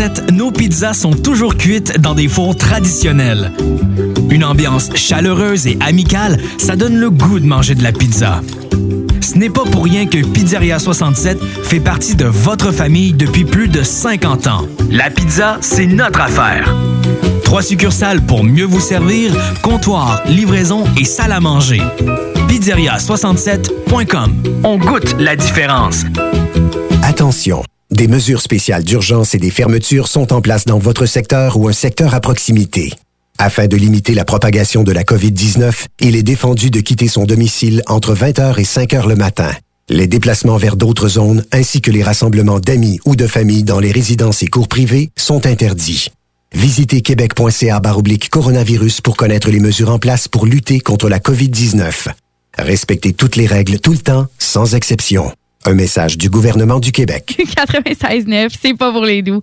67, nos pizzas sont toujours cuites dans des fours traditionnels. Une ambiance chaleureuse et amicale, ça donne le goût de manger de la pizza. Ce n'est pas pour rien que Pizzeria 67 fait partie de votre famille depuis plus de 50 ans. La pizza, c'est notre affaire. 3 succursales pour mieux vous servir, comptoir, livraison et salle à manger. Pizzeria67.com. On goûte la différence. Attention, des mesures spéciales d'urgence et des fermetures sont en place dans votre secteur ou un secteur à proximité. Afin de limiter la propagation de la COVID-19, il est défendu de quitter son domicile entre 20h et 5h le matin. Les déplacements vers d'autres zones ainsi que les rassemblements d'amis ou de familles dans les résidences et cours privés sont interdits. Visitez québec.ca/coronavirus pour connaître les mesures en place pour lutter contre la COVID-19. Respectez toutes les règles tout le temps, sans exception. Un message du gouvernement du Québec. 96.9, c'est pas pour les doux.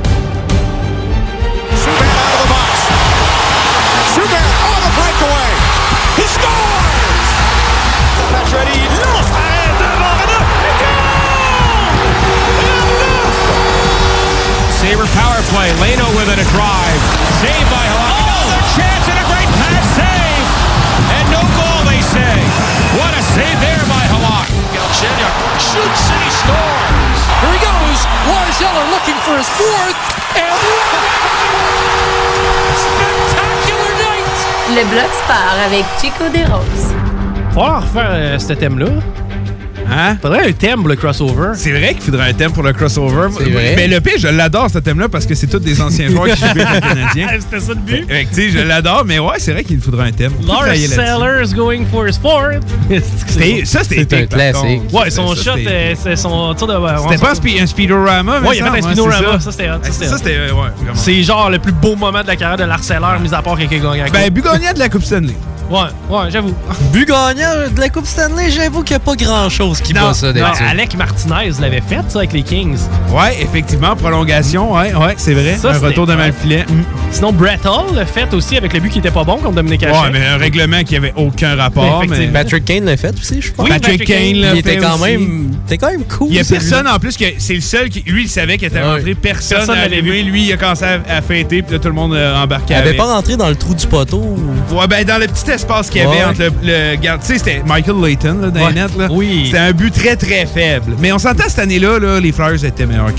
Sabre power play. Leno with it, a drive. Saved by Halak. Oh, a chance and a great pass save. And no goal, they say. What a save there by Halak. Galchenyuk shoots and he scores. Here he goes. Lars Eller looking for his fourth. And spectacular night. Le Bloc Sport avec Chico Desroses. Faudra refaire ce thème-là. Hein? Faudrait un thème pour le crossover. C'est vrai qu'il faudrait un thème pour le crossover. C'est vrai. Mais le pire, je l'adore ce thème-là parce que c'est tous des anciens joueurs qui jouent avec le Canadien. C'était ça le but. Fait que, tu sais, je l'adore, mais ouais, c'est vrai qu'il faudrait un thème. Lars Sellers going for his fourth. Ça, c'était un classique. Ouais, son shot, c'est son tour de. C'était pas un speedorama, mais ouais, il a fait un speedorama. Ça, c'était hot. Ça, c'était, ouais, vraiment. C'est genre le plus beau moment de la carrière de Lars Sellers, mis à part quelqu'un gagnant. Ben, but gagnant de la Coupe Stanley. Ouais, j'avoue. But gagnant de la Coupe Stanley, j'avoue qu'il n'y a pas grand-chose qui bat ça d'habitude. Alec Martinez l'avait fait, ça, avec les Kings. Ouais, effectivement, prolongation, ouais, c'est vrai. Ça, un retour devant le filet. Sinon, Brett Hull l'a fait aussi avec le but qui était pas bon contre Dominic Hachette. Ouais, mais un règlement qui avait aucun rapport. Mais... Patrick Kane l'a fait aussi, je pense. Oui, Patrick Kane l'a fait quand même, c'était quand même cool. Il y a personne en plus que c'est le seul qui, lui, il savait qu'il était rentré. Personne n'avait vu. Lui, il a commencé à fêter, puis là, tout le monde embarqué. Il avait pas rentré dans le trou du poteau. Ouais, ben dans le petit espace qu'il y avait entre le garde. Tu sais, c'était Michael Layton là, dans les nets. Là. Oui. C'était un but très, très faible. Mais on s'entend cette année-là, là, les Flyers étaient meilleurs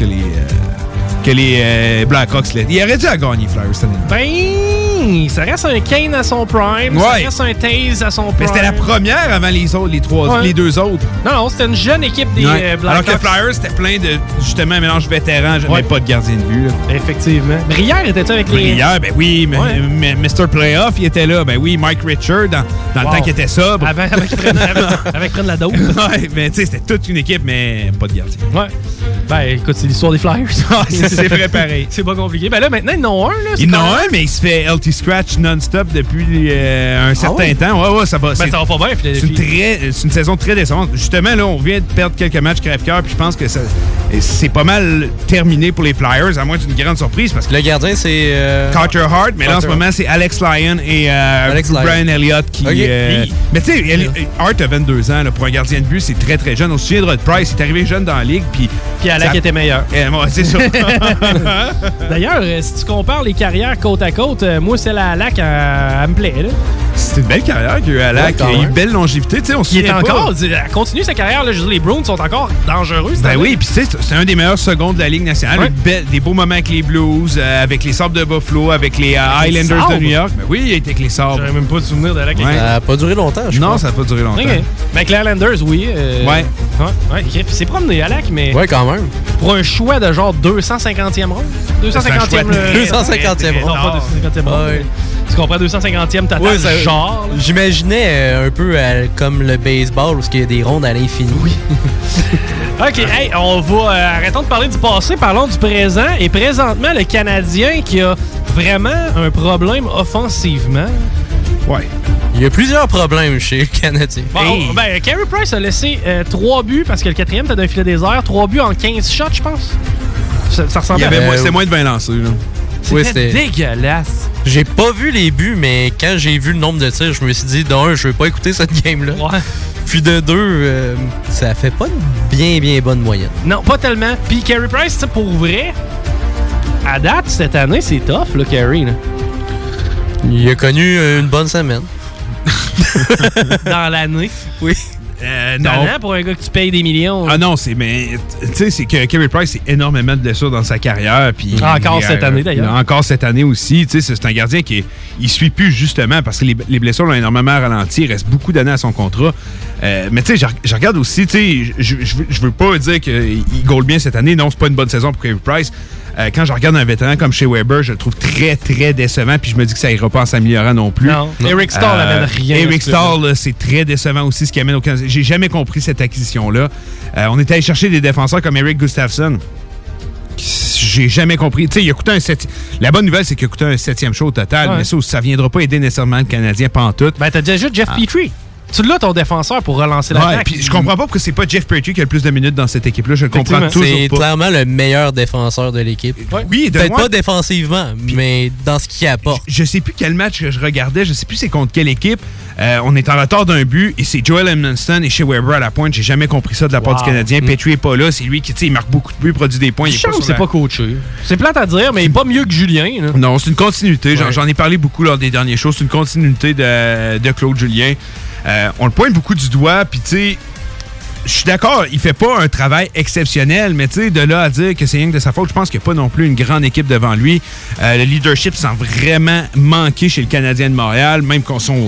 que les Blackhawks. Là. Il aurait dû gagner, Flyers, cette année. Ben, ça reste un Kane à son prime. Ouais. Ça reste un Taze à son prime. Mais c'était la première avant les autres, les deux autres. Non, c'était une jeune équipe des Blackhawks. Alors que Flyers, c'était plein de, justement, un mélange vétéran. J'avais pas de gardien de but. Là. Effectivement. Brière était-tu avec les... Brière, ben oui. Mais Mr. Playoff, il était là. Ben oui, Mike Richard, dans le temps qu'il était sobre. Avec prenne la dope. Ouais, mais tu sais, c'était toute une équipe, mais pas de gardien. Ouais. Ben, écoute, c'est l'histoire des Flyers. C'est vrai pareil. C'est pas compliqué. Ben là, maintenant, ils en ont un. Là, ils en ont un, mais il se fait LT Scratch non-stop depuis un certain temps. Ouais, ça va. Ben, ça va pas bien, c'est une saison très décevante. Justement, là, on vient de perdre quelques matchs crève-cœur, puis je pense que c'est pas mal terminé pour les Flyers, à moins d'une grande surprise. Parce que le gardien, c'est... Carter Hart, mais là, en ce moment, c'est Alex Lyon et Brian Elliott qui... mais tu sais, Hart a 22 ans. Là, pour un gardien de but, c'est très, très jeune. On se souviendra de Price. Il est arrivé jeune dans la ligue, puis Alec était meilleur. C'est ça. D'ailleurs, si tu compares les carrières côte à côte, moi, celle à Alec, elle me plaît. C'est une belle carrière qu'il a eu Alec. Il a une belle longévité. On il est encore... Elle continue sa carrière. Là, je veux dire, les Bruins sont encore dangereux. Ben oui, puis c'est un des meilleurs seconds de la Ligue nationale. Ouais. Des beaux moments avec les Blues, avec les Sabres de Buffalo, avec les Islanders de New York. Ben oui, il a été avec les Sabres. J'avais même pas de souvenir d'Alec. Ça n'a pas duré longtemps, je crois. Non, ça n'a pas duré longtemps. Okay. Mais avec les Islanders, oui. Ouais. C'est promené Alec, mais... Ouais, quand même. Pour un choix de genre 250e ronde. 250e ronde. 250e ronde. Non, pas 250e ronde. Ouais. Tu comprends 250e total, genre. J'imaginais un peu comme le baseball où il y a des rondes à l'infini. Oui. OK, hey, on va... arrêtons de parler du passé, parlons du présent. Et présentement, le Canadien qui a vraiment un problème offensivement. Ouais. Il y a plusieurs problèmes chez le Canadien. Bon, ben, Carey Price a laissé 3 buts, parce que le 4e, t'as d'un filet désert. 3 buts en 15 shots, je pense. Ça ressemble c'était moins de 20 lancés, là. C'était dégueulasse. J'ai pas vu les buts, mais quand j'ai vu le nombre de tirs, je me suis dit, d'un, je veux pas écouter cette game-là. Ouais. Puis de deux, ça fait pas une bien bonne moyenne. Non, pas tellement. Puis Carey Price, pour vrai, à date, cette année, c'est tough, là, Carey. Là. Il a connu une bonne semaine. Dans l'année. Oui. Non. Pour un gars que tu payes des millions. Ah non, c'est que Carey Price a énormément de blessures dans sa carrière. Puis encore cette année, d'ailleurs. Encore cette année aussi. C'est un gardien qui il suit plus justement parce que les blessures l'ont énormément ralenti. Il reste beaucoup d'années à son contrat. Mais tu sais, je regarde aussi, tu sais, je veux pas dire qu'il goal bien cette année. Non, c'est pas une bonne saison pour Carey Price. Quand je regarde un vétéran comme Shea Weber, je le trouve très, très décevant. Puis je me dis que ça ira pas en s'améliorant non plus. Non. Eric Stahl n'amène rien. Eric Stahl, c'est très décevant aussi ce qu'il amène au Canadien. J'ai jamais compris cette acquisition-là. On était allé chercher des défenseurs comme Eric Gustafsson. J'ai jamais compris. Tu sais, il a coûté La bonne nouvelle, c'est qu'il a coûté un 7e show au total. Ouais. Mais ça viendra pas aider nécessairement le Canadien pantoute. Ben, t'as déjà Jeff Petrie. Tu l'as ton défenseur pour relancer l'attaque. Puis je comprends pas pourquoi c'est pas Jeff Petrie qui a le plus de minutes dans cette équipe-là. Je le comprends toujours pas. C'est clairement le meilleur défenseur de l'équipe. Ouais. Oui, peut-être pas défensivement, mais dans ce qu'il apporte. Je sais plus quel match que je regardais. Je sais plus c'est contre quelle équipe. On est en retard d'un but et c'est Joel Edmondson et Shea Weber à la pointe. J'ai jamais compris ça de la part du Canadien. Petrie est pas là. C'est lui qui il marque beaucoup de buts, produit des points. C'est pas coaché. C'est plate à dire, mais il est pas mieux que Julien. Là. Non, c'est une continuité. Ouais. J'en ai parlé beaucoup lors des derniers shows. C'est une continuité de Claude Julien. On le pointe beaucoup du doigt, puis tu sais, je suis d'accord, il fait pas un travail exceptionnel, mais tu sais, de là à dire que c'est rien que de sa faute, je pense qu'il n'y a pas non plus une grande équipe devant lui. Le leadership semble vraiment manquer chez le Canadien de Montréal, même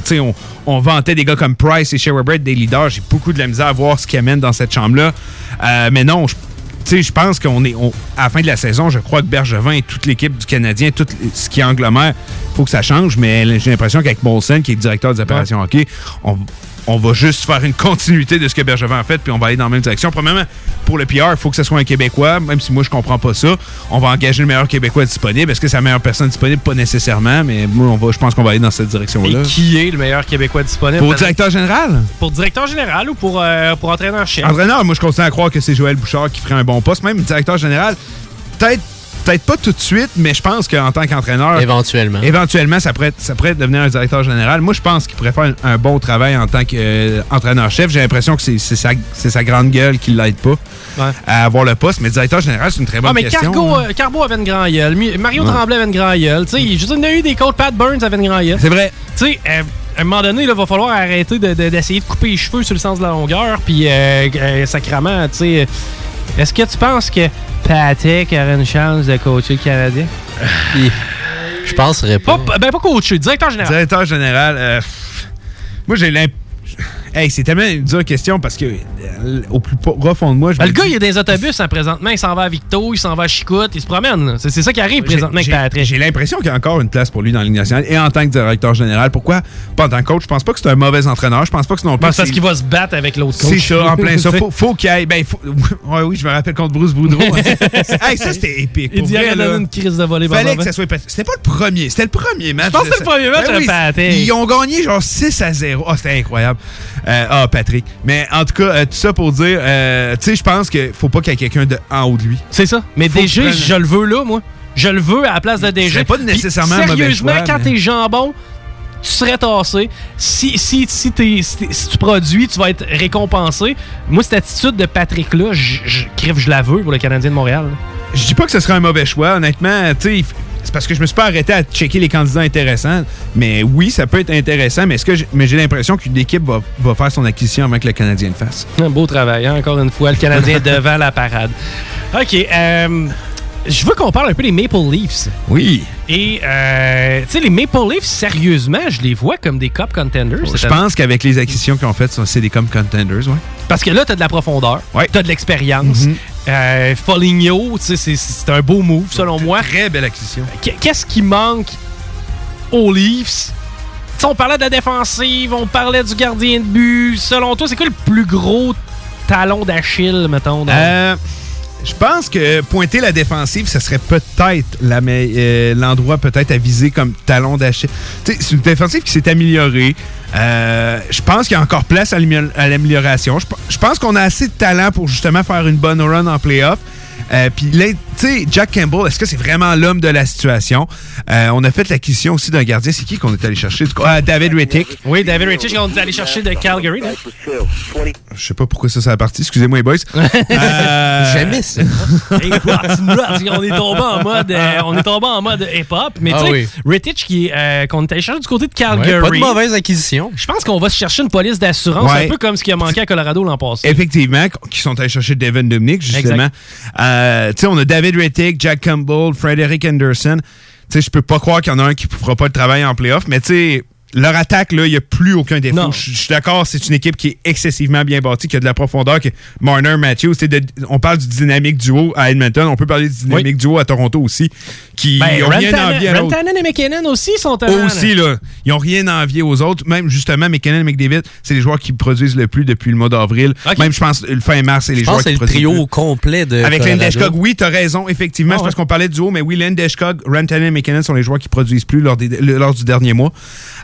on vantait des gars comme Price et Shea Weber des leaders. J'ai beaucoup de la misère à voir ce qu'ils amènent dans cette chambre-là. Mais non, je pense qu'on est à la fin de la saison, je crois que Bergevin et toute l'équipe du Canadien, tout ce qui est Anglomère, il faut que ça change, mais j'ai l'impression qu'avec Molson, qui est le directeur des opérations hockey, on va juste faire une continuité de ce que Bergevin a fait, puis on va aller dans la même direction. Premièrement, pour le PR, il faut que ce soit un Québécois, même si moi, je comprends pas ça. On va engager le meilleur Québécois disponible. Est-ce que c'est la meilleure personne disponible? Pas nécessairement, mais moi, je pense qu'on va aller dans cette direction-là. Et qui est le meilleur Québécois disponible? Pour directeur général? Pour directeur général ou pour entraîneur-chef? Entraîneur, moi, je continue à croire que c'est Joël Bouchard qui ferait un bon poste. Même directeur général, peut-être pas tout de suite, mais je pense qu'en tant qu'entraîneur... Éventuellement, ça pourrait devenir un directeur général. Moi, je pense qu'il pourrait faire un bon travail en tant qu'entraîneur-chef. J'ai l'impression que c'est sa grande gueule qui l'aide pas à avoir le poste. Mais directeur général, c'est une très bonne question. Carbo avait une grande gueule. Mario Tremblay avait une grande gueule. Je sais, il y a eu des coachs. Pat Burns avait une grande gueule. C'est vrai. Tu sais, à un moment donné, il va falloir arrêter d'essayer de couper les cheveux sur le sens de la longueur. Puis, sacrément, tu sais... Est-ce que tu penses que Patrick aurait une chance de coacher le Canadien? Je penserais pas. Pas coacher, directeur général. Directeur général, moi j'ai l'impression... Hey, c'est tellement une dure question parce que au plus profond de moi... Le gars, il est dans les autobus présentement. Il s'en va à Victo, il s'en va à Chicoute, il se promène. C'est ça qui arrive présentement avec Patrick. J'ai l'impression qu'il y a encore une place pour lui dans la Ligue nationale et en tant que directeur général. Pourquoi? Pas en tant que coach. Je pense pas que c'est un mauvais entraîneur. Je pense pas que c'est non plus... parce qu'il va se battre avec l'autre coach. C'est ça, en plein ça. Faut qu'il aille... Oui, je me rappelle contre Bruce Boudreau. Hey, ça, c'était épique. Il dit qu'il a donné une crise de volleyball. Fallait que ça soit... C'était pas le premier. C'était le premier match. Je pense que c'était le premier match à Patrick. Ils ont gagné genre 6-0. Oh, c'était incroyable. Patrick. Mais en tout cas, tout ça pour dire, tu sais, je pense qu'il faut pas qu'il y ait quelqu'un en haut de lui. C'est ça. Mais DG, je le veux là, moi. Je le veux à la place de DG. C'est pas nécessairement un mauvais choix. Sérieusement, quand t'es jambon, tu serais tassé. Si tu produis, tu vas être récompensé. Moi, cette attitude de Patrick-là, je la veux pour le Canadien de Montréal. Je dis pas que ce serait un mauvais choix. Honnêtement, tu sais, c'est parce que je me suis pas arrêté à checker les candidats intéressants. Mais oui, ça peut être intéressant, mais j'ai l'impression qu'une équipe va faire son acquisition avant que le Canadien le fasse. Un beau travail, hein? Encore une fois, le Canadien devant la parade. OK, je veux qu'on parle un peu des Maple Leafs. Oui. Et, tu sais, les Maple Leafs, sérieusement, je les vois comme des Cup contenders. Je pense qu'avec les acquisitions qu'ils ont faites, c'est des Cup contenders, oui. Parce que là, t'as de la profondeur, t'as de l'expérience. Foligno, tu sais, c'est un beau move, selon moi. Très belle acquisition. Qu'est-ce qui manque aux Leafs? T'sais, on parlait de la défensive, on parlait du gardien de but. Selon toi, c'est quoi le plus gros talon d'Achille, mettons? Je pense que pointer la défensive, ça serait peut-être l'endroit peut-être à viser comme talon d'Achille. C'est une défensive qui s'est améliorée. Je pense qu'il y a encore place à l'amélioration. Je pense qu'on a assez de talent pour justement faire une bonne run en playoff. Puis là, sais, Jack Campbell, est-ce que c'est vraiment l'homme de la situation? On a fait l'acquisition aussi d'un gardien. C'est qui qu'on est allé chercher? David Rittick. Oui, David Rittick, on est allé chercher de Calgary. Là. Je sais pas pourquoi ça a parti. Excusez-moi, les boys. Jamais ça. On est tombé en mode hip-hop. Mais tu sais, Rittick qu'on est allé chercher du côté de Calgary. Pas de mauvaise acquisition. Je pense qu'on va se chercher une police d'assurance, un peu comme ce qui a manqué à Colorado l'an passé. Effectivement, qui sont allés chercher Devin Dubnyk, justement. Tu sais, on a David Rittick, Jack Campbell, Frederick Anderson. Tu sais, je peux pas croire qu'il y en a un qui ne fera pas le travail en playoff, mais tu sais, leur attaque, là, il n'y a plus aucun défaut. Je suis d'accord, c'est une équipe qui est excessivement bien bâtie, qui a de la profondeur, que Marner, Matthews, on parle du dynamique duo à Edmonton, on peut parler du dynamique duo à Toronto aussi, qui n'ont rien à envier à l'autre. Rantanen et McKinnon aussi sont eux aussi, là, ils n'ont rien à envier aux autres. Même, justement, McKinnon et McDavid, c'est les joueurs qui produisent le plus depuis le mois d'avril. Okay. Même, je pense, le fin mars, c'est les joueurs qui produisent le trio complet de avec Landeskog, oui, t'as raison, effectivement, c'est parce qu'on parlait de duo, mais oui, Landeskog, Rantanen et McKinnon sont les joueurs qui produisent plus lors du dernier mois.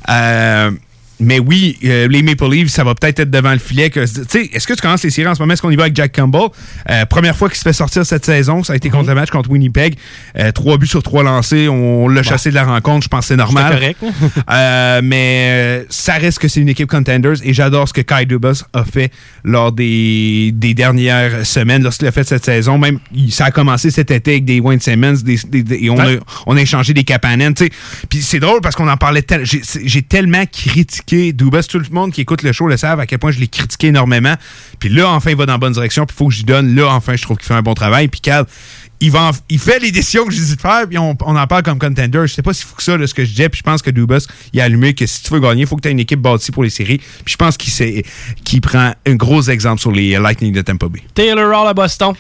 Mais oui, les Maple Leafs, ça va peut-être être devant le filet. Est-ce que tu commences les séries en ce moment? Est-ce qu'on y va avec Jack Campbell? Première fois qu'il se fait sortir cette saison, ça a été contre le match contre Winnipeg. 3 buts sur 3 lancés. On l'a chassé de la rencontre. Je pense que c'est normal. C'est correct. Mais ça reste que c'est une équipe contenders et j'adore ce que Kyle Dubas a fait lors des dernières semaines, lorsqu'il a fait cette saison. Même, ça a commencé cet été avec des Wayne Simmons et on a échangé des Kapanen. Puis c'est drôle parce qu'on en parlait j'ai tellement critiqué Dubas, tout le monde qui écoute le show le savent à quel point je l'ai critiqué énormément. Puis là, enfin, il va dans la bonne direction. Puis il faut que j'y donne. Là, enfin, je trouve qu'il fait un bon travail. Puis Cal, il fait les décisions que je dis de faire. Puis on en parle comme contender. Je sais pas s'il faut que ça, là, ce que je disais. Puis je pense que Dubas, il a allumé que si tu veux gagner, il faut que tu aies une équipe bâtie pour les séries. Puis je pense qu'il prend un gros exemple sur les Lightning de Tampa Bay. Taylor Hall à Boston.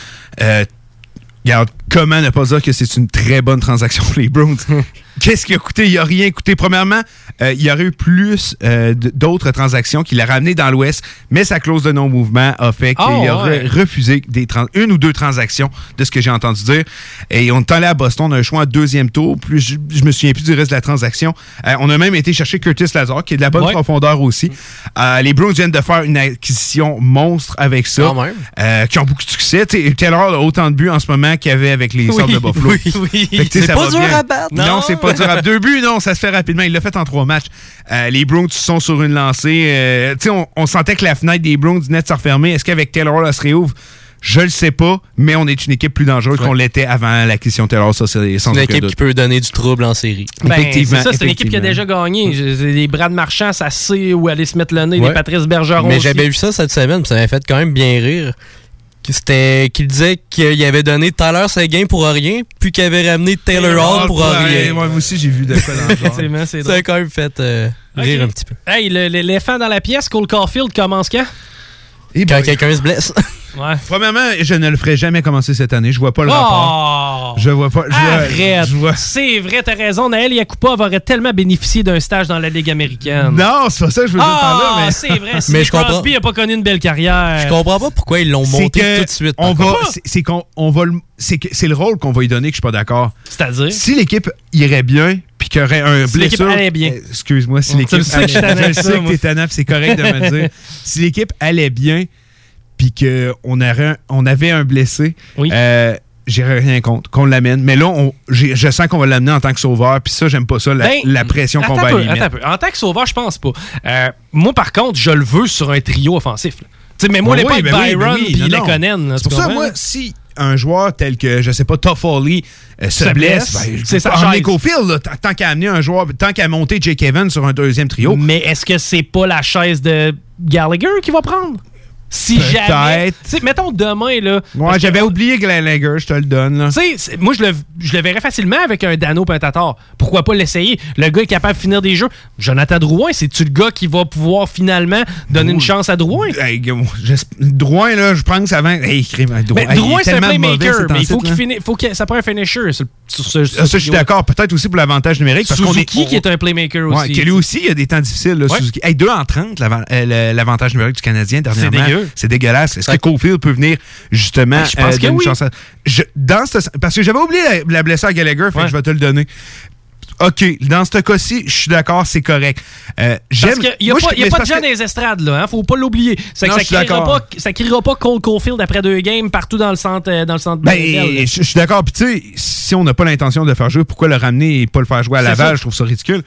Regarde, comment ne pas dire que c'est une très bonne transaction pour les Bruins? Qu'est-ce qui a coûté? Il n'a rien coûté. Premièrement, il y aurait eu plus d'autres transactions qu'il a ramenées dans l'Ouest, mais sa clause de non-mouvement a fait qu'il aurait refusé une ou deux transactions, de ce que j'ai entendu dire. Et on est allé à Boston, on a un choix en deuxième tour. Plus, je me souviens plus du reste de la transaction. On a même été chercher Curtis Lazar, qui est de la bonne profondeur aussi. Les Bruins viennent de faire une acquisition monstre avec ça, qui ont beaucoup de succès. Taylor a autant de buts en ce moment qu'il y avait avec les Sabres de Buffalo. Oui. C'est pas dur à battre. Non, c'est pas dur à battre. 2 buts, non, ça se fait rapidement. Il l'a fait en 3 matchs. Les Bruins sont sur une lancée. On sentait que la fenêtre des Bruins venait de se refermer. Est-ce qu'avec Taylor, elle se réouvre? Je le sais pas, mais on est une équipe plus dangereuse qu'on l'était avant l'acquisition de Taylor. Ça, c'est sans une équipe qui peut donner du trouble en série. Effectivement. C'est une équipe qui a déjà gagné. Les Brad Marchand, ça sait où aller se mettre le nez. Les Patrice Bergeron mais aussi. J'avais vu ça cette semaine, ça m'avait fait quand même bien rire. C'était qu'il disait qu'il avait donné Tyler Seguin pour rien, puis qu'il avait ramené Taylor Hall pour rien. Moi aussi, j'ai vu de quoi dans le genre. Ça a quand même fait rire un petit peu. Hey, l'éléphant dans la pièce, Cole Caulfield commence quand? Quand quelqu'un se blesse. Premièrement, je ne le ferai jamais commencer cette année. Je vois pas le rapport. Je vois pas. Arrête. C'est vrai, t'as raison. Naël Yakupov aurait tellement bénéficié d'un stage dans la Ligue américaine. Non, c'est pas ça que je veux dire par là. Mais c'est vrai. Mais Crosby n'a pas connu une belle carrière. Je comprends pas pourquoi ils l'ont monté tout de suite. C'est le rôle qu'on va lui donner que je suis pas d'accord. C'est-à-dire? Si l'équipe irait bien, puis qu'il y aurait un blessure... Si l'équipe allait bien. Excuse-moi, si l'équipe allait bien. Je sais que t'es tannant, c'est correct de me le dire. Si l'équipe allait bien, puis qu'on avait un blessé, j'irais rien contre, qu'on l'amène. Mais là, je sens qu'on va l'amener en tant que sauveur, puis ça, j'aime pas ça, la pression qu'on va lui mettre. En tant que sauveur, je pense pas. Moi, par contre, je le veux sur un trio offensif. Mais moi, pas Byron puis Lekonen. C'est pour ça, moi, si un joueur tel que, je sais pas, Toffoli se blesse, c'est ça. En Nico-Field, tant qu'à amener un joueur, tant qu'à monter Jake Evans sur un deuxième trio. Mais est-ce que c'est pas la chaise de Gallagher qu'il va prendre? Si jamais. Mettons demain, là. Ouais, j'avais oublié Gallagher, je te le donne, là. Moi, je le verrais facilement avec un Dano Pintatar. Pourquoi pas l'essayer? Le gars est capable de finir des jeux. Jonathan Drouin, c'est-tu le gars qui va pouvoir finalement donner une chance à Drouin? Drouin, là, je pense avant. Drouin, c'est un playmaker, mais il faut que ça prenne un finisher sur ce. Ça, je suis d'accord. Peut-être aussi pour l'avantage numérique. Parce Suzuki, qui est un playmaker aussi. Qui lui aussi, il y a des temps difficiles, là, Suzuki. 2-30, l'avantage numérique du Canadien dernièrement. C'est dégueu. C'est dégueulasse. Est-ce que Caulfield peut venir justement je pense que oui. chance parce que j'avais oublié la blessure à Gallagher, fait que je vais te le donner. OK, dans ce cas-ci, je suis d'accord, c'est correct. Parce qu'il n'y a pas de gens dans les estrades, là. Hein, faut pas l'oublier. Ça criera pas Cole Caulfield après 2 games partout dans le centre. Je suis d'accord. Puis tu sais, si on n'a pas l'intention de le faire jouer, pourquoi le ramener et pas le faire jouer à Laval? Je trouve ça ridicule.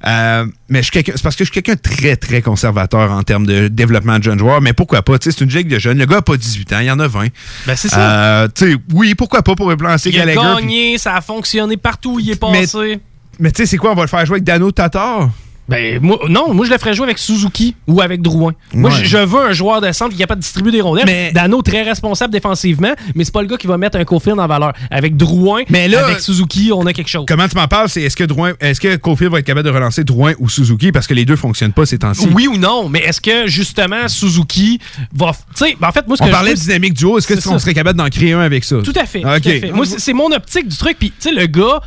Mais c'est parce que je suis quelqu'un de très, très conservateur en termes de développement de jeunes joueurs. Mais pourquoi pas? C'est une gigue de jeunes. Le gars n'a pas 18 ans, il y en a 20. Ben, c'est ça. Oui, pourquoi pas pour relancer Gallagher? Il a gagné, ça a fonctionné partout où il est passé. Mais tu sais, c'est quoi? On va le faire jouer avec Dano Tatar? Ben, moi, je le ferais jouer avec Suzuki ou avec Drouin. Moi, je veux un joueur de centre qui est capable de distribuer des rondelles. Mais Dano, très responsable défensivement, mais c'est pas le gars qui va mettre un Caulfield en valeur. Avec Drouin, avec Suzuki, on a quelque chose. Comment tu m'en parles? Est-ce que Caulfield va être capable de relancer Drouin ou Suzuki? Parce que les deux fonctionnent pas ces temps-ci. Oui ou non, mais est-ce que, justement, Suzuki va... Tu sais, en fait, moi, on parlait de dynamique duo. Est-ce que on serait capable d'en créer un avec ça? Tout à fait. Okay. Tout à fait. Moi, c'est mon optique du truc. Puis, tu sais, le gars,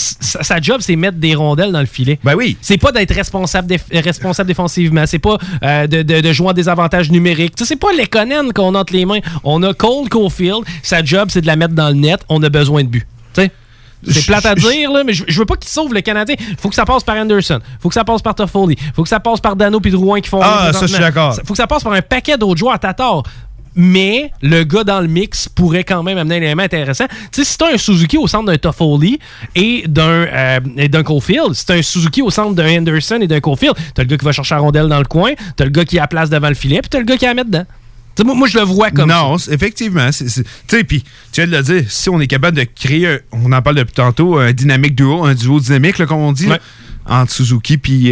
sa job, c'est mettre des rondelles dans le filet. Ben oui. C'est pas d'être responsable défensivement. C'est pas de jouer en désavantage numérique. T'sais, c'est pas Lekonen qu'on a entre les mains. On a Cole Caulfield. Sa job, c'est de la mettre dans le net. On a besoin de but. T'sais? C'est plate à dire, là, mais je veux pas qu'il sauve le Canadien. Faut que ça passe par Anderson. Faut que ça passe par Toffoli. Faut que ça passe par Dano puis Drouin qui font... Ah, ça, je suis d'accord. Faut que ça passe par un paquet d'autres joueurs à Tatar. Mais le gars dans le mix pourrait quand même amener un élément intéressant. Tu sais, si t'as un Suzuki au centre d'un Toffoli et d'un Caulfield, si t'as un Suzuki au centre d'un Anderson et d'un Caulfield, t'as le gars qui va chercher la rondelle dans le coin, t'as le gars qui a la place devant le filet, puis t'as le gars qui a la mettre dedans. T'sais, moi, je le vois comme ça. Non, effectivement. Tu sais, puis tu viens de le dire, si on est capable de créer, on en parle depuis tantôt, un dynamique duo, un duo dynamique, là, comme on dit, entre Suzuki puis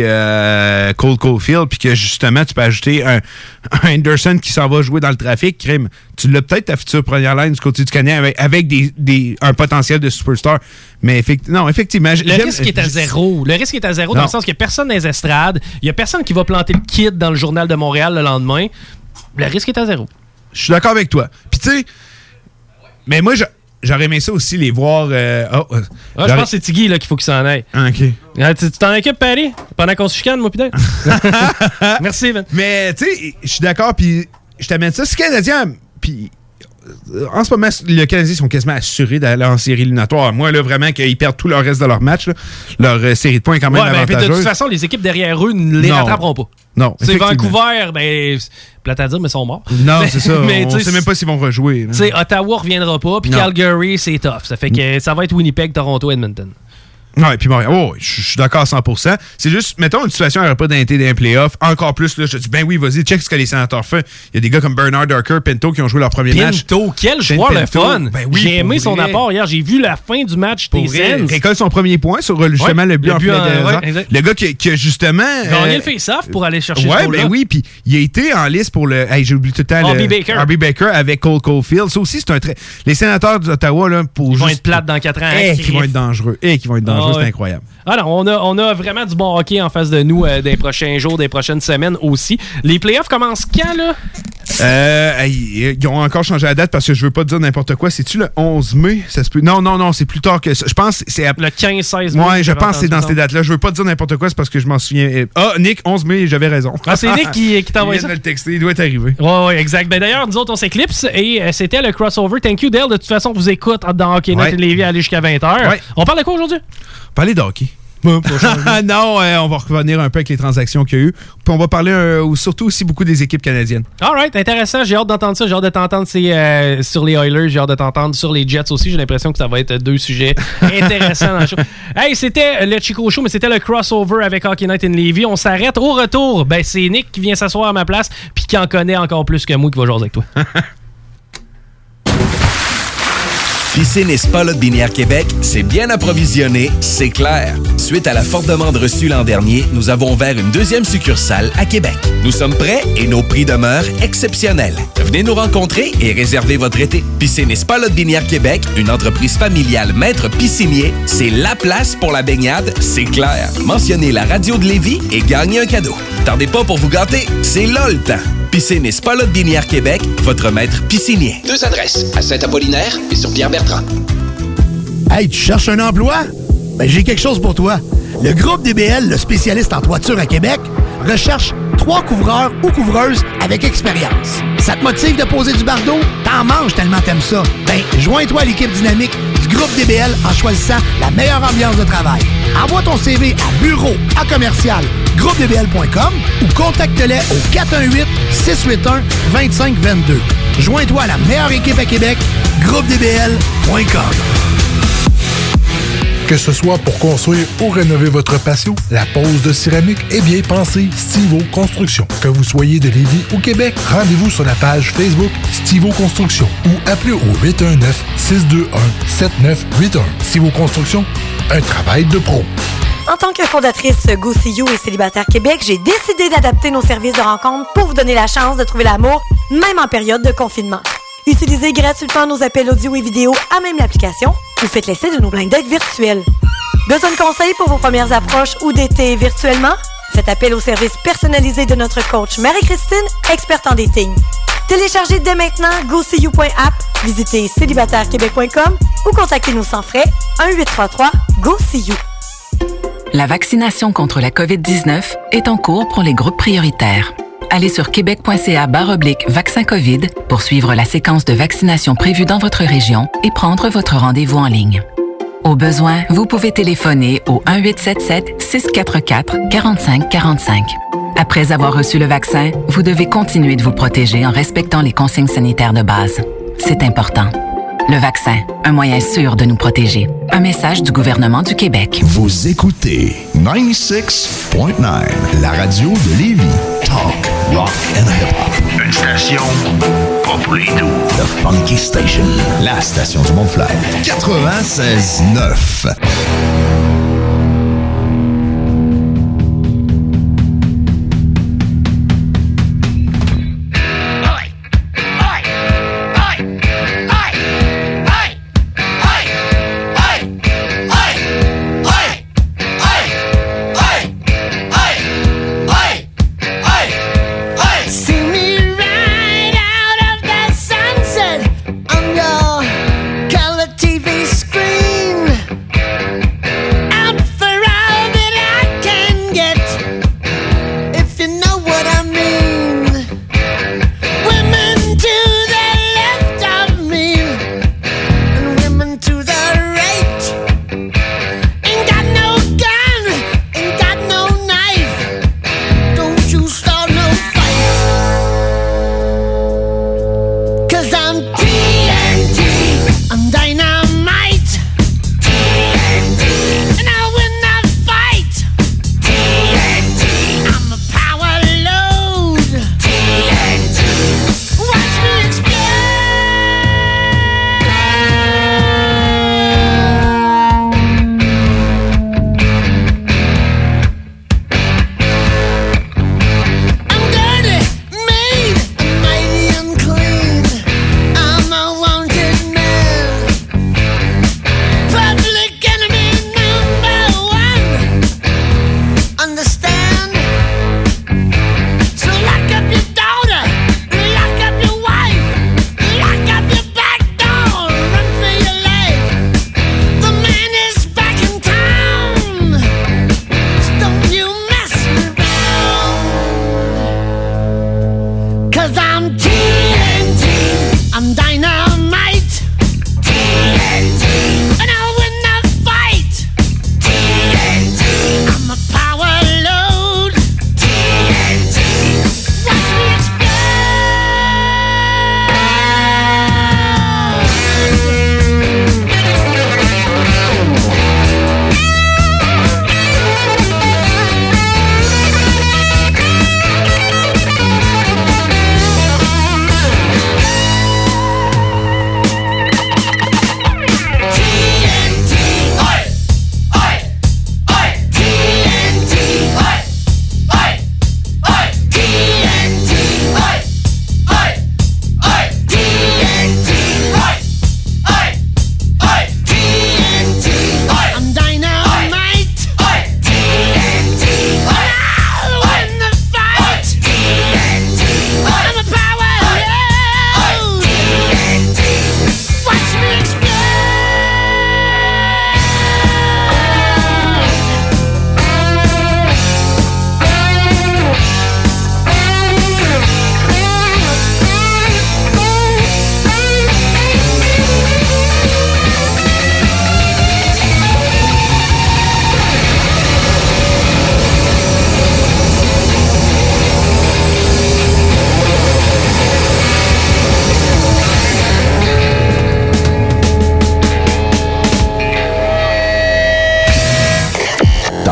Cole Caulfield, puis que justement, tu peux ajouter un Anderson qui s'en va jouer dans le trafic. Tu l'as peut-être ta future première ligne du côté du Canadien avec un potentiel de superstar. Mais effectivement, le risque est à zéro. Le risque est à zéro dans le sens qu'il n'y a personne dans les estrades, il n'y a personne qui va planter le kit dans le Journal de Montréal le lendemain. Le risque est à zéro. Je suis d'accord avec toi. Puis tu sais, mais moi, j'aurais aimé ça aussi, les voir... je pense que c'est Tiggy là, qu'il faut qu'il s'en aille. Ah, OK. Tu t'en occupes, Paris? Pendant qu'on se chicane, moi, putain. Merci, Ben. Mais, tu sais, je suis d'accord, puis je t'amène ça. Si Canadien... Puis, en ce moment, les Canadiens sont quasiment assurés d'aller en série éliminatoire. Moi, là, vraiment, qu'ils perdent tout le reste de leur match. Là. Leur série de points est quand même avantageuse. De toute façon, les équipes derrière eux ne les rattraperont pas. Non, c'est Vancouver, plate à dire, mais ils sont morts. Non, c'est ça. On sait même pas s'ils vont rejouer. Ottawa reviendra pas, puis Calgary, c'est tough. Ça fait que ça va être Winnipeg, Toronto, Edmonton. Ouais, puis Montréal. Oh, je suis d'accord à 100%. C'est juste, mettons, une situation n'aurait pas d'intérêt d'un playoff. Encore plus, là, je te dis, ben oui, vas-y, check ce que les Sénateurs font. Il y a des gars comme Bernard Darker, Pinto qui ont joué leur premier match. Pinto, quel joueur le fun! Ben oui, j'ai aimé son apport hier. J'ai vu la fin du match des Sens. Récolte son premier point sur justement le but en finale. Le gars qui a justement... gagné le face-off pour aller chercher ce goal-là. Ben oui, puis il a été en liste pour le... Hey, j'ai oublié tout le temps. RB Baker avec Cole Caulfield. Ça aussi, c'est un très... Les Sénateurs d'Ottawa, là, ils vont être plates dans 4 ans. Qui vont être dangereux. C'est incroyable. Alors, on a vraiment du bon hockey en face de nous des prochains jours, des prochaines semaines aussi. Les playoffs commencent quand, là? Ils ont encore changé la date parce que je veux pas te dire n'importe quoi. C'est-tu le 11 mai? Ça se peut... Non, c'est plus tard que ça. Je pense que c'est... Le 15-16 mai. Ouais, je pense que c'est dans ces dates-là. Je veux pas te dire n'importe quoi, c'est parce que je m'en souviens. Nick, 11 mai, j'avais raison. Ah, c'est Nick qui t'a envoyé ça? Il vient de le texter, il doit être arrivé. Ouais, exact. Ben d'ailleurs, nous autres, on s'éclipse et c'était le crossover. Thank you, Dale. De toute façon, on vous écoute dans Hockey Night Lévis aller jusqu'à 20h. Ouais. On parle de quoi aujourd'hui? Parler de hockey. Non, on va revenir un peu avec les transactions qu'il y a eu. Puis on va parler surtout aussi beaucoup des équipes canadiennes. All right, intéressant. J'ai hâte d'entendre ça. J'ai hâte de t'entendre sur les Oilers. J'ai hâte de t'entendre sur les Jets aussi. J'ai l'impression que ça va être 2 sujets intéressants dans le show. Hey, c'était le Chico Show, mais c'était le crossover avec Hockey Night in Lévis. On s'arrête. Au retour, c'est Nick qui vient s'asseoir à ma place puis qui en connaît encore plus que moi qui va jaser avec toi. Piscine et Spa Lotbinière Québec, c'est bien approvisionné, c'est clair. Suite à la forte demande reçue l'an dernier, nous avons ouvert une 2e succursale à Québec. Nous sommes prêts et nos prix demeurent exceptionnels. Venez nous rencontrer et réserver votre été. Piscine et Spa Lotbinière Québec, une entreprise familiale maître piscinier, c'est la place pour la baignade, c'est clair. Mentionnez la radio de Lévis et gagnez un cadeau. Tardez pas pour vous gâter, c'est là le temps. Piscine et Spa Lotbinière Québec, votre maître piscinier. 2 adresses, à Saint-Apollinaire et sur Pierre-Bertrand. Hey, tu cherches un emploi? Ben, j'ai quelque chose pour toi. Le groupe DBL, le spécialiste en toiture à Québec, recherche 3 couvreurs ou couvreuses avec expérience. Ça te motive de poser du bardeau? T'en manges tellement t'aimes ça. Ben, joins-toi à l'équipe dynamique du Groupe DBL en choisissant la meilleure ambiance de travail. Envoie ton CV à bureau@commercial-groupedbl.com ou contacte-les au 418-681-2522. Joins-toi à la meilleure équipe à Québec, groupedbl.com. Que ce soit pour construire ou rénover votre patio, la pose de céramique est bien pensée Stivo Construction. Que vous soyez de Lévis ou Québec, rendez-vous sur la page Facebook Stivo Construction ou appelez au 819-621-7981. Stivo Construction, un travail de pro. En tant que fondatrice Go See You et Célibataire Québec, j'ai décidé d'adapter nos services de rencontre pour vous donner la chance de trouver l'amour, même en période de confinement. Utilisez gratuitement nos appels audio et vidéo à même l'application ou faites l'essai de nos blind dates virtuels. Besoin de conseils pour vos premières approches ou d'été virtuellement? Faites appel au service personnalisé de notre coach Marie-Christine, experte en dating. Téléchargez dès maintenant GoSeeYou.app, visitez célibatairequebec.com ou contactez-nous sans frais 1-833-GO-SEE-YOU. La vaccination contre la COVID-19 est en cours pour les groupes prioritaires. Allez sur québec.ca/vaccin COVID pour suivre la séquence de vaccination prévue dans votre région et prendre votre rendez-vous en ligne. Au besoin, vous pouvez téléphoner au 1-877-644-4545. Après avoir reçu le vaccin, vous devez continuer de vous protéger en respectant les consignes sanitaires de base. C'est important. Le vaccin, un moyen sûr de nous protéger. Un message du gouvernement du Québec. Vous écoutez 96.9, la radio de Lévis. Talk, rock and hip-hop. Une station pas pour les doux. The Funky Station, la station du Mont-Fly. 96.9. TV screen.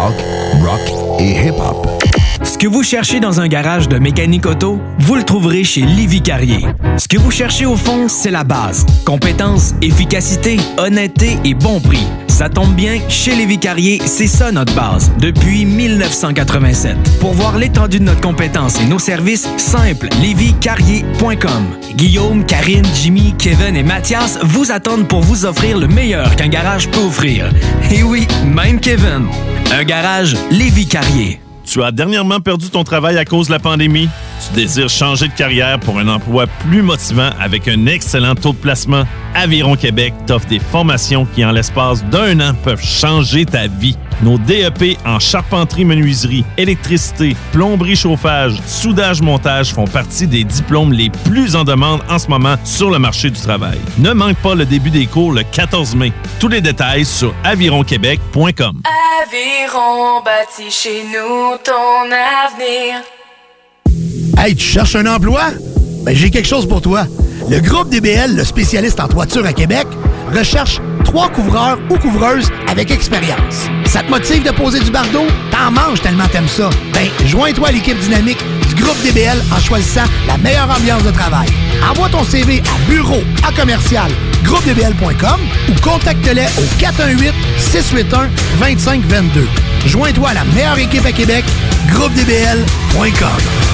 talk, rock et hip-hop. Ce que vous cherchez dans un garage de mécanique auto, vous le trouverez chez Lévi Carrier. Ce que vous cherchez au fond, c'est la base. Compétence, efficacité, honnêteté et bon prix. Ça tombe bien, chez Lévi Carrier, c'est ça notre base, depuis 1987. Pour voir l'étendue de notre compétence et nos services, simple, levicarrier.com. Guillaume, Karine, Jimmy, Kevin et Mathias vous attendent pour vous offrir le meilleur qu'un garage peut offrir. Et oui, même Kevin. Un garage Lévi Carrier. Tu as dernièrement perdu ton travail à cause de la pandémie? Tu désires changer de carrière pour un emploi plus motivant avec un excellent taux de placement? Aviron Québec t'offre des formations qui, en l'espace d'1 an, peuvent changer ta vie. Nos DEP en charpenterie-menuiserie, électricité, plomberie-chauffage, soudage-montage font partie des diplômes les plus en demande en ce moment sur le marché du travail. Ne manque pas le début des cours le 14 mai. Tous les détails sur avironquebec.com. Aviron bâtit chez nous ton avenir. Hey, tu cherches un emploi? Ben, j'ai quelque chose pour toi. Le groupe DBL, le spécialiste en toiture à Québec, recherche 3 couvreurs ou couvreuses avec expérience. Ça te motive de poser du bardeau? T'en manges tellement t'aimes ça. Ben, joins-toi à l'équipe dynamique du groupe DBL en choisissant la meilleure ambiance de travail. Envoie ton CV à bureau@commercial-groupedbl.com ou contacte-les au 418-681-2522. Joins-toi à la meilleure équipe à Québec, groupedbl.com.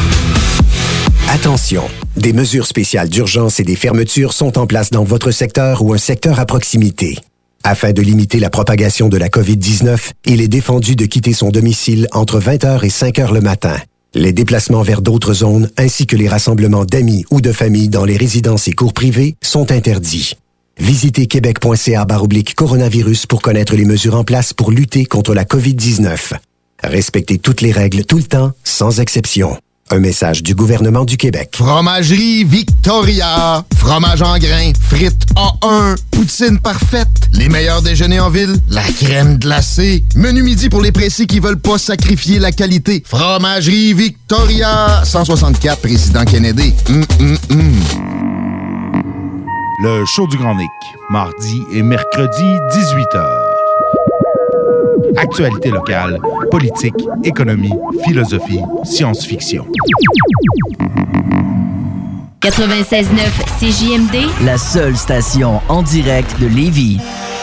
Attention, des mesures spéciales d'urgence et des fermetures sont en place dans votre secteur ou un secteur à proximité. Afin de limiter la propagation de la COVID-19, il est défendu de quitter son domicile entre 20h et 5h le matin. Les déplacements vers d'autres zones ainsi que les rassemblements d'amis ou de familles dans les résidences et cours privés sont interdits. Visitez québec.ca/coronavirus pour connaître les mesures en place pour lutter contre la COVID-19. Respectez toutes les règles tout le temps, sans exception. Un message du gouvernement du Québec. Fromagerie Victoria. Fromage en grains, frites A1, poutine parfaite, les meilleurs déjeuners en ville, la crème glacée, menu midi pour les pressés qui veulent pas sacrifier la qualité. Fromagerie Victoria. 164 Président Kennedy. Le show du Grand Nick, mardi et mercredi, 18h. Actualité locale, politique, économie, philosophie, science-fiction. 96.9 CJMD, la seule station en direct de Lévis.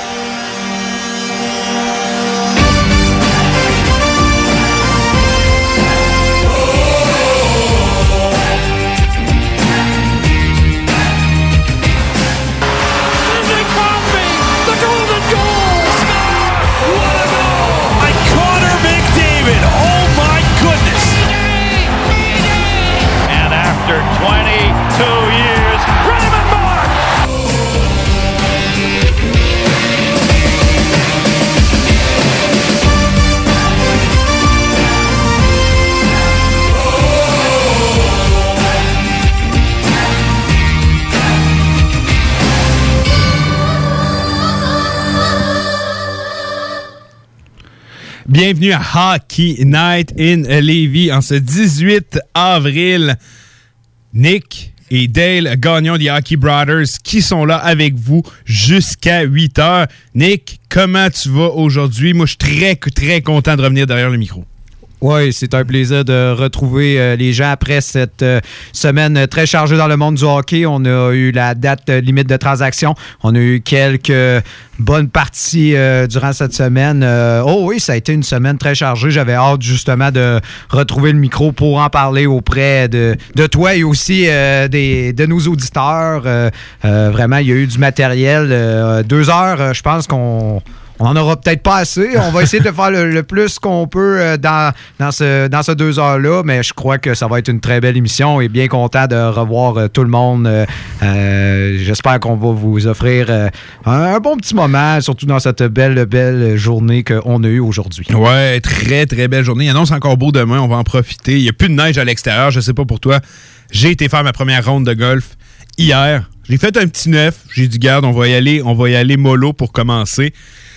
Bienvenue à Hockey Night in Lévis en ce 18 avril. Nick et Dale Gagnon des Hockey Brothers qui sont là avec vous jusqu'à 8 heures. Nick, comment tu vas aujourd'hui? Moi, je suis très, très content de revenir derrière le micro. Oui, c'est un plaisir de retrouver les gens après cette semaine très chargée dans le monde du hockey. On a eu la date limite de transaction. On a eu quelques bonnes parties durant cette semaine. Oh oui, ça a été une semaine très chargée. J'avais hâte justement de retrouver le micro pour en parler auprès de toi et aussi de nos auditeurs. Vraiment, il y a eu du matériel. 2 heures, je pense qu'on n'en aura peut-être pas assez. On va essayer de faire le plus qu'on peut dans ce 2 heures-là, mais je crois que ça va être une très belle émission et bien content de revoir tout le monde. J'espère qu'on va vous offrir un bon petit moment, surtout dans cette belle journée qu'on a eue aujourd'hui. Ouais, très, très belle journée. Il annonce encore beau demain, on va en profiter. Il n'y a plus de neige à l'extérieur, je sais pas pour toi. J'ai été faire ma première ronde de golf hier. J'ai fait un petit 9. J'ai dit, garde, on va y aller mollo pour commencer.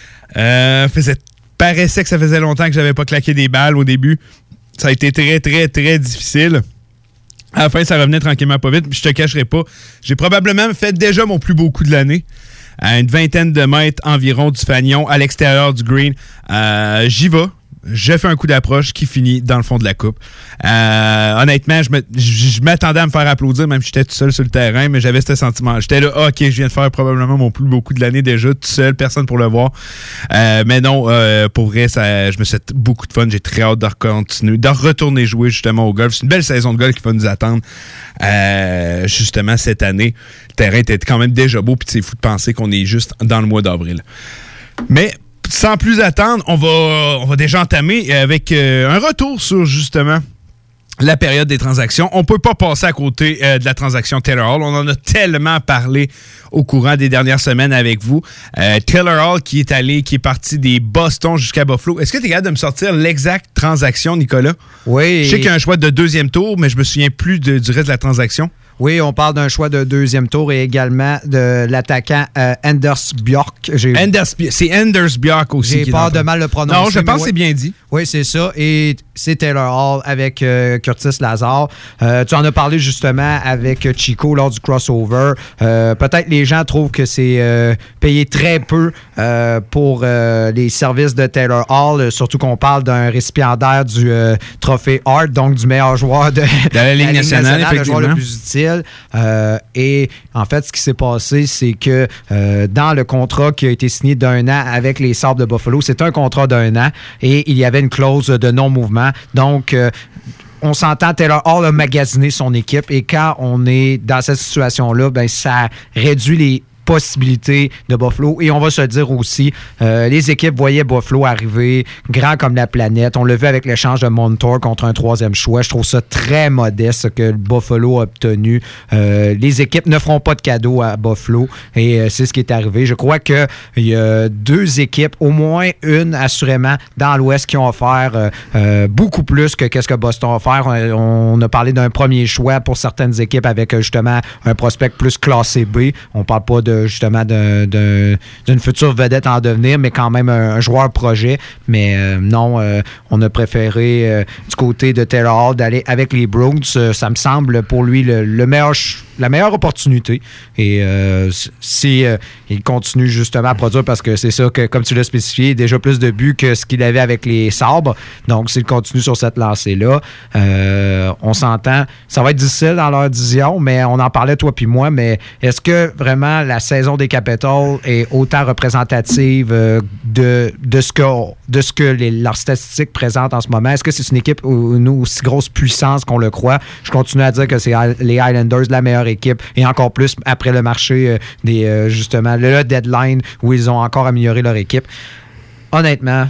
Paraissait que ça faisait longtemps que j'avais pas claqué des balles au début. Ça a été très, très, très difficile. À la fin, ça revenait tranquillement pas vite. Puis je te cacherai pas, j'ai probablement fait déjà mon plus beau coup de l'année. À une 20aine de mètres environ du fanion, à l'extérieur du green. J'y vais. je fais un coup d'approche qui finit dans le fond de la coupe. Honnêtement, je m'attendais à me faire applaudir, même si j'étais tout seul sur le terrain, mais j'avais ce sentiment. J'étais là, OK, je viens de faire probablement mon plus beau coup de l'année déjà, tout seul, personne pour le voir. Mais non, pour vrai, je me suis fait beaucoup de fun. J'ai très hâte de retourner jouer justement au golf. C'est une belle saison de golf qui va nous attendre justement cette année. Le terrain était quand même déjà beau, puis c'est fou de penser qu'on est juste dans le mois d'avril. Mais sans plus attendre, on va déjà entamer avec un retour sur justement la période des transactions. On peut pas passer à côté de la transaction Taylor Hall. On en a tellement parlé au courant des dernières semaines avec vous. Taylor Hall qui est parti des Boston jusqu'à Buffalo. Est-ce que tu es capable de me sortir l'exacte transaction, Nicolas? Oui. Je sais qu'il y a un choix de deuxième tour, mais je me souviens plus du reste de la transaction. Oui, on parle d'un choix de deuxième tour et également de l'attaquant Anders Bjork. C'est Anders Bjork aussi. J'ai peur de mal le prononcer. Non, je pense que c'est bien dit. Oui, c'est ça. Et c'est Taylor Hall avec Curtis Lazar. Tu en as parlé justement avec Chico lors du crossover. Peut-être les gens trouvent que c'est payé très peu pour les services de Taylor Hall, surtout qu'on parle d'un récipiendaire du trophée Hart, donc du meilleur joueur de la Ligue nationale, le joueur le plus utile. Et en fait, ce qui s'est passé, c'est que dans le contrat qui a été signé d'1 an avec les Sabres de Buffalo, c'est un contrat d'1 an et il y avait une clause de non-mouvement. Donc, on s'entend, Taylor Hall a magasiné son équipe et quand on est dans cette situation-là, ben ça réduit les possibilités de Buffalo. Et on va se dire aussi, les équipes voyaient Buffalo arriver grand comme la planète. On l'a vu avec l'échange de Montour contre un troisième choix. Je trouve ça très modeste ce que le Buffalo a obtenu. Les équipes ne feront pas de cadeau à Buffalo et c'est ce qui est arrivé. Je crois qu'il y a deux équipes, au moins une assurément, dans l'Ouest qui ont offert beaucoup plus que qu'est-ce que Boston a offert. On a parlé d'un premier choix pour certaines équipes avec justement un prospect plus classé B. On parle pas justement d'une future vedette en devenir, mais quand même un joueur projet. Mais non, on a préféré du côté de Taylor Hall d'aller avec les Bruins. Ça me semble pour lui la meilleure opportunité. Et si il continue justement à produire, parce que c'est ça que, comme tu l'as spécifié, déjà plus de buts que ce qu'il avait avec les Sabres. Donc, s'il continue sur cette lancée-là, on s'entend. Ça va être difficile dans leur division, mais on en parlait toi puis moi, mais est-ce que vraiment la saison des Capitals est autant représentative de ce que leurs statistiques présentent en ce moment? Est-ce que c'est une équipe une aussi grosse puissance qu'on le croit? Je continue à dire que c'est les Islanders la meilleure équipe et encore plus après le marché justement le deadline où ils ont encore amélioré leur équipe. Honnêtement,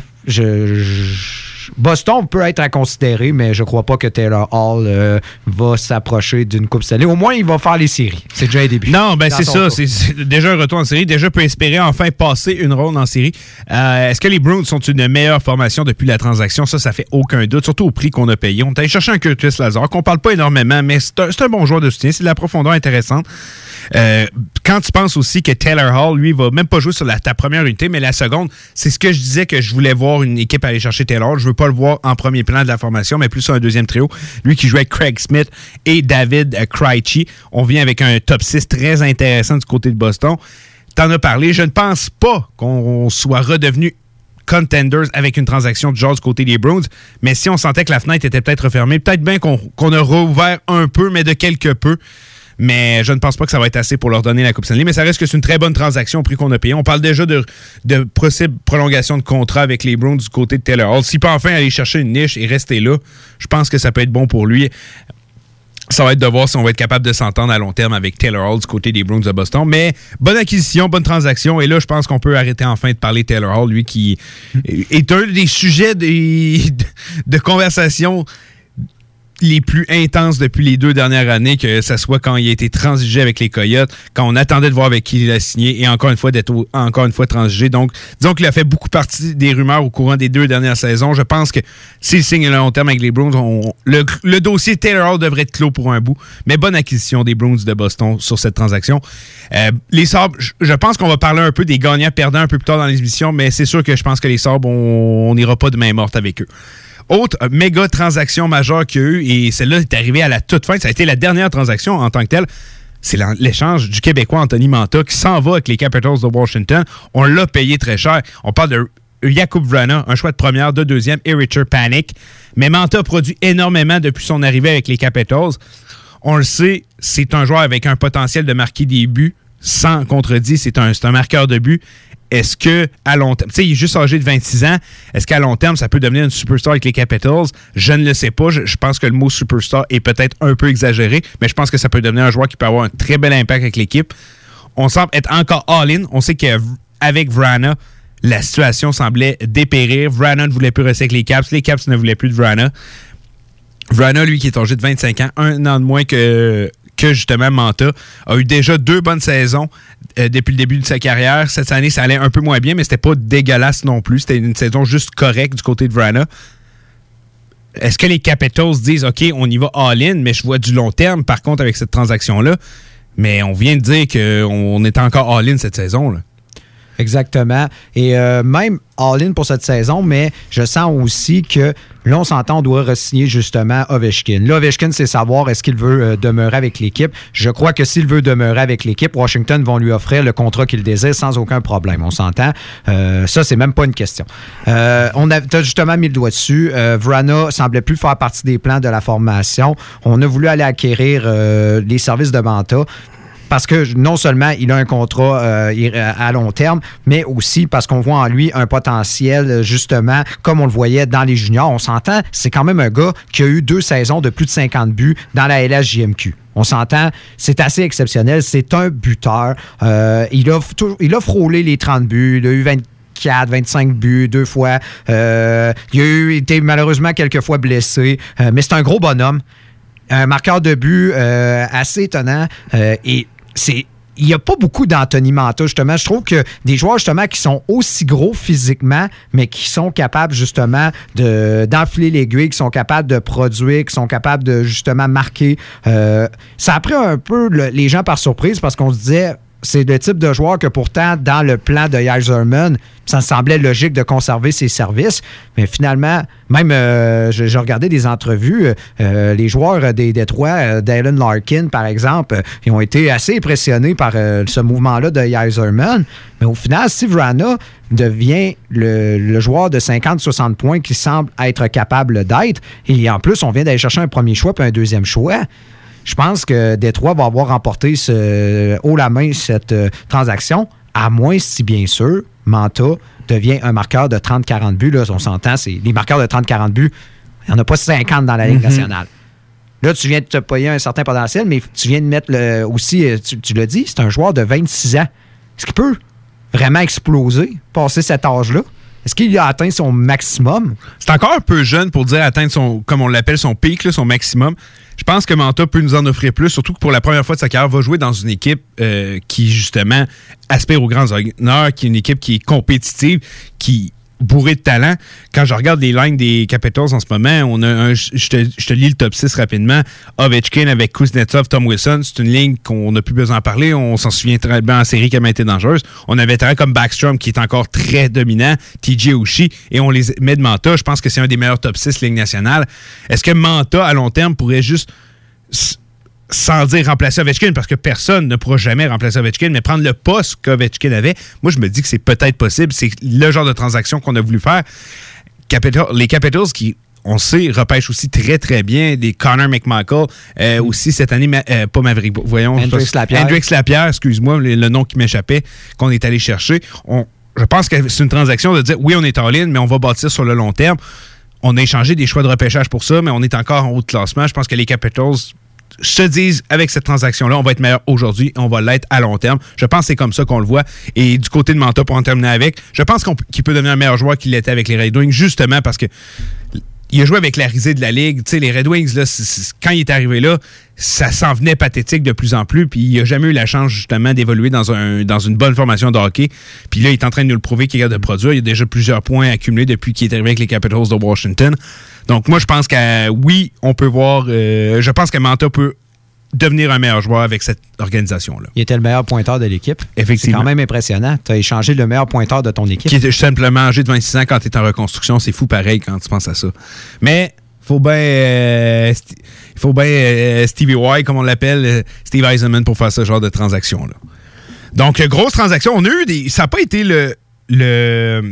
Boston peut être à considérer, mais je crois pas que Taylor Hall va s'approcher d'une Coupe Stanley. Au moins, il va faire les séries. C'est déjà un début. Non, ben c'est ça. C'est déjà un retour en série. Déjà, peut espérer enfin passer une ronde en série. Est-ce que les Bruins sont une meilleure formation depuis la transaction? Ça fait aucun doute, surtout au prix qu'on a payé. On est allé chercher un Curtis Lazar, qu'on parle pas énormément, mais c'est un bon joueur de soutien. C'est de la profondeur intéressante. Quand tu penses aussi que Taylor Hall, lui, va même pas jouer sur ta première unité, mais la seconde, c'est ce que je disais que je voulais voir une équipe aller chercher Taylor Hall. Je veux pas le voir en premier plan de la formation, mais plus sur un deuxième trio. Lui qui jouait avec Craig Smith et David Krejci. On vient avec un top 6 très intéressant du côté de Boston. T'en as parlé. Je ne pense pas qu'on soit redevenu contenders avec une transaction du genre du côté des Bruins, mais si on sentait que la fenêtre était peut-être refermée, peut-être bien qu'on a rouvert un peu, mais de quelque peu. Mais je ne pense pas que ça va être assez pour leur donner la Coupe Stanley. Mais ça reste que c'est une très bonne transaction au prix qu'on a payé. On parle déjà de possible prolongation de contrat avec les Bruins du côté de Taylor Hall. S'il peut enfin aller chercher une niche et rester là, je pense que ça peut être bon pour lui. Ça va être de voir si on va être capable de s'entendre à long terme avec Taylor Hall du côté des Bruins de Boston. Mais bonne acquisition, bonne transaction. Et là, je pense qu'on peut arrêter enfin de parler de Taylor Hall, lui qui est un des sujets de conversation les plus intenses depuis les 2 dernières années, que ce soit quand il a été transigé avec les Coyotes, quand on attendait de voir avec qui il a signé, et encore une fois d'être transigé. Donc, disons qu'il a fait beaucoup partie des rumeurs au courant des 2 dernières saisons. Je pense que s'il signe à long terme avec les Bruins, le dossier Taylor Hall devrait être clos pour un bout. Mais bonne acquisition des Bruins de Boston sur cette transaction. Les Sabres, je pense qu'on va parler un peu des gagnants-perdants un peu plus tard dans l'émission, mais c'est sûr que je pense que les Sabres, on n'ira pas de main morte avec eux. Autre méga transaction majeure qu'il y a eu, et celle-là est arrivée à la toute fin, ça a été la dernière transaction en tant que telle, c'est l'échange du Québécois Anthony Mantha qui s'en va avec les Capitals de Washington. On l'a payé très cher. On parle de Jakub Vrana, un choix de première, de deuxième, et Richard Panik. Mais Manta a produit énormément depuis son arrivée avec les Capitals. On le sait, c'est un joueur avec un potentiel de marquer des buts, sans contredit, c'est un marqueur de buts. Est-ce que, à long terme, tu sais, il est juste âgé de 26 ans, est-ce qu'à long terme, ça peut devenir une superstar avec les Capitals? Je ne le sais pas. Je pense que le mot superstar est peut-être un peu exagéré, mais je pense que ça peut devenir un joueur qui peut avoir un très bel impact avec l'équipe. On semble être encore all-in. On sait qu'avec Vrana, la situation semblait dépérir. Vrana ne voulait plus rester avec les Caps ne voulaient plus de Vrana. Vrana, lui, qui est âgé de 25 ans, un an de moins que justement Manta, a eu déjà 2 bonnes saisons depuis le début de sa carrière. Cette année, ça allait un peu moins bien, mais c'était pas dégueulasse non plus. C'était une saison juste correcte du côté de Vrana. Est-ce que les Capitals disent « OK, on y va all-in, mais je vois du long terme, par contre, avec cette transaction-là. » Mais on vient de dire qu'on est encore all-in cette saison, là. Exactement. Et même all-in pour cette saison, mais je sens aussi que là, on s'entend, on doit re-signer justement Ovechkin. Là, Ovechkin, c'est savoir est-ce qu'il veut demeurer avec l'équipe. Je crois que s'il veut demeurer avec l'équipe, Washington vont lui offrir le contrat qu'il désire sans aucun problème. On s'entend. Ça, c'est même pas une question. Tu as justement mis le doigt dessus. Vrana semblait plus faire partie des plans de la formation. On a voulu aller acquérir les services de Manta. Parce que non seulement il a un contrat à long terme, mais aussi parce qu'on voit en lui un potentiel, justement, comme on le voyait dans les juniors. On s'entend, c'est quand même un gars qui a eu 2 saisons de plus de 50 buts dans la LHJMQ. On s'entend, c'est assez exceptionnel. C'est un buteur. Il a frôlé les 30 buts. Il a eu 24, 25 buts 2 fois. Il a été malheureusement quelques fois blessé. Mais c'est un gros bonhomme. Un marqueur de but assez étonnant. Il n'y a pas beaucoup d'Anthony Manta, justement. Je trouve que des joueurs, justement, qui sont aussi gros physiquement, mais qui sont capables, justement, d'enfiler l'aiguille, qui sont capables de produire, qui sont capables de, justement, marquer. Ça a pris un peu les gens par surprise parce qu'on se disait, c'est le type de joueur que pourtant, dans le plan de Yzerman, ça me semblait logique de conserver ses services. Mais finalement, même, j'ai regardé des entrevues, les joueurs des Détroits, Dylan Larkin, par exemple, ils ont été assez impressionnés par ce mouvement-là de Yzerman. Mais au final, Steve Vrana devient le joueur de 50-60 points qui semble être capable d'être. Et en plus, on vient d'aller chercher un premier choix puis un deuxième choix. Je pense que Détroit va avoir remporté haut la main cette transaction, à moins si, bien sûr, Manta devient un marqueur de 30-40 buts. Là, on s'entend, les marqueurs de 30-40 buts, il n'y en a pas 50 dans la Ligue nationale. Là, tu viens de te payer un certain potentiel, mais tu viens de mettre aussi, tu l'as dit, c'est un joueur de 26 ans. Est-ce qu'il peut vraiment exploser, passer cet âge-là? Est-ce qu'il a atteint son maximum? C'est encore un peu jeune pour dire atteindre son, comme on l'appelle, son pic, là, son maximum. Je pense que Manta peut nous en offrir plus, surtout que pour la première fois de sa carrière, va jouer dans une équipe qui, justement, aspire aux grands honneurs, qui est une équipe qui est compétitive, qui bourrée de talent. Quand je regarde les lignes des Capitals en ce moment, on a je te lis le top 6 rapidement. Ovechkin avec Kuznetsov, Tom Wilson, c'est une ligne qu'on n'a plus besoin d'en parler. On s'en souvient très bien en série qui a été dangereuse. On avait un comme Backstrom qui est encore très dominant, TJ Oshie, et on les met de Manta. Je pense que c'est un des meilleurs top 6 Ligue nationale. Est-ce que Manta, à long terme, pourrait juste, sans dire remplacer Ovechkin, parce que personne ne pourra jamais remplacer Ovechkin, mais prendre le poste qu'Ovechkin avait, moi, je me dis que c'est peut-être possible. C'est le genre de transaction qu'on a voulu faire. Les Capitals qui, on sait, repêchent aussi très, très bien des Connor McMichael. Aussi, cette année, pas Maverick, voyons. Hendrix Lapierre, excuse-moi, le nom qui m'échappait, qu'on est allé chercher. Je pense que c'est une transaction de dire, oui, on est en ligne, mais on va bâtir sur le long terme. On a échangé des choix de repêchage pour ça, mais on est encore en haut de classement. Je pense que les Capitals se disent, avec cette transaction-là, on va être meilleur aujourd'hui et on va l'être à long terme. Je pense que c'est comme ça qu'on le voit. Et du côté de Manta, pour en terminer avec, je pense qu'il peut devenir un meilleur joueur qu'il l'était avec les Red Wings, justement parce que il a joué avec la risée de la Ligue. Tu sais, les Red Wings, là, quand il est arrivé là, ça s'en venait pathétique de plus en plus. Puis il n'a jamais eu la chance, justement, d'évoluer dans une bonne formation de hockey. Puis là, il est en train de nous le prouver qu'il est capable de produire. Il y a déjà plusieurs points accumulés depuis qu'il est arrivé avec les Capitals de Washington. Donc, moi, je pense que oui, on peut voir. Je pense que Manta peut devenir un meilleur joueur avec cette organisation-là. Il était le meilleur pointeur de l'équipe. Effectivement. C'est quand même impressionnant. Tu as échangé le meilleur pointeur de ton équipe. Qui est simplement âgé de 26 ans quand tu es en reconstruction. C'est fou pareil quand tu penses à ça. Mais il faut bien Stevie Y, comme on l'appelle, Steve Yzerman, pour faire ce genre de transaction-là. Donc, grosse transaction. On a eu ça n'a pas été le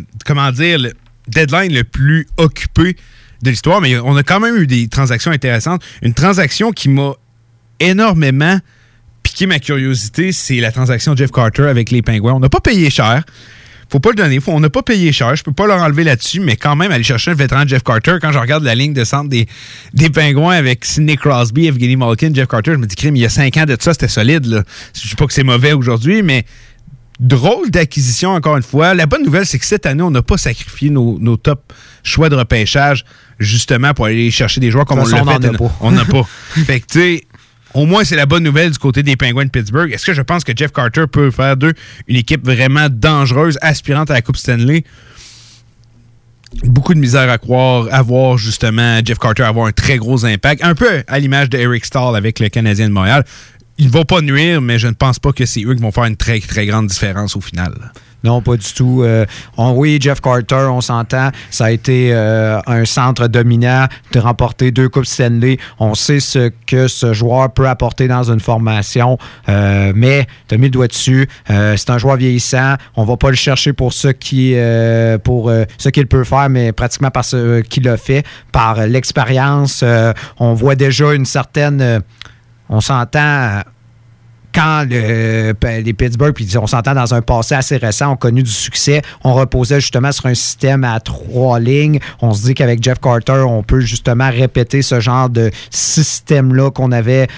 deadline le plus occupé de l'histoire, mais on a quand même eu des transactions intéressantes. Une transaction qui m'a énormément piqué ma curiosité, c'est la transaction de Jeff Carter avec les Pingouins. On n'a pas payé cher. Faut pas le donner. On n'a pas payé cher. Je peux pas leur enlever là-dessus, mais quand même, aller chercher un vétéran de Jeff Carter, quand je regarde la ligne de centre des Pingouins avec Sidney Crosby, Evgeny Malkin, Jeff Carter, je me dis, crime, il y a 5 ans de ça, c'était solide. Là. Je dis pas que c'est mauvais aujourd'hui, mais drôle d'acquisition, encore une fois. La bonne nouvelle, c'est que cette année, on n'a pas sacrifié nos top choix de repêchage justement pour aller chercher des joueurs comme on l'a fait. On n'a pas. Fait que, tu sais, au moins, c'est la bonne nouvelle du côté des Penguins de Pittsburgh. Est-ce que je pense que Jeff Carter peut faire d'eux une équipe vraiment dangereuse, aspirante à la Coupe Stanley? Beaucoup de misère à voir justement Jeff Carter avoir un très gros impact. Un peu à l'image de Eric Staal avec le Canadien de Montréal. Ils ne vont pas nuire, mais je ne pense pas que c'est eux qui vont faire une très, très grande différence au final. Non, pas du tout. Oui, Jeff Carter, on s'entend, ça a été un centre dominant de remporter 2 Coupes Stanley. On sait ce que ce joueur peut apporter dans une formation, mais tu as mis le doigt dessus. C'est un joueur vieillissant. On va pas le chercher pour ce qu'il peut faire, mais pratiquement par ce qu'il a fait, par l'expérience. On voit déjà une certaine... on s'entend... Quand les Pittsburgh, puis on s'entend dans un passé assez récent, ont connu du succès, on reposait justement sur un système à 3 lignes. On se dit qu'avec Jeff Carter, on peut justement répéter ce genre de système-là qu'on avait,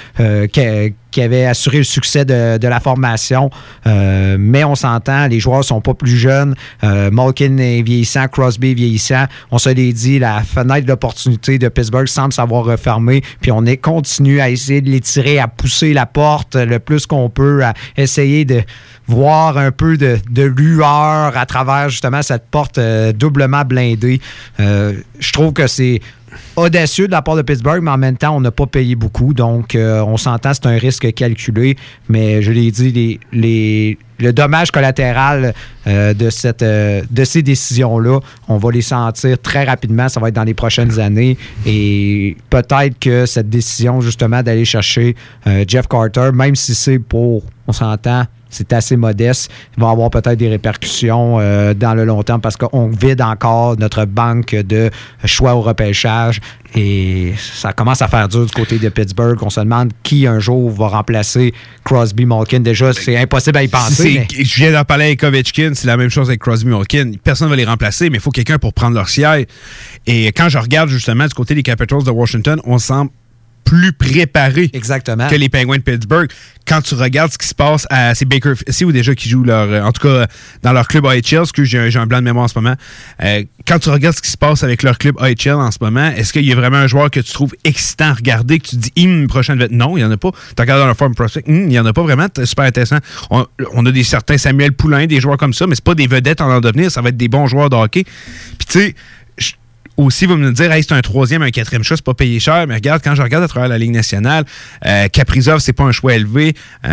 qui avait assuré le succès de la formation. Mais on s'entend, les joueurs sont pas plus jeunes. Malkin est vieillissant, Crosby est vieillissant. On se l'est dit, la fenêtre d'opportunité de Pittsburgh semble s'avoir refermée. Puis on continue à essayer de les tirer, à pousser la porte le plus qu'on peut, à essayer de voir un peu de lueur à travers justement cette porte doublement blindée. Je trouve que c'est audacieux de la part de Pittsburgh, mais en même temps, on n'a pas payé beaucoup. Donc, on s'entend, c'est un risque calculé. Mais je l'ai dit, le dommage collatéral de ces décisions-là, on va les sentir très rapidement. Ça va être dans les prochaines années. Et peut-être que cette décision, justement, d'aller chercher Jeff Carter, même si c'est pour, on s'entend, c'est assez modeste, il va avoir peut-être des répercussions dans le long terme parce qu'on vide encore notre banque de choix au repêchage et ça commence à faire dur du côté de Pittsburgh. On se demande qui un jour va remplacer Crosby, Malkin. Déjà, c'est impossible à y penser. Je viens d'en parler avec Ovechkin, c'est la même chose avec Crosby, Malkin. Personne ne va les remplacer, mais il faut quelqu'un pour prendre leur siège. Et quand je regarde justement du côté des Capitals de Washington, on semble plus préparé que les Penguins de Pittsburgh. Quand tu regardes ce qui se passe c'est Baker ou déjà qui joue en tout cas dans leur club AHL, parce que j'ai un blanc de mémoire en ce moment. Quand tu regardes ce qui se passe avec leur club AHL en ce moment, est-ce qu'il y a vraiment un joueur que tu trouves excitant à regarder, que tu te dis prochaine vedette? Non, il n'y en a pas. Tu regardes dans leur form prospect, il n'y en a pas vraiment. C'est super intéressant. On a des certains Samuel Poulain, des joueurs comme ça, mais c'est pas des vedettes en devenir, ça va être des bons joueurs de hockey. Puis tu sais, aussi, vous me dire, hey, c'est un 3e, un 4e choix, c'est pas payé cher, mais regarde, quand je regarde à travers la Ligue nationale, Kaprizov, c'est pas un choix élevé.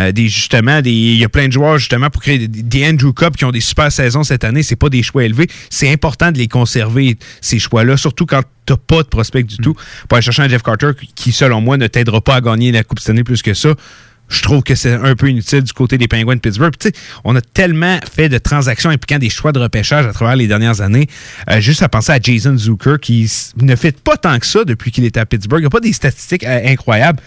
Il y a plein de joueurs, justement, pour créer des Andrew Cup qui ont des super saisons cette année, c'est pas des choix élevés. C'est important de les conserver, ces choix-là, surtout quand t'as pas de prospect du tout. Pour aller chercher un Jeff Carter qui, selon moi, ne t'aidera pas à gagner la Coupe cette année plus que ça. Je trouve que c'est un peu inutile du côté des Penguins de Pittsburgh. Puis, tu sais, on a tellement fait de transactions impliquant des choix de repêchage à travers les dernières années. Juste à penser à Jason Zucker, qui ne fait pas tant que ça depuis qu'il est à Pittsburgh. Il n'a pas des statistiques incroyables.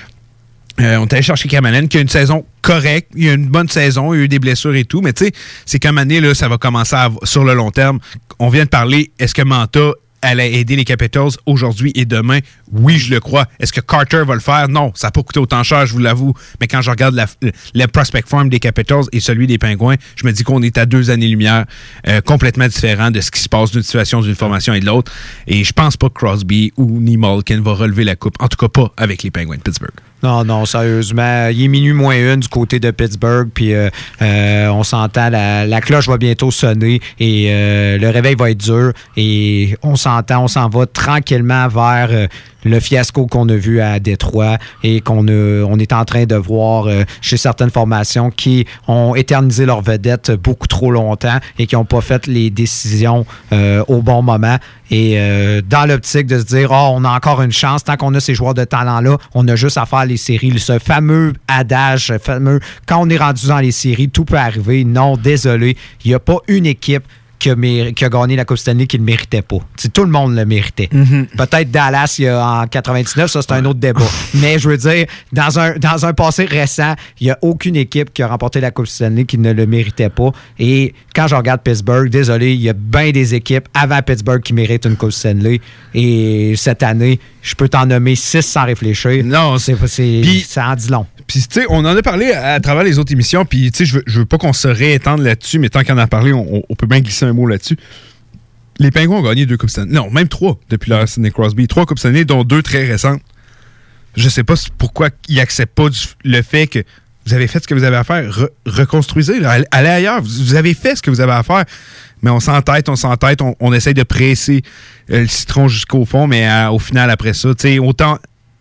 On est allé chercher Cameron, qui a une saison correcte. Il a une bonne saison, il a eu des blessures et tout. Mais tu sais, c'est comme année, là, ça va commencer sur le long terme. On vient de parler, est-ce que Manta allait aider les Capitals aujourd'hui et demain? Oui, je le crois. Est-ce que Carter va le faire? Non, ça n'a pas coûté autant cher, je vous l'avoue. Mais quand je regarde le prospect farm des Capitals et celui des Pingouins, je me dis qu'on est à 2 années-lumière complètement différents de ce qui se passe d'une situation, d'une formation et de l'autre. Et je pense pas que Crosby ou ni Malkin va relever la coupe. En tout cas, pas avec les Pingouins de Pittsburgh. Non, sérieusement. Il est minuit moins 1 du côté de Pittsburgh, puis on s'entend, la cloche va bientôt sonner et le réveil va être dur et on s'en va tranquillement vers le fiasco qu'on a vu à Détroit et qu'on est en train de voir chez certaines formations qui ont éternisé leur vedette beaucoup trop longtemps et qui n'ont pas fait les décisions au bon moment. Et dans l'optique de se dire, on a encore une chance, tant qu'on a ces joueurs de talent-là, on a juste à faire les séries. Ce fameux adage, quand on est rendu dans les séries, tout peut arriver. Non, désolé, il n'y a pas une équipe qui a gagné la Coupe Stanley qui ne le méritait pas. T'sais, tout le monde le méritait. Mm-hmm. Peut-être Dallas en 99, ça c'est un autre débat. Mais je veux dire, dans un passé récent, il n'y a aucune équipe qui a remporté la Coupe Stanley qui ne le méritait pas. Et quand je regarde Pittsburgh, désolé, il y a bien des équipes avant Pittsburgh qui méritent une Coupe Stanley. Et cette année, je peux t'en nommer 6 sans réfléchir. Non, ça en dit long. Puis, tu sais, on en a parlé à travers les autres émissions, puis, tu sais, je veux pas qu'on se réétende là-dessus, mais tant qu'on en a parlé, on peut bien glisser un mot là-dessus. Les Penguins ont gagné 2 Coupes Stanley. Non, même 3 depuis l'ère Sidney Crosby. 3 Coupes Stanley, dont 2 très récentes. Je sais pas pourquoi ils n'acceptent pas le fait que vous avez fait ce que vous avez à faire. Reconstruisez, allez ailleurs. Vous avez fait ce que vous avez à faire. Mais on s'entête, on essaye de presser le citron jusqu'au fond, mais au final, après ça, tu sais, autant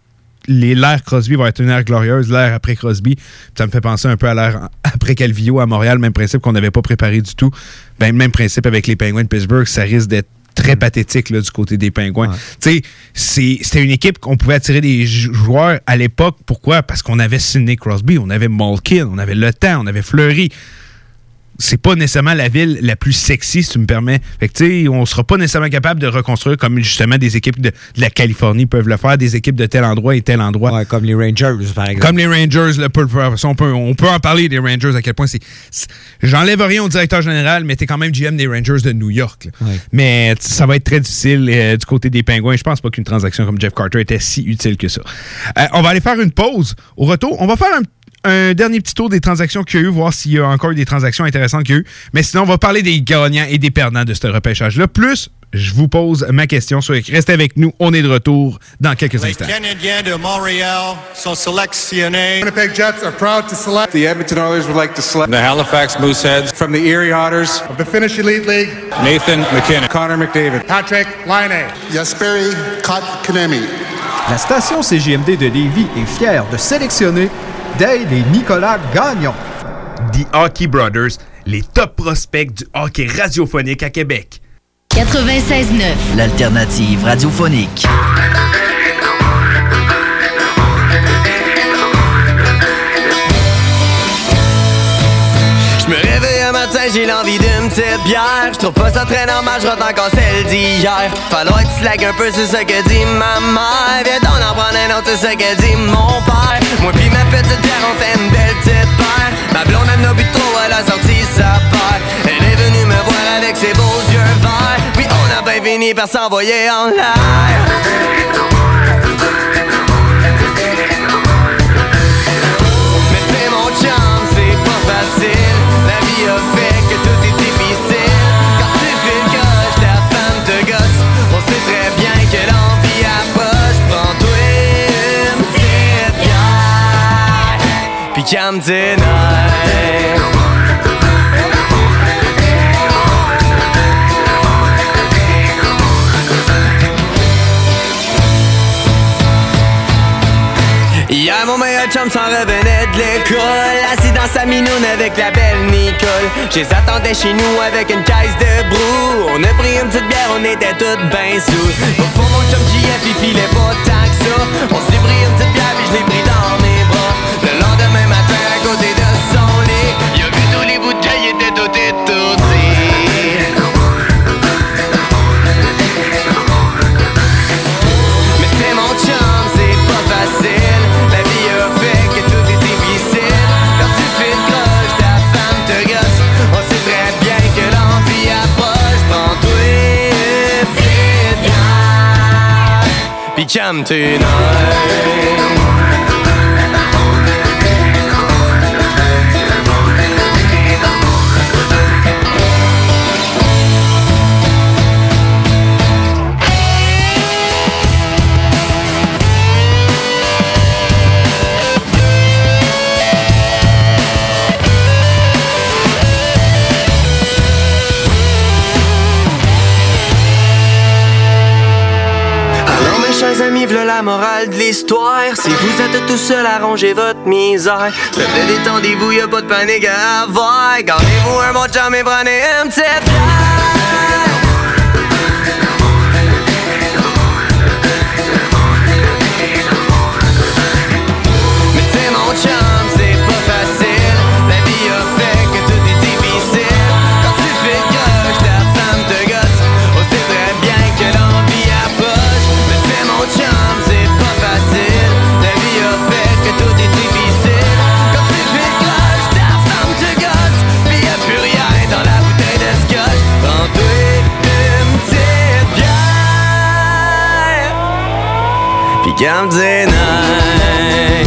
l'ère Crosby va être une ère glorieuse, l'ère après Crosby, ça me fait penser un peu à l'ère après Calvillo à Montréal, même principe qu'on n'avait pas préparé du tout. Ben, même principe avec les Penguins de Pittsburgh, ça risque d'être très pathétique là, du côté des Penguins. Ouais. Tu sais, c'était une équipe qu'on pouvait attirer des joueurs à l'époque. Pourquoi? Parce qu'on avait Sidney Crosby, on avait Malkin, on avait Le Temps, on avait Fleury. C'est pas nécessairement la ville la plus sexy, si tu me permets. Fait que, tu sais, on sera pas nécessairement capable de reconstruire comme, justement, des équipes de la Californie peuvent le faire, des équipes de tel endroit et tel endroit. Ouais, comme les Rangers, par exemple. Comme les Rangers, là, on peut en parler des Rangers, à quel point j'enlève rien au directeur général, mais t'es quand même GM des Rangers de New York. Ouais. Mais ça va être très difficile du côté des Pingouins. Je pense pas qu'une transaction comme Jeff Carter était si utile que ça. On va aller faire une pause. Au retour, on va faire un dernier petit tour des transactions qu'il y a eu, voir s'il y a encore des transactions intéressantes qu'il y a eu. Mais sinon, on va parler des gagnants et des perdants de ce repêchage-là. Plus, je vous pose ma question. Restez avec nous. On est de retour dans quelques instants. Les Canadiens de Montréal sont sélectionnés. Winnipeg Jets are proud to select. The Edmonton Oilers would like to select. The Halifax Mooseheads. From the Erie Otters. Of the Finnish Elite League. Nathan McKinnon. Connor McDavid. Patrick Laine. Jesperi Kotkaniemi. La station CJMD de Lévis est fière de sélectionner Dale et Nicolas Gagnon. The Hockey Brothers, les top prospects du hockey radiophonique à Québec. 96.9, l'alternative radiophonique. Je me réveille un matin, j'ai l'envie d'une petite bière. Je trouve pas ça très normal, je rate encore celle d'hier. Falloir que tu slagues un peu, c'est ce que dit ma mère. Viens donc en prendre un autre, c'est ce que dit mon père. Moi pis ma petite bière, on fait une belle petite paire. Ma blonde elle n'a bu trop, elle a sorti sa paire. Elle est venue me voir avec ses beaux yeux verts. Puis on a bien fini par s'envoyer en l'air. Mais c'est mon chum, c'est pas facile. La vie a fait que tout est difficile. Quand tu fais le coche, ta femme te gosse. On sait très bien que l'envie approche. Prends-toi une petite bière, puis calme tes nerfs. Hier mon meilleur chum s'en revenait de l'école, assis dans sa minoune avec la belle Nicole. Je les attendais chez nous avec une caisse de brou. On a pris une petite bière, on était toutes ben sous. Au fond mon chum JF il filait pas tant que ça. On s'est pris une petite bière puis je l'ai pris dans mes bras. Le lendemain matin à côté de son lit, il a vu tous les bouteilles étaient toutes étourdis. Mais c'est mon chum, c'est pas facile. Calme tes nerfs. v'là la morale de l'histoire. Si vous êtes tout seul à ronger votre misère, s'il te plaît, détendez-vous, y'a pas de panique à avoir. Gardez-vous un bon chum et prenez une petite bière. Mais c'est mon chum, c'est pas facile. La vie a fait que tout est difficile. Quand tu fais le gauche, ta femme te gosse. On sait très bien que l'envie approche. Mais c'est mon chum, c'est pas facile. La vie a fait que tout est difficile. Quand tu fais le gauche, ta femme te gosse. Pis y'a plus rien dans la bouteille de scotch. Prends-toi une petite bière. Pis comme des nights.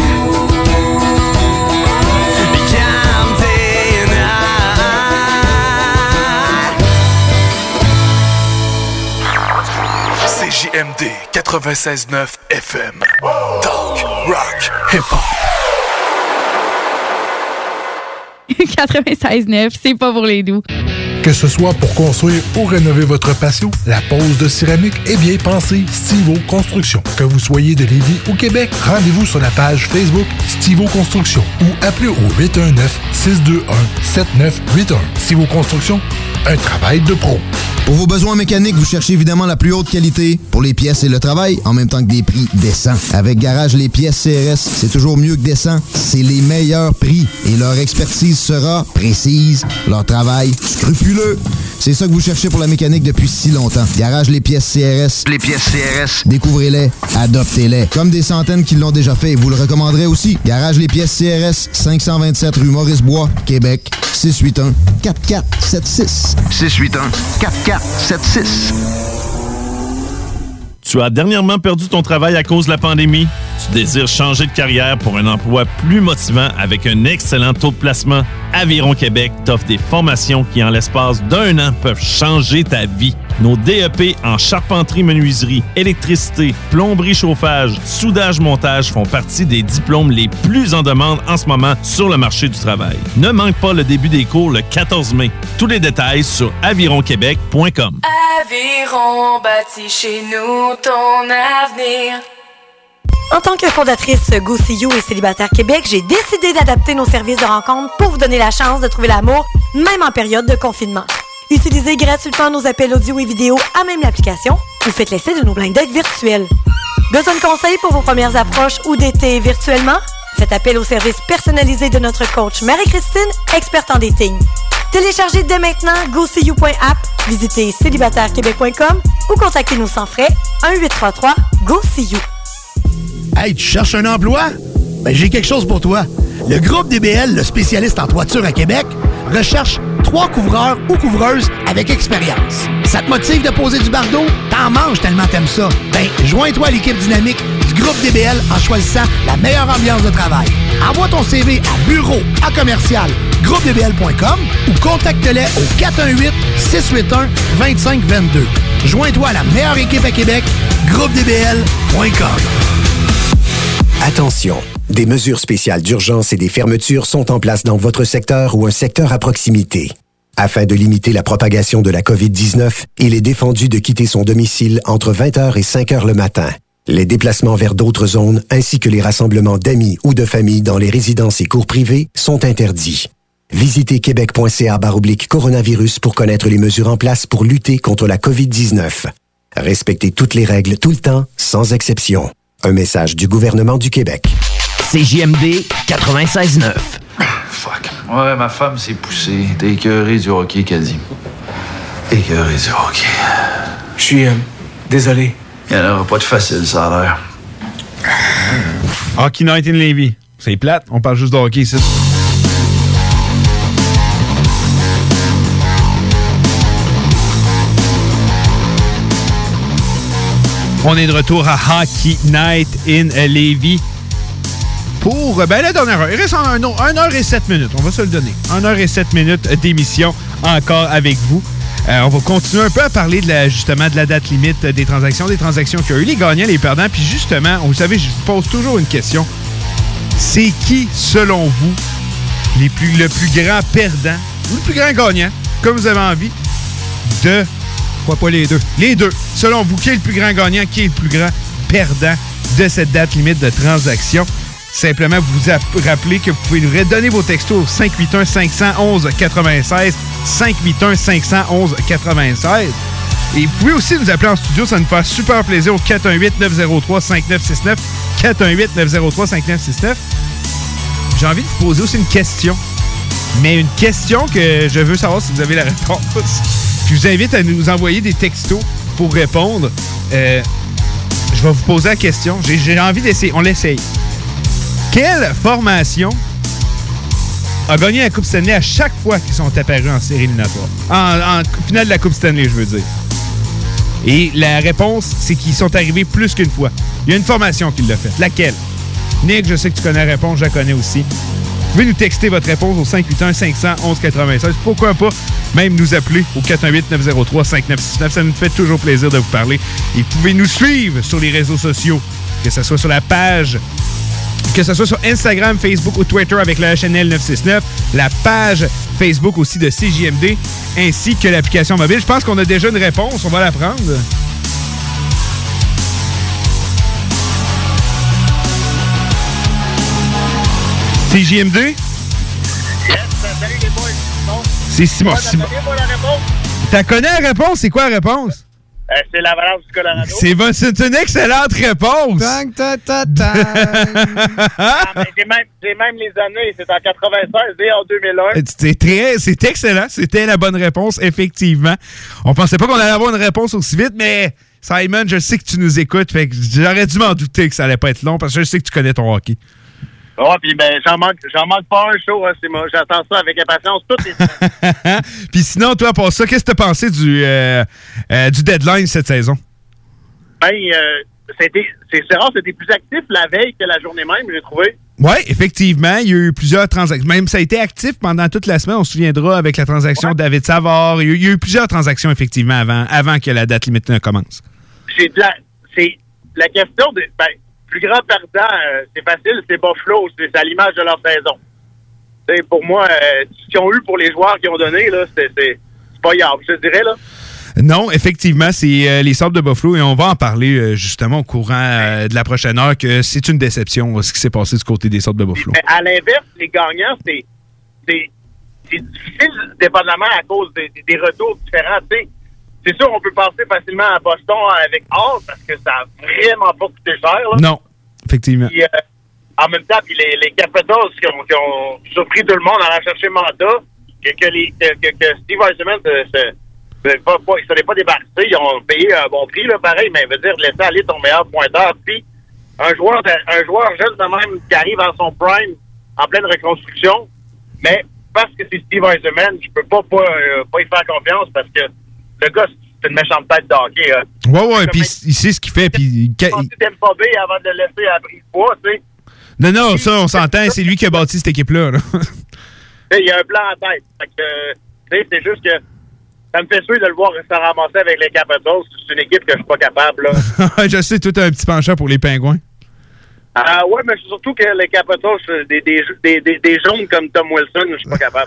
CJMD 96.9 FM. Talk, rock, hip-hop. 96.9, c'est pas pour les doux. Que ce soit pour construire ou rénover votre patio, la pose de céramique est bien pensée Stivo Construction. Que vous soyez de Lévis ou Québec, rendez-vous sur la page Facebook Stivo Construction ou appelez au 819-621-7981. Stivo Construction, un travail de pro. Pour vos besoins mécaniques, vous cherchez évidemment la plus haute qualité pour les pièces et le travail, en même temps que des prix décents. Avec Garage Les Pièces CRS, c'est toujours mieux que décent. C'est les meilleurs prix et leur expertise sera précise, leur travail scrupuleux. C'est ça que vous cherchez pour la mécanique depuis si longtemps. Garage Les Pièces CRS. Les pièces CRS. Découvrez-les, adoptez-les. Comme des centaines qui l'ont déjà fait et vous le recommanderez aussi. Garage Les Pièces CRS, 527 rue Maurice-Bois, Québec, 681-4476. 681-4476. Tu as dernièrement perdu ton travail à cause de la pandémie? Tu désires changer de carrière pour un emploi plus motivant avec un excellent taux de placement? Aviron Québec t'offre des formations qui, en l'espace d'1 an, peuvent changer ta vie. Nos DEP en charpenterie-menuiserie, électricité, plomberie-chauffage, soudage-montage font partie des diplômes les plus en demande en ce moment sur le marché du travail. Ne manque pas le début des cours le 14 mai. Tous les détails sur avironquebec.com. Aviron bâtit chez nous ton avenir. En tant que fondatrice Go See You et Célibataire Québec, j'ai décidé d'adapter nos services de rencontre pour vous donner la chance de trouver l'amour, même en période de confinement. Utilisez gratuitement nos appels audio et vidéo à même l'application ou faites l'essai de nos blind dates virtuels. Besoin de conseils pour vos premières approches ou d'été virtuellement? Faites appel au service personnalisé de notre coach Marie-Christine, experte en dating. Téléchargez dès maintenant GoSeeYou.app, visitez célibatairequebec.com ou contactez-nous sans frais 1-833-GO-SEE-YOU. Hey, tu cherches un emploi? Ben, j'ai quelque chose pour toi. Le groupe DBL, le spécialiste en toiture à Québec, recherche 3 couvreurs ou couvreuses avec expérience. Ça te motive de poser du bardeau? T'en manges tellement t'aimes ça. Ben, joins-toi à l'équipe dynamique du groupe DBL en choisissant la meilleure ambiance de travail. Envoie ton CV à bureau@commercial groupedbl.com ou contacte-les au 418-681-2522. Joins-toi à la meilleure équipe à Québec, groupedbl.com. Attention, des mesures spéciales d'urgence et des fermetures sont en place dans votre secteur ou un secteur à proximité. Afin de limiter la propagation de la COVID-19, il est défendu de quitter son domicile entre 20h et 5h le matin. Les déplacements vers d'autres zones ainsi que les rassemblements d'amis ou de familles dans les résidences et cours privés sont interdits. Visitez québec.ca/coronavirus pour connaître les mesures en place pour lutter contre la COVID-19. Respectez toutes les règles tout le temps, sans exception. Un message du gouvernement du Québec. CJMD 96.9. Fuck. Ouais, ma femme s'est poussée. T'es écœuré du hockey, qu'elle dit. Écœuré du hockey. Je suis désolé. Il n'y en aura pas de facile, ça a l'air. Hockey Night in Lévis. C'est plate, on parle juste de hockey ici. On est de retour à Hockey Night in Lévis pour la dernière heure. Il reste 1h07 minutes, on va se le donner. 1h07 minutes d'émission encore avec vous. On va continuer un peu à parler justement de la date limite des transactions qu'il y a eu, les gagnants, les perdants. Puis justement, vous savez, je vous pose toujours une question. C'est qui, selon vous, le plus grand perdant ou le plus grand gagnant, comme vous avez envie, de... Pourquoi pas les deux? Les deux. Selon vous, qui est le plus grand gagnant, qui est le plus grand perdant de cette date limite de transaction. Simplement, vous rappelez que vous pouvez nous redonner vos textos au 581-511-96, 581-511-96. Et vous pouvez aussi nous appeler en studio, ça nous fait super plaisir au 418-903-5969, 418-903-5969. J'ai envie de vous poser aussi une question, mais une question que je veux savoir si vous avez la réponse. Je vous invite à nous envoyer des textos pour répondre. Je vais vous poser la question. J'ai envie d'essayer. On l'essaye. Quelle formation a gagné la Coupe Stanley à chaque fois qu'ils sont apparus en série éliminatoire? En finale de la Coupe Stanley, je veux dire. Et la réponse, c'est qu'ils sont arrivés plus qu'une fois. Il y a une formation qui l'a fait. Laquelle? Nick, je sais que tu connais la réponse, je la connais aussi. Vous pouvez nous texter votre réponse au 581-511-96. Pourquoi pas même nous appeler au 418-903-5969. Ça nous fait toujours plaisir de vous parler. Et vous pouvez nous suivre sur les réseaux sociaux, que ce soit sur la page, que ce soit sur Instagram, Facebook ou Twitter avec le HNL 969, la page Facebook aussi de CJMD, ainsi que l'application mobile. Je pense qu'on a déjà une réponse. On va la prendre. CJMD? Yes, salut les boys. Bon. C'est Simon. T'as connais la réponse? C'est quoi la réponse? C'est l'Avalanche du Colorado. C'est une excellente réponse. Ah, mais j'ai même les années. C'est en 96 et en 2001. C'est excellent. C'était la bonne réponse, effectivement. On pensait pas qu'on allait avoir une réponse aussi vite, mais Simon, je sais que tu nous écoutes. Fait que j'aurais dû m'en douter que ça allait pas être long parce que je sais que tu connais ton hockey. Oh, puis ben, j'en manque pas un show. Hein, j'attends ça avec impatience toutes les semaines. Puis sinon, toi, pour ça, qu'est-ce que tu as pensé du deadline cette saison? Ben, c'est rare, c'était plus actif la veille que la journée même, j'ai trouvé. Oui, effectivement. Il y a eu plusieurs transactions. Même ça a été actif pendant toute la semaine. On se souviendra avec la transaction de David Savard. Il y a eu plusieurs transactions, effectivement, avant que la date limite ne commence. C'est la question de... Ben, plus grand perdant, c'est facile, c'est Buffalo. C'est à l'image de leur saison. T'sais, pour moi, ce qu'ils ont eu pour les joueurs qu'ils ont donné, là, c'est pas grave, je te dirais, là. Non, effectivement, c'est les Sabres de Buffalo et on va en parler justement au courant de la prochaine heure que c'est une déception ce qui s'est passé du côté des Sabres de Buffalo. Mais à l'inverse, les gagnants, c'est difficile dépendamment à cause des retours différents. T'sais. C'est sûr, on peut passer facilement à Boston avec Hall parce que ça a vraiment pas coûté cher. Là. Non, effectivement. Puis, en même temps, puis les Capitals qui ont surpris tout le monde en allant chercher Manta, que Steve Eisenman ça n'est pas débarrassé. Ils ont payé un bon prix, là, pareil, mais veut dire laisser aller ton meilleur pointeur. Puis, un joueur jeune de même qui arrive en son prime, en pleine reconstruction, mais parce que c'est Steve Eisenman, je peux pas y faire confiance parce que le gars, c'est une méchante tête de hockey. Hein. Ouais, puis il sait ce qu'il fait. Puis il t'aime pas bien avant de le laisser à Brisebois, tu sais. Non, ça, on s'entend. C'est lui qui a bâti cette équipe-là. Là. Il y a un plan en tête. Fait que, c'est juste que ça me fait suer de le voir se ramasser avec les Capitals. C'est une équipe que je suis pas capable. Là. Je sais, toi, t'as un petit penchant pour les Pingouins. Ouais, mais surtout que les Capitals, des jaunes comme Tom Wilson, je suis pas capable.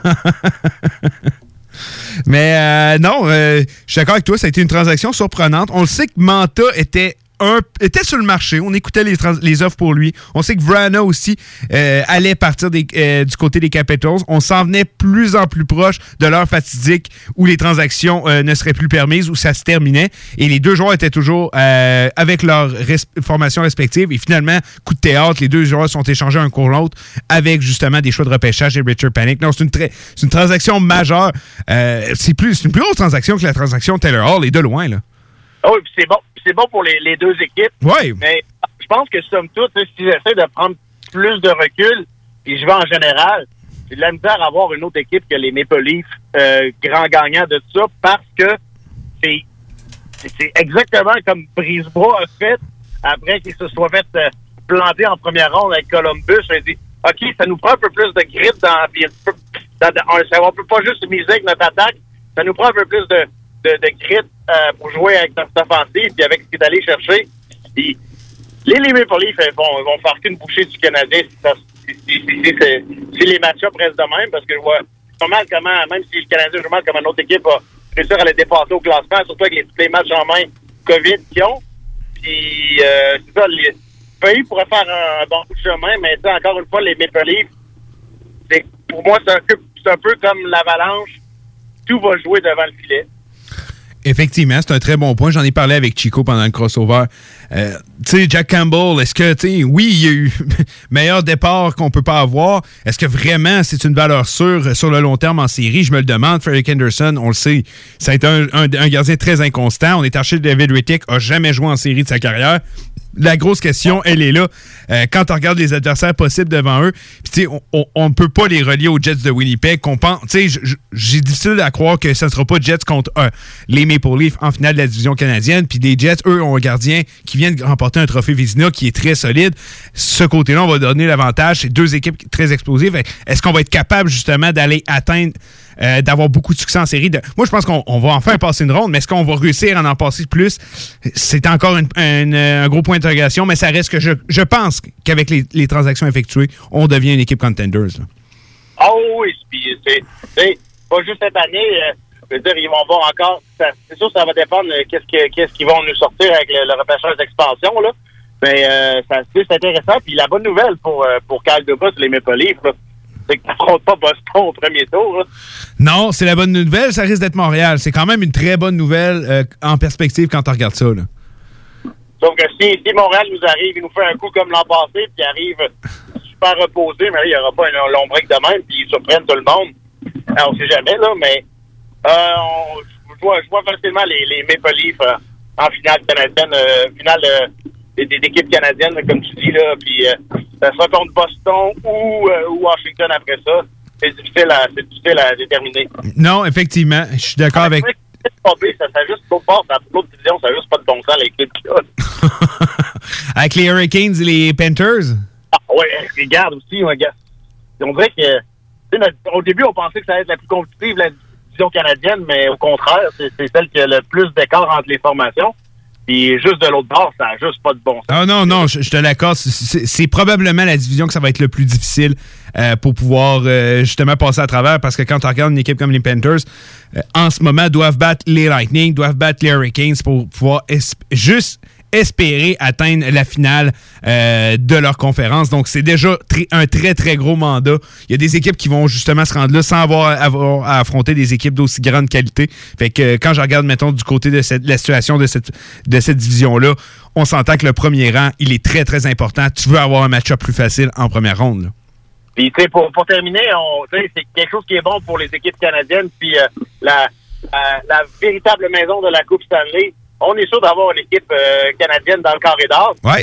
Mais non, je suis d'accord avec toi, ça a été une transaction surprenante. On le sait que Manta était sur le marché. On écoutait les offres pour lui. On sait que Vrana aussi allait partir du côté des Capitals. On s'en venait plus en plus proche de l'heure fatidique où les transactions ne seraient plus permises, où ça se terminait. Et les deux joueurs étaient toujours avec leur formation respective. Et finalement, coup de théâtre, les deux joueurs sont échangés un contre l'autre avec justement des choix de repêchage et Richard Panik. Non, c'est une transaction majeure. C'est une plus grosse transaction que la transaction Taylor Hall et de loin, là. Ah oui, puis c'est bon pour les deux équipes. Oui. Mais je pense que somme toute, si j'essaie de prendre plus de recul, et je vais en général, j'ai de la misère à avoir une autre équipe que les Maple Leafs, grand gagnant de tout ça, parce que c'est exactement comme Brisebois a fait après qu'il se soit fait planter en première ronde avec Columbus. Il a dit, OK, ça nous prend un peu plus de grit on peut pas juste miser avec notre attaque, ça nous prend un peu plus de grit pour jouer avec notre offensive puis avec ce qu'il est allé chercher. Puis, les Maple Leafs vont faire qu'une bouchée du Canadien si les match-ups restent de même, parce que je vois pas mal comment, même si le Canadien joue mal comme une autre équipe, va réussir à les dépasser au classement, surtout avec tous les matchs en main COVID qu'ils ont. Puis c'est ça, pays pourrait faire un bon bout de chemin, mais encore une fois, les Maple Leafs, pour moi, c'est un peu comme l'Avalanche. Tout va jouer devant le filet. Effectivement, c'est un très bon point. J'en ai parlé avec Chico pendant le crossover. Tu sais, Jack Campbell, est-ce que, tu sais, oui, il y a eu meilleur départ qu'on peut pas avoir. Est-ce que vraiment c'est une valeur sûre sur le long terme en série? Je me le demande. Frederik Anderson, on le sait, ça a été un gardien très inconstant. On est acheté David Rittick, a jamais joué en série de sa carrière. La grosse question, elle est là. Quand on regarde les adversaires possibles devant eux, on ne peut pas les relier aux Jets de Winnipeg. J'ai difficile à croire que ce ne sera pas Jets contre les Maple Leafs en finale de la division canadienne. Puis les Jets, eux, ont un gardien qui vient de remporter un trophée Vézina qui est très solide. Ce côté-là, on va donner l'avantage. C'est deux équipes très explosives. Est-ce qu'on va être capable, justement, d'aller atteindre d'avoir beaucoup de succès en série? Moi, je pense qu'on va enfin passer une ronde, mais est-ce qu'on va réussir à en passer plus? C'est encore un gros point d'interrogation, mais ça reste que je pense qu'avec les transactions effectuées, on devient une équipe contenders. Ah oui, puis c'est pas juste cette année. Je veux dire, ils vont voir encore. C'est sûr, ça va dépendre qu'est-ce qu'ils vont nous sortir avec le repêchage d'expansion, là. Mais c'est intéressant. Puis la bonne nouvelle pour Kyle Dubas, les Maple Leafs, là, c'est que tu n'affrontes pas Boston au premier tour. Là. Non, c'est la bonne nouvelle. Ça risque d'être Montréal. C'est quand même une très bonne nouvelle en perspective quand tu regardes ça. Là. Sauf que si Montréal nous arrive, il nous fait un coup comme l'an passé, puis arrive super reposé, mais là, il n'y aura pas un long break de même, puis ils surprennent tout le monde. Alors, on ne sait jamais, là, mais je vois facilement les Maple Leafs en finale canadienne, finale d'équipe canadienne, comme tu dis, là, puis ça sera contre Boston ou Washington après ça. C'est difficile à déterminer. Non, effectivement, je suis d'accord avec... Ça juste l'autre part, dans l'autre division, ça n'a juste pas de bon sens, l'équipe qu'il a. Avec les Hurricanes et les Panthers? Ah oui, regarde aussi, regarde. On dirait que au début, on pensait que ça allait être la plus compétitive, la division canadienne, mais au contraire, c'est celle qui a le plus d'écart entre les formations. Puis juste de l'autre bord, ça n'a juste pas de bon sens. Ah non, je te l'accorde. C'est probablement la division que ça va être le plus difficile pour pouvoir justement passer à travers. Parce que quand tu regardes une équipe comme les Panthers, en ce moment, doivent battre les Lightning, doivent battre les Hurricanes pour pouvoir juste espérer atteindre la finale de leur conférence. Donc, c'est déjà un très, très gros mandat. Il y a des équipes qui vont justement se rendre là sans avoir à affronter des équipes d'aussi grande qualité. Fait que quand je regarde, mettons, du côté de la situation de cette division-là, on s'entend que le premier rang, il est très, très important. Tu veux avoir un match-up plus facile en première ronde, là. Puis, tu sais, pour terminer, c'est quelque chose qui est bon pour les équipes canadiennes. Puis, la véritable maison de la Coupe Stanley, on est sûr d'avoir une équipe canadienne dans le carré d'or. Oui.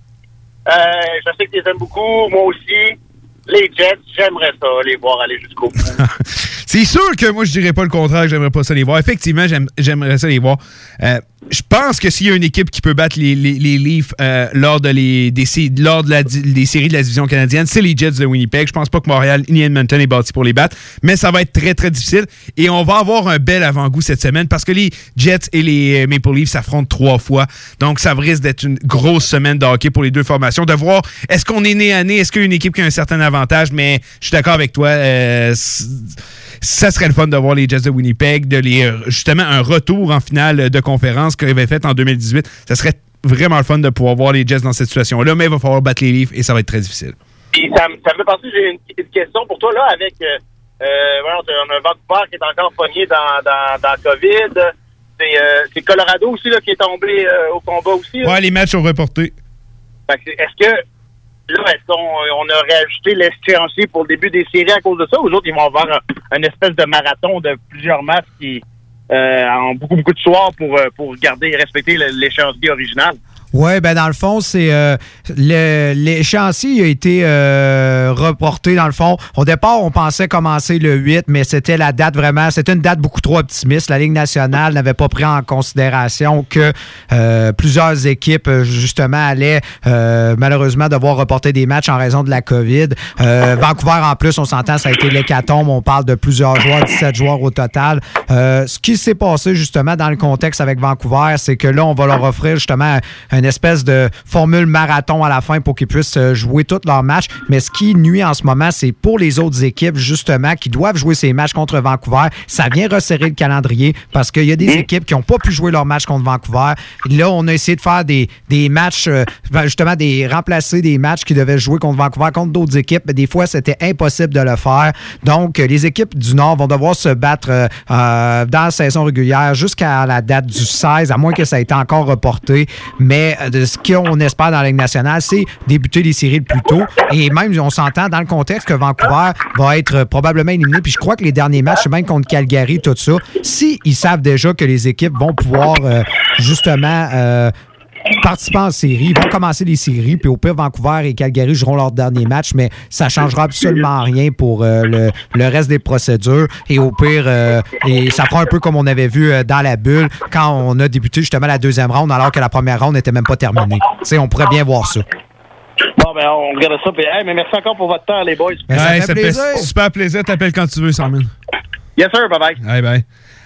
Je sais que tu les aimes beaucoup. Moi aussi. Les Jets, j'aimerais ça, les voir aller jusqu'au bout. C'est sûr que moi, je dirais pas le contraire, que j'aimerais pas ça les voir. Effectivement, j'aimerais ça les voir. Je pense que s'il y a une équipe qui peut battre les Leafs lors des séries de la division canadienne, c'est les Jets de Winnipeg. Je pense pas que Montréal ni Edmonton est bâti pour les battre, mais ça va être très, très difficile. Et on va avoir un bel avant-goût cette semaine parce que les Jets et les Maple Leafs s'affrontent 3 fois. Donc, ça risque d'être une grosse semaine de hockey pour les deux formations. De voir, est-ce qu'on est nez à nez? Est-ce qu'il y a une équipe qui a un certain avantage? Mais je suis d'accord avec toi. Ça serait le fun de voir les Jets de Winnipeg, justement un retour en finale de conférence qu'ils avaient fait en 2018. Ça serait vraiment le fun de pouvoir voir les Jets dans cette situation-là, mais il va falloir battre les Leafs et ça va être très difficile. Puis ça me fait penser, j'ai une question pour toi, là, avec on a Vancouver qui est encore pogné dans COVID. C'est Colorado aussi là, qui est tombé au combat aussi. Ouais, les matchs sont reportés. Est-ce que est-ce qu'on a réajusté l'échéancier pour le début des séries à cause de ça, ou les autres, ils vont avoir un espèce de marathon de plusieurs matchs qui ont beaucoup de soirs pour garder et respecter l'échéancier original? Oui, ben dans le fond, c'est l'échéancier a été reporté dans le fond. Au départ, on pensait commencer le 8, mais c'était la date vraiment, c'était une date beaucoup trop optimiste. La Ligue nationale n'avait pas pris en considération que plusieurs équipes, justement, allaient malheureusement devoir reporter des matchs en raison de la COVID. Vancouver, en plus, on s'entend, ça a été l'hécatombe. On parle de plusieurs joueurs, 17 joueurs au total. Ce qui s'est passé, justement, dans le contexte avec Vancouver, c'est que là, on va leur offrir, justement, un une espèce de formule marathon à la fin pour qu'ils puissent jouer tous leurs matchs. Mais ce qui nuit en ce moment, c'est pour les autres équipes, justement, qui doivent jouer ces matchs contre Vancouver. Ça vient resserrer le calendrier parce qu'il y a des équipes qui n'ont pas pu jouer leurs matchs contre Vancouver. Là, on a essayé de faire des matchs, justement, remplacer des matchs qui devaient jouer contre Vancouver, contre d'autres équipes. Mais des fois, c'était impossible de le faire. Donc, les équipes du Nord vont devoir se battre dans la saison régulière jusqu'à la date du 16, à moins que ça ait été encore reporté. Mais de ce qu'on espère dans la Ligue nationale, c'est débuter les séries le plus tôt. Et même, on s'entend dans le contexte que Vancouver va être probablement éliminé. Puis je crois que les derniers matchs, même contre Calgary, tout ça, ils savent déjà que les équipes vont pouvoir justement participer en série, vont commencer les séries, puis au pire, Vancouver et Calgary joueront leur dernier match, mais ça ne changera absolument rien pour le reste des procédures. Et au pire, et ça fera un peu comme on avait vu dans la bulle quand on a débuté justement la deuxième ronde, alors que la première ronde n'était même pas terminée. T'sais, on pourrait bien voir ça. Bon, ben, on regarde ça. Puis, mais merci encore pour votre temps, les boys. Ça fait plaisir. Super plaisir. T'appelles quand tu veux, Simon. Yes, sir. Bye-bye. Bye.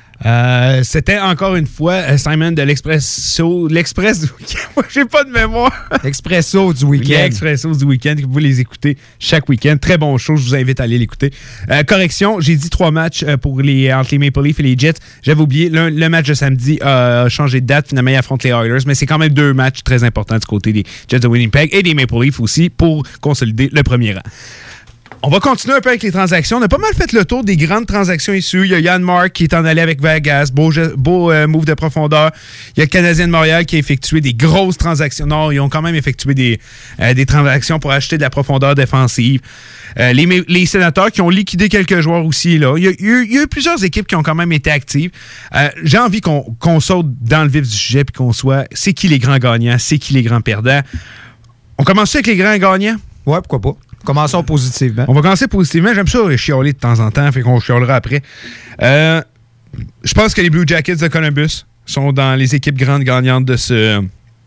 C'était encore une fois Simon de l'Express du week-end. Moi, j'ai pas de mémoire. L'Expresso du week-end. L'Expresso du week-end, que vous les écoutez chaque week-end. Très bon show, je vous invite à aller l'écouter. Correction, j'ai dit 3 matchs entre les Maple Leafs et les Jets. J'avais oublié, le match de samedi a changé de date. Finalement, ils affrontent les Oilers, mais c'est quand même 2 matchs très importants du côté des Jets de Winnipeg et des Maple Leafs aussi pour consolider le premier rang. On va continuer un peu avec les transactions. On a pas mal fait le tour des grandes transactions issues. Il y a Yann Mark qui est en allé avec Vegas. Beau move de profondeur. Il y a le Canadien de Montréal qui a effectué des grosses transactions. Non, ils ont quand même effectué des transactions pour acheter de la profondeur défensive. Les Sénateurs qui ont liquidé quelques joueurs aussi. Là. Il y a eu plusieurs équipes qui ont quand même été actives. J'ai envie qu'on saute dans le vif du sujet et qu'on soit c'est qui les grands gagnants, c'est qui les grands perdants. On commence avec les grands gagnants? Ouais, pourquoi pas. Commençons positivement. On va commencer positivement. J'aime ça chialer de temps en temps, fait qu'on chialera après. Je pense que les Blue Jackets de Columbus sont dans les équipes grandes gagnantes de ce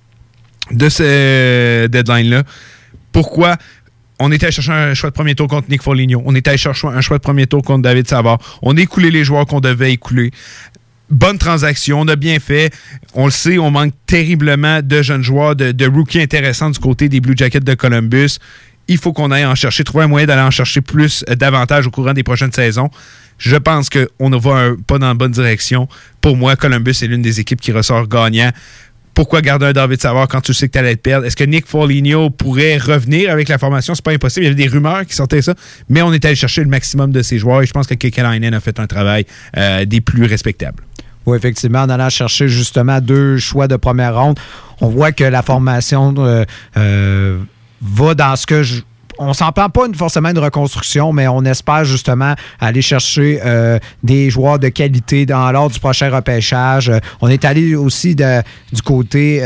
deadline-là. Pourquoi? On était allé chercher un choix de premier tour contre Nick Foligno. On était allé chercher un choix de premier tour contre David Savard. On a écoulé les joueurs qu'on devait écouler. Bonne transaction, on a bien fait. On le sait, on manque terriblement de jeunes joueurs, de rookies intéressants du côté des Blue Jackets de Columbus. Il faut qu'on aille trouver un moyen d'aller en chercher plus davantage au courant des prochaines saisons. Je pense qu'on va pas dans la bonne direction. Pour moi, Columbus est l'une des équipes qui ressort gagnant. Pourquoi garder un David Savard quand tu sais que tu allais te perdre? Est-ce que Nick Foligno pourrait revenir avec la formation? C'est pas impossible. Il y avait des rumeurs qui sortaient ça. Mais on est allé chercher le maximum de ses joueurs et je pense que Kekalainen a fait un travail des plus respectables. Oui, effectivement, en allant chercher justement 2 choix de première ronde, on voit que la formation va dans ce que on s'en prend pas forcément une reconstruction, mais on espère justement aller chercher des joueurs de qualité lors du prochain repêchage. On est allé aussi du côté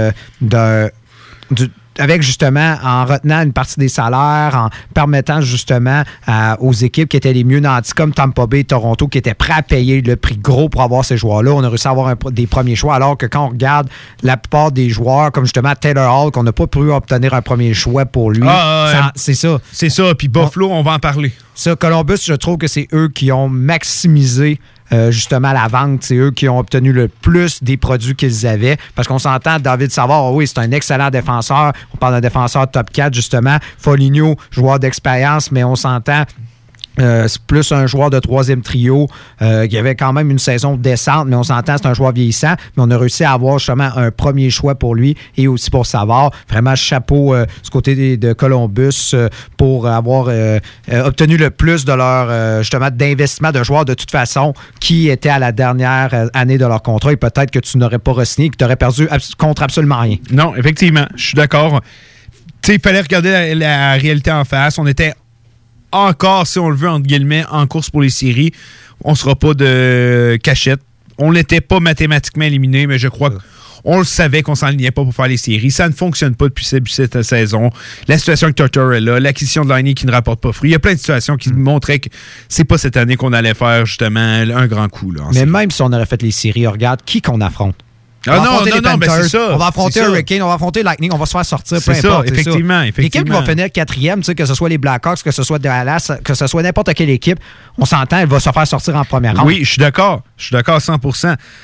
avec justement, en retenant une partie des salaires, en permettant justement aux équipes qui étaient les mieux nantis, comme Tampa Bay et Toronto, qui étaient prêts à payer le prix gros pour avoir ces joueurs-là. On a réussi à avoir des premiers choix, alors que quand on regarde la plupart des joueurs, comme justement Taylor Hall, qu'on n'a pas pu obtenir un premier choix pour lui, c'est ça. C'est ça, puis Buffalo, on va en parler. Ça, Columbus, je trouve que c'est eux qui ont maximisé justement la vente. C'est eux qui ont obtenu le plus des produits qu'ils avaient. Parce qu'on s'entend, David Savard, oui, c'est un excellent défenseur. On parle d'un défenseur top 4, justement. Foligno, joueur d'expérience, mais on s'entend... c'est plus un joueur de 3e trio qui avait quand même une saison décente, mais on s'entend, c'est un joueur vieillissant. Mais on a réussi à avoir justement un premier choix pour lui et aussi pour Savard. Vraiment, chapeau du côté de Columbus pour avoir obtenu le plus de leur justement d'investissement de joueurs de toute façon qui étaient à la dernière année de leur contrat et peut-être que tu n'aurais pas re-signé, que tu aurais perdu contre absolument rien. Non, effectivement, je suis d'accord. Tu sais, il fallait regarder la réalité en face. On était encore, si on le veut, entre guillemets, en course pour les séries. On ne sera pas de cachette. On n'était pas mathématiquement éliminé, mais je crois qu'on le savait qu'on ne s'enlignait pas pour faire les séries. Ça ne fonctionne pas depuis cette saison. La situation avec Tortorella, l'acquisition de Laine qui ne rapporte pas fruit. Il y a plein de situations qui montraient que c'est pas cette année qu'on allait faire justement un grand coup. Là, mais même si on aurait fait les séries, regarde qui qu'on affronte. Non, mais c'est ça. On va affronter Hurricane, on va affronter Lightning, on va se faire sortir, peu importe. C'est ça, effectivement. L'équipe qui va finir 4e, que ce soit les Blackhawks, que ce soit Dallas, que ce soit n'importe quelle équipe, on s'entend, elle va se faire sortir en première ronde. Oui, je suis d'accord. Je suis d'accord à 100%.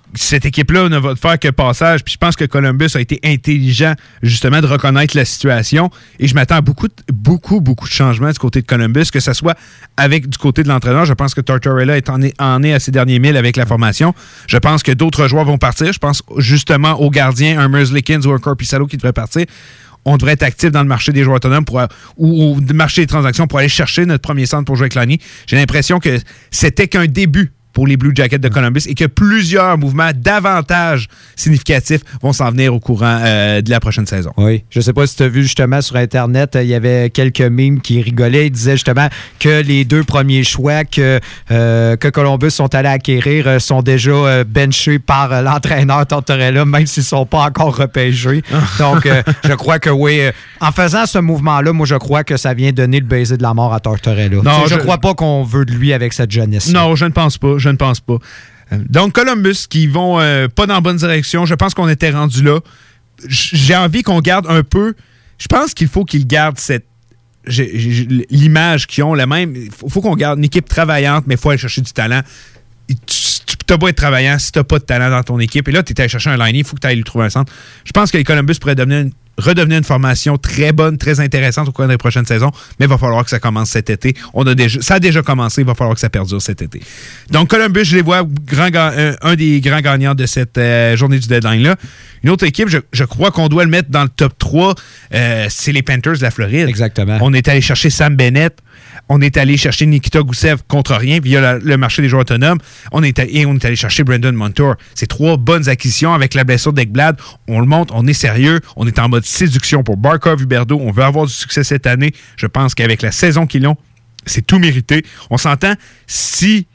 cette équipe-là ne va faire que passage. Puis je pense que Columbus a été intelligent, justement, de reconnaître la situation. Et je m'attends à beaucoup de changements du côté de Columbus, que ce soit avec du côté de l'entraîneur. Je pense que Tortorella en est à ses derniers milles avec la formation. Je pense que d'autres joueurs vont partir. Je pense justement aux gardiens, un Merzlikins ou un Korpisalo qui devrait partir. On devrait être actif dans le marché des joueurs autonomes ou le marché des transactions pour aller chercher notre premier centre pour jouer avec Lonnie. J'ai l'impression que c'était qu'un début pour les Blue Jackets de Columbus et que plusieurs mouvements davantage significatifs vont s'en venir au courant de la prochaine saison. Oui. Je ne sais pas si tu as vu justement sur Internet, il y avait quelques mimes qui rigolaient. Ils disaient justement que les 2 premiers choix que Columbus sont allés acquérir sont déjà benchés par l'entraîneur Tortorella, même s'ils ne sont pas encore repêchés. Donc, je crois que oui. En faisant ce mouvement-là, moi, je crois que ça vient donner le baiser de la mort à Tortorella. Non, je ne crois pas qu'on veut de lui avec cette jeunesse. Non, je ne pense pas. Je ne pense pas. Donc, Columbus, qui vont pas dans la bonne direction, je pense qu'on était rendu là. J'ai envie qu'on garde un peu... Je pense qu'il faut qu'ils gardent l'image qu'ils ont, la même. Il faut qu'on garde une équipe travaillante, mais il faut aller chercher du talent. Tu n'as pas être travaillant si tu n'as pas de talent dans ton équipe. Et là, tu es allé chercher un lineman, il faut que tu ailles lui trouver un centre. Je pense que les Columbus pourraient redevenir une formation très bonne, très intéressante au cours des prochaines saisons, mais il va falloir que ça commence cet été. Ça a déjà commencé, il va falloir que ça perdure cet été. Donc, Columbus, je les vois un des grands gagnants de cette journée du deadline-là. Une autre équipe, je crois qu'on doit le mettre dans le top 3, c'est les Panthers de la Floride. Exactement. On est allé chercher Sam Bennett. On est allé chercher Nikita Gusev contre rien via le marché des joueurs autonomes. On est allé chercher Brandon Montour. C'est 3 bonnes acquisitions avec la blessure d'Ekblad. On le montre, on est sérieux. On est en mode séduction pour Barkov, Huberdeau. On veut avoir du succès cette année. Je pense qu'avec la saison qu'ils ont, c'est tout mérité. On s'entend, si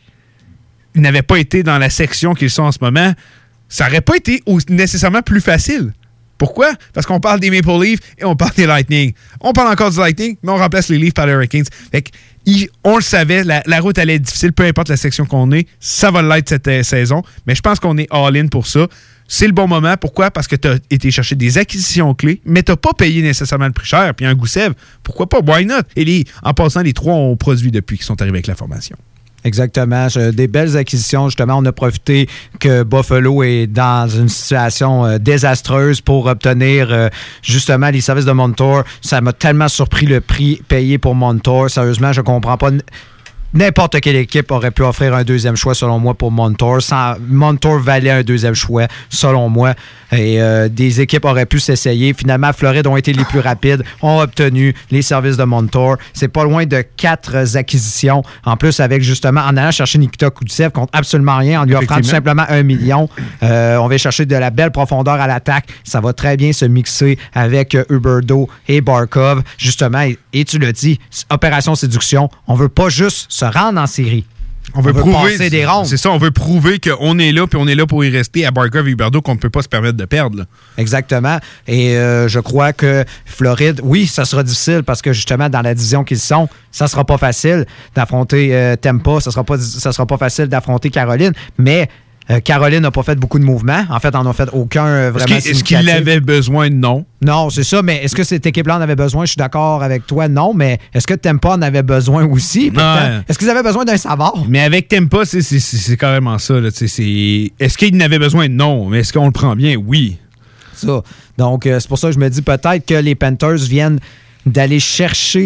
ils n'avaient pas été dans la section qu'ils sont en ce moment, ça n'aurait pas été nécessairement plus facile. Pourquoi? Parce qu'on parle des Maple Leafs et on parle des Lightning. On parle encore du Lightning, mais on remplace les Leafs par les Hurricanes. Fait on le savait, la route allait être difficile, peu importe la section qu'on est. Ça va l'être cette saison, mais je pense qu'on est all-in pour ça. C'est le bon moment. Pourquoi? Parce que tu as été chercher des acquisitions clés, mais tu n'as pas payé nécessairement le prix cher. Puis un Gusev, pourquoi pas? Why not? Et en passant, les 3 ont produit depuis qu'ils sont arrivés avec la formation. Exactement. Des belles acquisitions. Justement, on a profité que Buffalo est dans une situation désastreuse pour obtenir justement les services de Montour. Ça m'a tellement surpris le prix payé pour Montour. Sérieusement, je comprends pas. N'importe quelle équipe aurait pu offrir un 2e choix, selon moi, pour Montour. Montour valait un 2e choix, selon moi. Et des équipes auraient pu s'essayer. Finalement, Floride ont été les plus rapides, ont obtenu les services de Montour. C'est pas loin de 4 acquisitions. En plus, avec justement, en allant chercher Nikita Kuchev contre absolument rien, en lui offrant tout simplement 1 million. On va chercher de la belle profondeur à l'attaque. Ça va très bien se mixer avec Huberdeau et Barkov. Justement, et tu l'as dit, opération séduction. On veut pas juste se rendre en série. On veut prouver des rondes. C'est ça, on veut prouver qu'on est là, puis on est là pour y rester à Barkov et Huberdeau, qu'on ne peut pas se permettre de perdre. Là. Exactement. Et je crois que Floride, oui, ça sera difficile parce que justement, dans la division qu'ils sont, ça sera pas facile d'affronter Tampa, ça sera pas facile d'affronter Caroline, mais Caroline n'a pas fait beaucoup de mouvements. En fait, on n'en a fait aucun vraiment significatif. Est-ce qu'il avait besoin? Non. Non, c'est ça. Mais est-ce que cette équipe-là en avait besoin? Je suis d'accord avec toi, non. Mais est-ce que Tampa en avait besoin aussi? Est-ce qu'ils avaient besoin d'un Savard? Mais avec Tampa, c'est carrément ça. Là, est-ce qu'il n'avait besoin? Non. Mais est-ce qu'on le prend bien? Oui. Ça. Donc, c'est pour ça que je me dis peut-être que les Panthers viennent d'aller chercher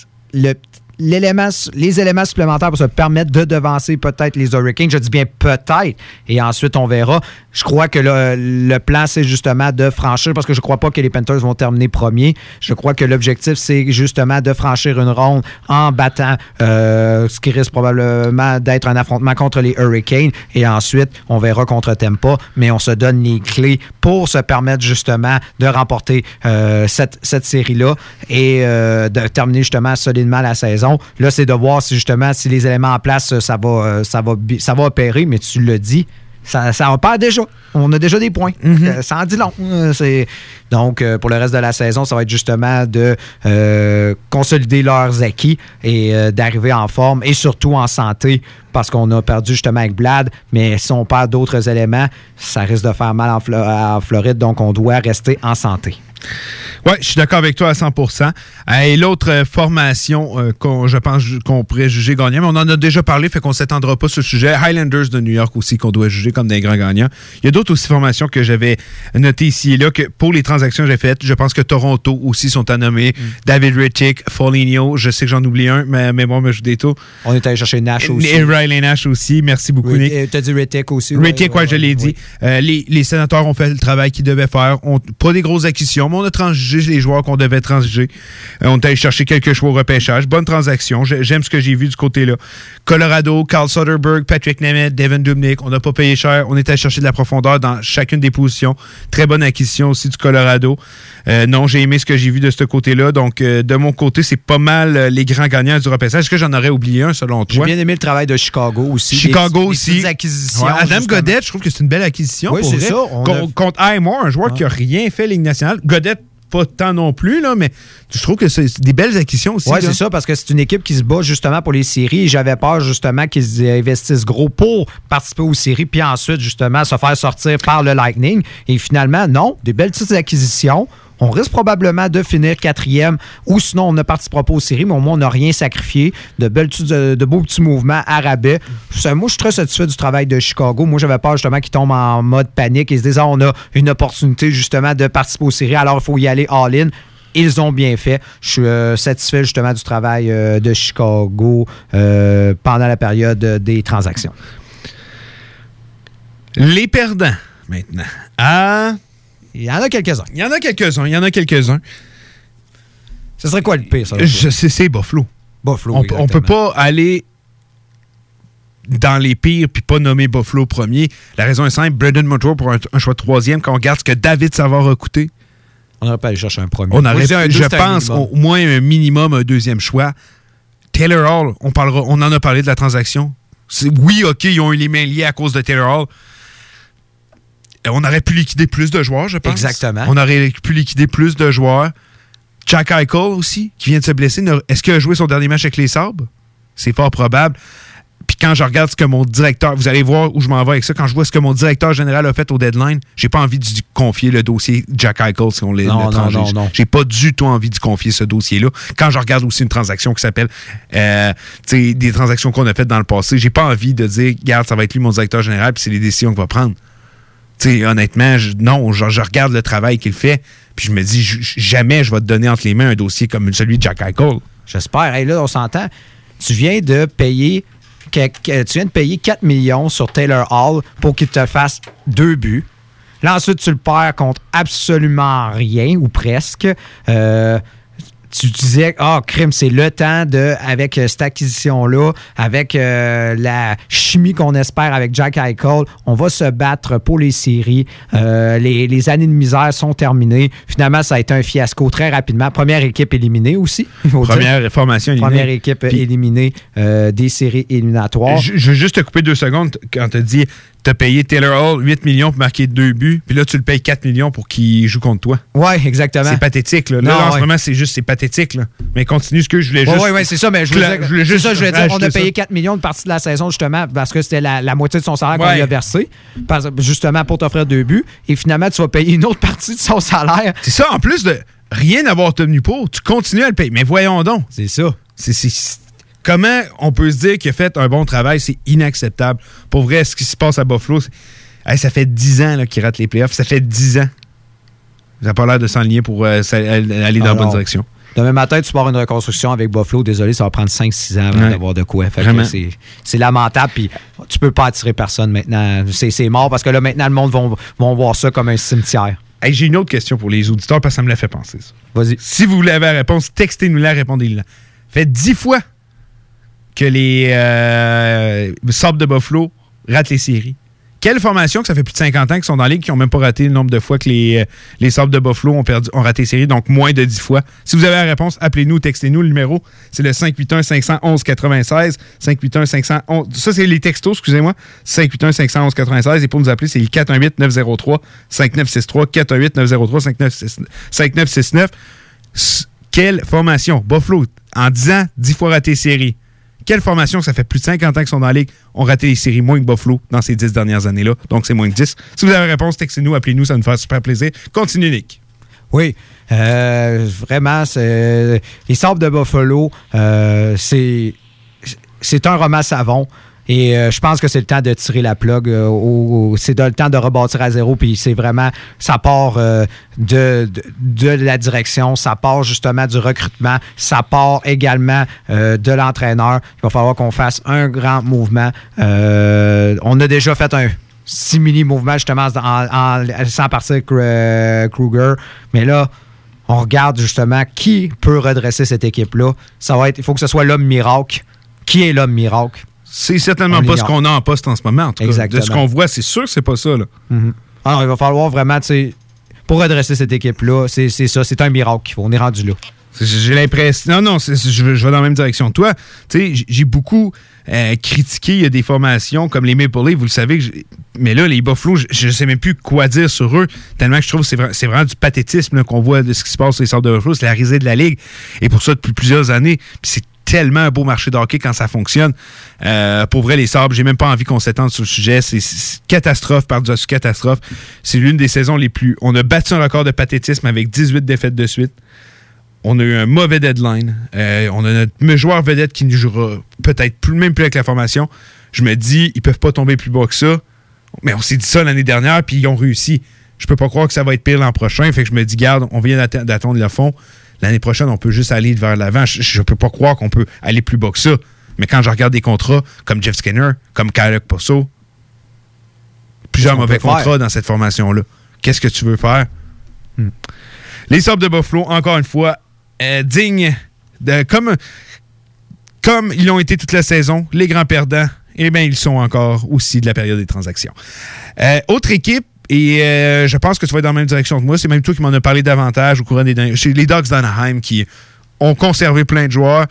les éléments supplémentaires pour se permettre de devancer peut-être les Hurricanes. Je dis bien peut-être. Et ensuite, on verra. Je crois que le plan, c'est justement de franchir, parce que je ne crois pas que les Panthers vont terminer premier. Je crois que l'objectif, c'est justement de franchir une ronde en battant ce qui risque probablement d'être un affrontement contre les Hurricanes. Et ensuite, on verra contre Tampa. Mais on se donne les clés pour se permettre justement de remporter cette série-là et de terminer justement solidement la saison. Là, c'est de voir si justement, si les éléments en place, ça va opérer, mais tu le dis, ça opère déjà. On a déjà des points. Ça en dit long. Donc, pour le reste de la saison, ça va être justement de consolider leurs acquis et d'arriver en forme et surtout en santé, parce qu'on a perdu justement avec Blad, mais si on perd d'autres éléments, ça risque de faire mal en Floride, donc on doit rester en santé. Oui, je suis d'accord avec toi à 100%. Et l'autre formation je pense qu'on pourrait juger gagnant, mais on en a déjà parlé, fait qu'on ne s'étendra pas sur le sujet. Highlanders de New York aussi, qu'on doit juger comme des grands gagnants. Il y a d'autres aussi formations que j'avais notées ici et là, que pour les transactions que j'ai faites, je pense que Toronto aussi sont à nommer. David Ritchie, Foligno, je sais que j'en oublie un, mais bon, je des taux. On est allé chercher Nash aussi. Et Riley Nash aussi, merci beaucoup, Nick. Tu as dit Ritchie aussi. Ritchie, je l'ai dit. Les sénateurs ont fait le travail qu'ils devaient faire. Pas des grosses acquisitions, mais on a transigé les joueurs qu'on devait transiger. On est allé chercher quelques choix au repêchage. Bonne transaction. J'aime ce que j'ai vu du côté-là. Colorado, Carl Soderberg, Patrick Nemeth, Devin Dubnyk. On n'a pas payé cher. On est allé chercher de la profondeur dans chacune des positions. Très bonne acquisition aussi du Colorado. Non, j'ai aimé ce que j'ai vu de ce côté-là. Donc, de mon côté, c'est pas mal les grands gagnants du repêchage. Est-ce que j'en aurais oublié un, selon toi? J'ai bien aimé le travail de Chicago aussi. Chicago aussi. Des acquisitions. Ouais, Adam Godet, je trouve que c'est une belle acquisition. Oui, c'est ça. Contre Highmore, un joueur qui n'a rien fait Ligue nationale. Godet, pas tant non plus, là, mais je trouve que c'est des belles acquisitions aussi. Oui, c'est ça, parce que c'est une équipe qui se bat justement pour les séries et j'avais peur justement qu'ils investissent gros pour participer aux séries puis ensuite justement se faire sortir par le Lightning. Et finalement, non, des belles petites acquisitions. On risque probablement de finir 4e ou sinon on ne participera pas aux séries, mais au moins on n'a rien sacrifié. De beaux petits mouvements à rabais. Moi, je suis très satisfait du travail de Chicago. Moi, j'avais peur justement qu'ils tombent en mode panique et se disent on a une opportunité justement de participer aux séries, alors il faut y aller all-in. Ils ont bien fait. Je suis satisfait justement du travail de Chicago pendant la période des transactions. Les perdants, maintenant. Il y en a quelques-uns. Ce serait quoi le pire, ça? C'est Buffalo. On peut pas aller dans les pires puis pas nommer Buffalo premier. La raison est simple. Braden Montour pour un choix de 3e. Quand on regarde ce que David Savard a coûté, on n'aurait pas allé chercher un premier. Je pense au moins un minimum un 2e choix. Taylor Hall, on en a parlé de la transaction. Oui, OK, ils ont eu les mains liées à cause de Taylor Hall. On aurait pu liquider plus de joueurs, je pense. Exactement. On aurait pu liquider plus de joueurs. Jack Eichel aussi, qui vient de se blesser. Est-ce qu'il a joué son dernier match avec les Sabres? C'est fort probable. Puis quand je regarde ce que mon directeur... Vous allez voir où je m'en vais avec ça. Quand je vois ce que mon directeur général a fait au deadline, j'ai pas envie de confier le dossier Jack Eichel si on l'est. Non. J'ai pas du tout envie de confier ce dossier-là. Quand je regarde aussi une transaction qui s'appelle... des transactions qu'on a faites dans le passé, j'ai pas envie de dire, regarde, ça va être lui mon directeur général, puis c'est les décisions qu'il va prendre. Honnêtement, je regarde le travail qu'il fait, puis je me dis, jamais je vais te donner entre les mains un dossier comme celui de Jack Eichel. J'espère. Hey, là, on s'entend. Tu viens de payer 4 millions sur Taylor Hall pour qu'il te fasse 2 buts. Là, ensuite, tu le perds contre absolument rien, ou presque. Tu disais, crime, c'est le temps avec cette acquisition-là, avec la chimie qu'on espère avec Jack Eichel, on va se battre pour les séries. Les années de misère sont terminées. Finalement, ça a été un fiasco très rapidement. Première équipe éliminée aussi. Première formation éliminée. Première équipe éliminée des séries éliminatoires. Je veux juste te couper 2 secondes quand tu as dit tu as payé Taylor Hall 8 millions pour marquer 2 buts, puis là, tu le payes 4 millions pour qu'il joue contre toi. Oui, exactement. C'est pathétique. Là, en ce moment, c'est pathétique. Là. Mais continue ce que je voulais juste... Oui, c'est ça, mais je voulais dire, on a payé 4 millions de partie de la saison, justement, parce que c'était la moitié de son salaire qu'on lui a versé, justement pour t'offrir 2 buts, et finalement, tu vas payer une autre partie de son salaire. C'est ça, en plus de rien avoir obtenu pour, tu continues à le payer. Mais voyons donc. C'est ça. Comment on peut se dire qu'il a fait un bon travail? C'est inacceptable. Pour vrai, ce qui se passe à Buffalo, ça fait 10 ans qu'il rate les playoffs. Ça fait 10 ans. Ça n'a pas l'air de s'enligner pour aller dans la bonne direction. Demain matin, tu pars une reconstruction avec Buffalo. Désolé, ça va prendre 5-6 ans avant d'avoir de quoi. Fait que c'est lamentable. Puis tu peux pas attirer personne maintenant. C'est mort parce que là, maintenant, le monde vont voir ça comme un cimetière. Hey, j'ai une autre question pour les auditeurs parce que ça me l'a fait penser. Ça. Vas-y. Si vous voulez la réponse, textez-nous-la, répondez-la. Faites 10 fois que les Sabres de Buffalo ratent les séries. Quelle formation que ça fait plus de 50 ans qu'ils sont dans la ligue qui n'ont même pas raté le nombre de fois que les Sabres de Buffalo ont raté les séries, donc moins de 10 fois. Si vous avez la réponse, appelez-nous, textez-nous. Le numéro, c'est le 581-511-96. 581-511. Ça, c'est les textos, excusez-moi. 581-511-96. Et pour nous appeler, c'est le 418-903-5963. 418-903-5969. Quelle formation? Buffalo, en 10 ans, 10 fois raté les séries. Quelle formation, ça fait plus de 50 ans qu'ils sont dans la ligue, ont raté les séries moins que Buffalo dans ces 10 dernières années-là. Donc, c'est moins que 10. Si vous avez la réponse, textez-nous, appelez-nous, ça va nous faire super plaisir. Continue, Nick. Oui. Vraiment, les Sabres de Buffalo, c'est un roman savon. Et je pense que c'est le temps de tirer la plug. C'est le temps de rebâtir à zéro. Puis c'est vraiment, ça part de la direction, ça part justement du recrutement, ça part également de l'entraîneur. Il va falloir qu'on fasse un grand mouvement. On a déjà fait un simili-mouvement justement sans partir Kruger. Mais là, on regarde justement qui peut redresser cette équipe-là. Il faut que ce soit l'homme miracle. Qui est l'homme miracle? C'est certainement pas ce qu'on a en poste en ce moment. En tout cas. Exactement. De ce qu'on voit, c'est sûr que c'est pas ça. Là. Mm-hmm. Alors, il va falloir vraiment, pour redresser cette équipe-là, c'est ça. C'est un miracle qu'il faut. On est rendu là. J'ai l'impression... Non, je vais dans la même direction que toi. J'ai beaucoup critiqué. Il y a des formations comme les Maple Leafs, vous le savez. Mais là, les Buffalo, je ne sais même plus quoi dire sur eux, tellement que je trouve que c'est vraiment du pathétisme là, qu'on voit de ce qui se passe sur les Sabres de Buffalo. C'est la risée de la Ligue. Et pour ça, depuis plusieurs années. Puis c'est tellement un beau marché de hockey quand ça fonctionne. Pour vrai, les Sabres, j'ai même pas envie qu'on s'étende sur le sujet. C'est catastrophe par-dessus catastrophe. C'est l'une des saisons les plus... On a battu un record de pathétisme avec 18 défaites de suite. On a eu un mauvais deadline. On a notre joueur vedette qui ne jouera peut-être même plus avec la formation. Je me dis, ils peuvent pas tomber plus bas que ça. Mais on s'est dit ça l'année dernière, puis ils ont réussi. Je peux pas croire que ça va être pire l'an prochain. Fait que je me dis, garde, on vient d'attendre le fond. L'année prochaine, on peut juste aller vers l'avant. Je peux pas croire qu'on peut aller plus bas que ça. Mais quand je regarde des contrats comme Jeff Skinner, comme Kyle Posso, plusieurs mauvais contrats dans cette formation-là. Qu'est-ce que tu veux faire? Les Sabres de Buffalo, encore une fois, dignes de... Comme ils l'ont été toute la saison, les grands perdants, eh bien, ils sont encore aussi de la période des transactions. Autre équipe, et je pense que tu vas être dans la même direction que moi. C'est même toi qui m'en as parlé davantage au courant des derniers... Chez les Ducks d'Anaheim qui ont conservé plein de joueurs.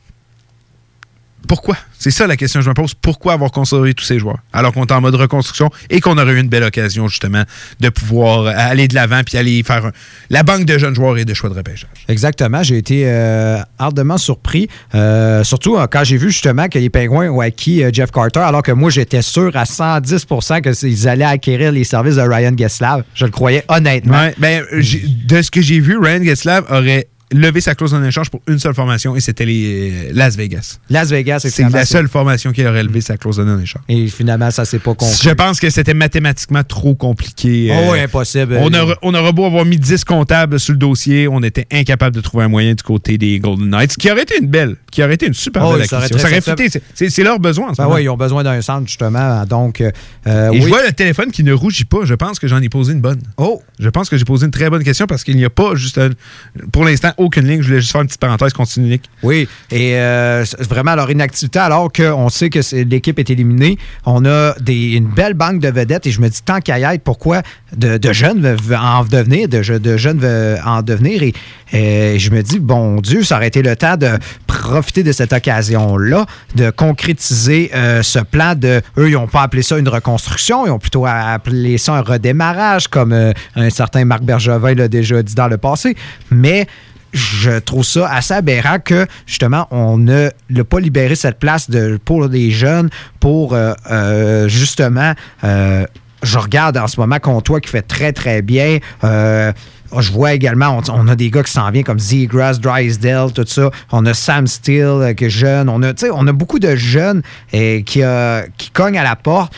Pourquoi? C'est ça la question que je me pose. Pourquoi avoir conservé tous ces joueurs? Alors qu'on est en mode reconstruction et qu'on aurait eu une belle occasion, justement, de pouvoir aller de l'avant puis aller faire la banque de jeunes joueurs et de choix de repêchage. Exactement. J'ai été ardemment surpris. Surtout quand j'ai vu, justement, que les Pingouins ont acquis Jeff Carter, alors que moi, j'étais sûr à 110% qu'ils allaient acquérir les services de Ryan Getzlaf. Je le croyais honnêtement. Ouais, de ce que j'ai vu, Ryan Getzlaf aurait levé sa clause en échange pour une seule formation et c'était les Las Vegas. Las Vegas, c'est la seule formation qui aurait levé sa clause en échange. Et finalement, ça s'est pas conclu. Je pense que c'était mathématiquement trop compliqué. Oui, impossible. On aurait beau avoir mis 10 comptables sur le dossier, on était incapable de trouver un moyen du côté des Golden Knights, qui aurait été une super belle acquisition. Ça aurait fité. C'est leur besoin en ce moment. Oui, ils ont besoin d'un centre, justement. Donc, et je vois le téléphone qui ne rougit pas. Je pense que j'en ai posé une bonne. Je pense que j'ai posé une très bonne question parce qu'il n'y a pas juste pour l'instant aucune ligne. Je voulais juste faire une petite parenthèse continue. Oui, et vraiment leur inactivité, alors qu'on sait que l'équipe est éliminée, on a une belle banque de vedettes et je me dis, tant qu'à y être, pourquoi de jeunes veulent en devenir, de jeunes veulent en devenir et je me dis, bon Dieu, ça aurait été le temps de profiter de cette occasion-là, de concrétiser ce plan de... Eux, ils n'ont pas appelé ça une reconstruction, ils ont plutôt appelé ça un redémarrage, comme un certain Marc Bergevin l'a déjà dit dans le passé, mais je trouve ça assez aberrant que, justement, on n'a pas libéré cette place pour les jeunes, pour, justement, je regarde en ce moment Comtois qui fait très, très bien. Je vois également, on a des gars qui s'en viennent comme Zegras, Drysdale, tout ça. On a Sam Steele qui est jeune. On a beaucoup de jeunes qui cognent à la porte.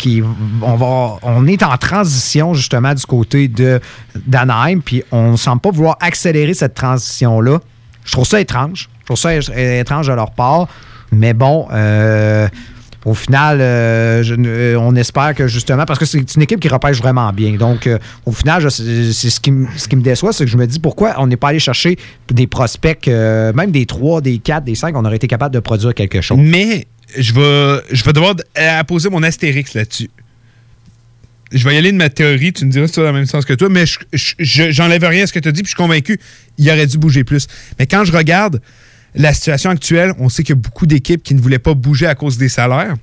On est en transition, justement, du côté d'Anaheim, puis on ne semble pas vouloir accélérer cette transition-là. Je trouve ça étrange. Je trouve ça étrange de leur part. Mais bon... Au final, on espère que justement, parce que c'est une équipe qui repêche vraiment bien. Donc, au final, c'est ce qui me déçoit, c'est que je me dis pourquoi on n'est pas allé chercher des prospects, même des 3, des 4, des 5, on aurait été capable de produire quelque chose. Mais je vais devoir poser mon astérix là-dessus. Je vais y aller de ma théorie, tu me diras si tu as dans le même sens que toi, mais j'enlève rien à ce que tu as dit, puis je suis convaincu qu'il aurait dû bouger plus. Mais quand je regarde la situation actuelle, on sait qu'il y a beaucoup d'équipes qui ne voulaient pas bouger à cause des salaires.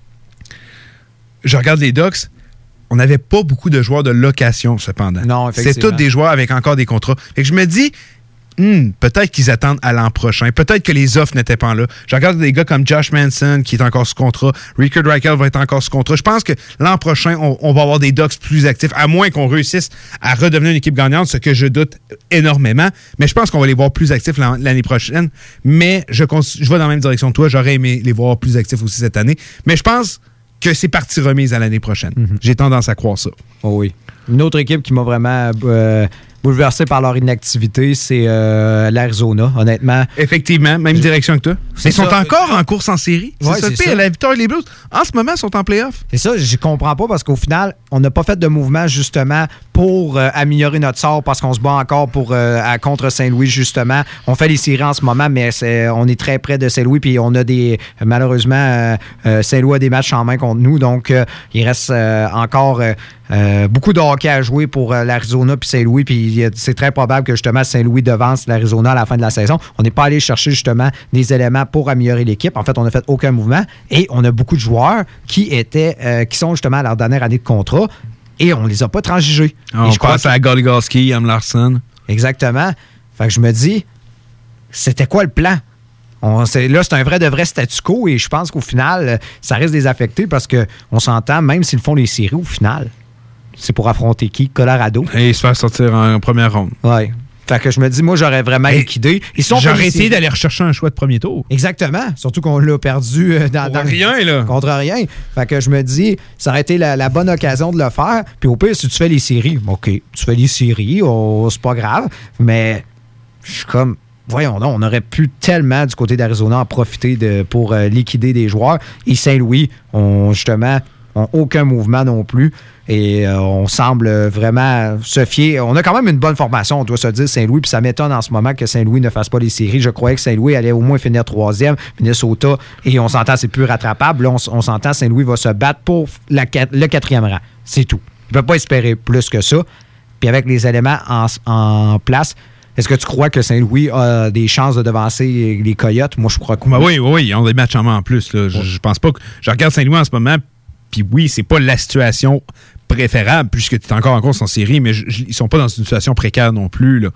Je regarde les Ducks, on n'avait pas beaucoup de joueurs de location, cependant. Non, effectivement. C'est tous des joueurs avec encore des contrats. Fait que je me dis, peut-être qu'ils attendent à l'an prochain. Peut-être que les offres n'étaient pas là. Je regarde des gars comme Josh Manson qui est encore sous contrat. Rickard Rakell va être encore sous contrat. Je pense que l'an prochain, on va avoir des Ducks plus actifs, à moins qu'on réussisse à redevenir une équipe gagnante, ce que je doute énormément. Mais je pense qu'on va les voir plus actifs l'année prochaine. Mais je vais dans la même direction que toi. J'aurais aimé les voir plus actifs aussi cette année. Mais je pense que c'est partie remise à l'année prochaine. J'ai tendance à croire ça. Oh oui. Une autre équipe qui m'a vraiment bouleversé par leur inactivité, c'est l'Arizona, honnêtement. Effectivement, même direction que toi. Ils sont encore en course en série. Ouais, c'est ça le pire. La victoire des Blues, en ce moment, sont en play-off. C'est ça, je comprends pas parce qu'au final, on n'a pas fait de mouvement justement pour améliorer notre sort parce qu'on se bat encore contre Saint-Louis, justement. On fait les séries en ce moment, mais on est très près de Saint-Louis, puis on a malheureusement, Saint-Louis a des matchs en main contre nous, donc il reste encore beaucoup de hockey à jouer pour l'Arizona puis Saint-Louis, puis c'est très probable que justement Saint-Louis devance l'Arizona à la fin de la saison. On n'est pas allé chercher justement des éléments pour améliorer l'équipe. En fait, on n'a fait aucun mouvement et on a beaucoup de joueurs qui sont justement à leur dernière année de contrat et on les a pas transigés. Je pense à Goligoski, Am Larsson. Exactement. Fait que je me dis, c'était quoi le plan? Là, c'est un vrai de vrai statu quo et je pense qu'au final, ça risque de les affecter parce qu'on s'entend, même s'ils font les séries au final, c'est pour affronter qui? Colorado. Et se faire sortir en première ronde. Oui. Fait que je me dis, moi, j'aurais vraiment liquidé. J'aurais essayé d'aller rechercher un choix de premier tour. Exactement. Surtout qu'on l'a perdu contre rien. Fait que je me dis, ça aurait été la bonne occasion de le faire. Puis au pire, si tu fais les séries, OK, tu fais les séries, c'est pas grave. Mais je suis comme, voyons donc, on aurait pu tellement du côté d'Arizona en profiter pour liquider des joueurs. Et Saint-Louis, justement, n'ont aucun mouvement non plus. Et on semble vraiment se fier. On a quand même une bonne formation, on doit se dire, Saint-Louis. Puis ça m'étonne en ce moment que Saint-Louis ne fasse pas les séries. Je croyais que Saint-Louis allait au moins finir 3e. Minnesota, et on s'entend, c'est plus rattrapable. Là, on s'entend, Saint-Louis va se battre pour le 4e rang. C'est tout. Il ne peut pas espérer plus que ça. Puis avec les éléments en place, est-ce que tu crois que Saint-Louis a des chances de devancer les Coyotes? Moi, je crois que oui. Oui, ils ont des matchs en main en plus. Là. Je pense pas que... Je regarde Saint-Louis en ce moment, puis oui, c'est pas la situation préférable puisque tu es encore en course en série, mais ils sont pas dans une situation précaire non plus. Là.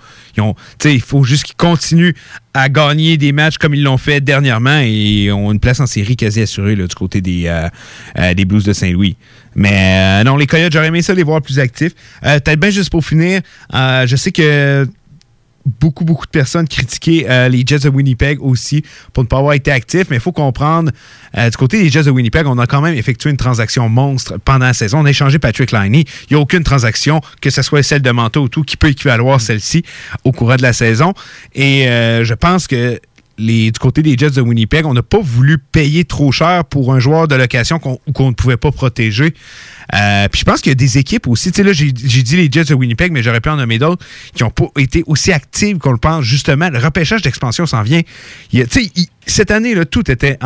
Il faut juste qu'ils continuent à gagner des matchs comme ils l'ont fait dernièrement et ont une place en série quasi assurée là, du côté des Blues de Saint-Louis. Mais non, les Coyotes, j'aurais aimé ça les voir plus actifs. Peut-être bien juste pour finir, je sais que beaucoup de personnes critiquaient les Jets de Winnipeg aussi pour ne pas avoir été actifs, mais il faut comprendre, du côté des Jets de Winnipeg, on a quand même effectué une transaction monstre pendant la saison. On a échangé Patrick Laine. Il n'y a aucune transaction, que ce soit celle de Manteau ou tout, qui peut équivaloir celle-ci au courant de la saison. Et je pense que du côté des Jets de Winnipeg, on n'a pas voulu payer trop cher pour un joueur de location qu'on ne pouvait pas protéger. Puis je pense qu'il y a des équipes aussi, tu sais là j'ai dit les Jets de Winnipeg, mais j'aurais pu en nommer d'autres qui n'ont pas été aussi actives qu'on le pense. Justement, le repêchage d'expansion s'en vient. Cette année, là, tout était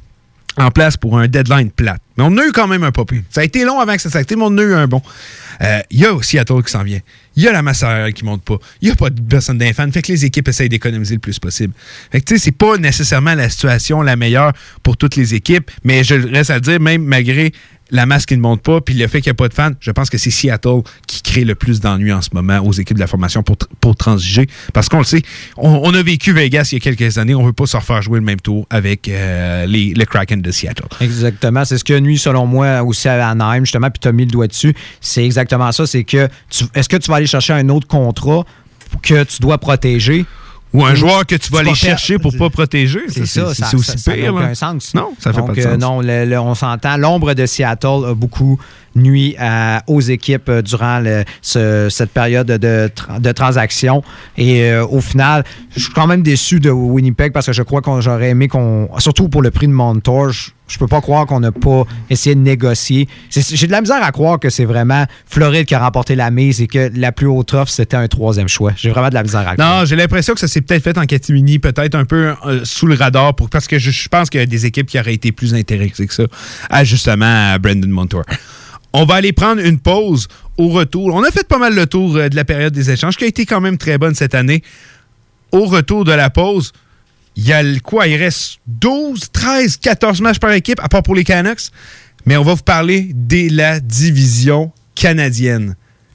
en place pour un deadline plate. Mais on a eu quand même un popé. Ça a été long avant que ça s'active, mais on a eu un bon. Il y a aussi Seattle qui s'en vient. Il y a la masse salariale qui ne monte pas. Il n'y a pas de personne d'infâme. Fait que les équipes essayent d'économiser le plus possible. Fait que tu sais, c'est pas nécessairement la situation la meilleure pour toutes les équipes, mais je reste à le dire, même malgré la masse qui ne monte pas, puis le fait qu'il n'y a pas de fans, je pense que c'est Seattle qui crée le plus d'ennuis en ce moment aux équipes de la formation pour transiger. Parce qu'on le sait, on a vécu Vegas il y a quelques années, on ne veut pas se refaire jouer le même tour avec le Kraken de Seattle. Exactement, c'est ce qui a nuit selon moi aussi à Anaheim, justement, puis tu as mis le doigt dessus. C'est exactement ça, c'est que est-ce que tu vas aller chercher un autre contrat que tu dois protéger? Ou un joueur que tu vas aller chercher pour pas protéger. C'est ça, c'est aussi pire. Ça n'a aucun sens. Non, ça fait pas de sens. Non, on s'entend. L'ombre de Seattle a beaucoup nuit aux équipes durant cette période de transaction. Et au final, je suis quand même déçu de Winnipeg parce que je crois qu'on j'aurais aimé surtout pour le prix de Montour, je peux pas croire qu'on n'a pas essayé de négocier. J'ai de la misère à croire que c'est vraiment Floride qui a remporté la mise et que la plus haute offre, c'était un 3e choix. J'ai vraiment de la misère à croire. Non, j'ai l'impression que ça s'est peut-être fait en catimini, peut-être un peu sous le radar, parce que je pense qu'il y a des équipes qui auraient été plus intéressées que ça, justement, à Brandon Montour. On va aller prendre une pause au retour. On a fait pas mal le tour de la période des échanges, qui a été quand même très bonne cette année. Au retour de la pause, il y a quoi? Il reste 12, 13, 14 matchs par équipe, à part pour les Canucks. Mais on va vous parler de la division canadienne.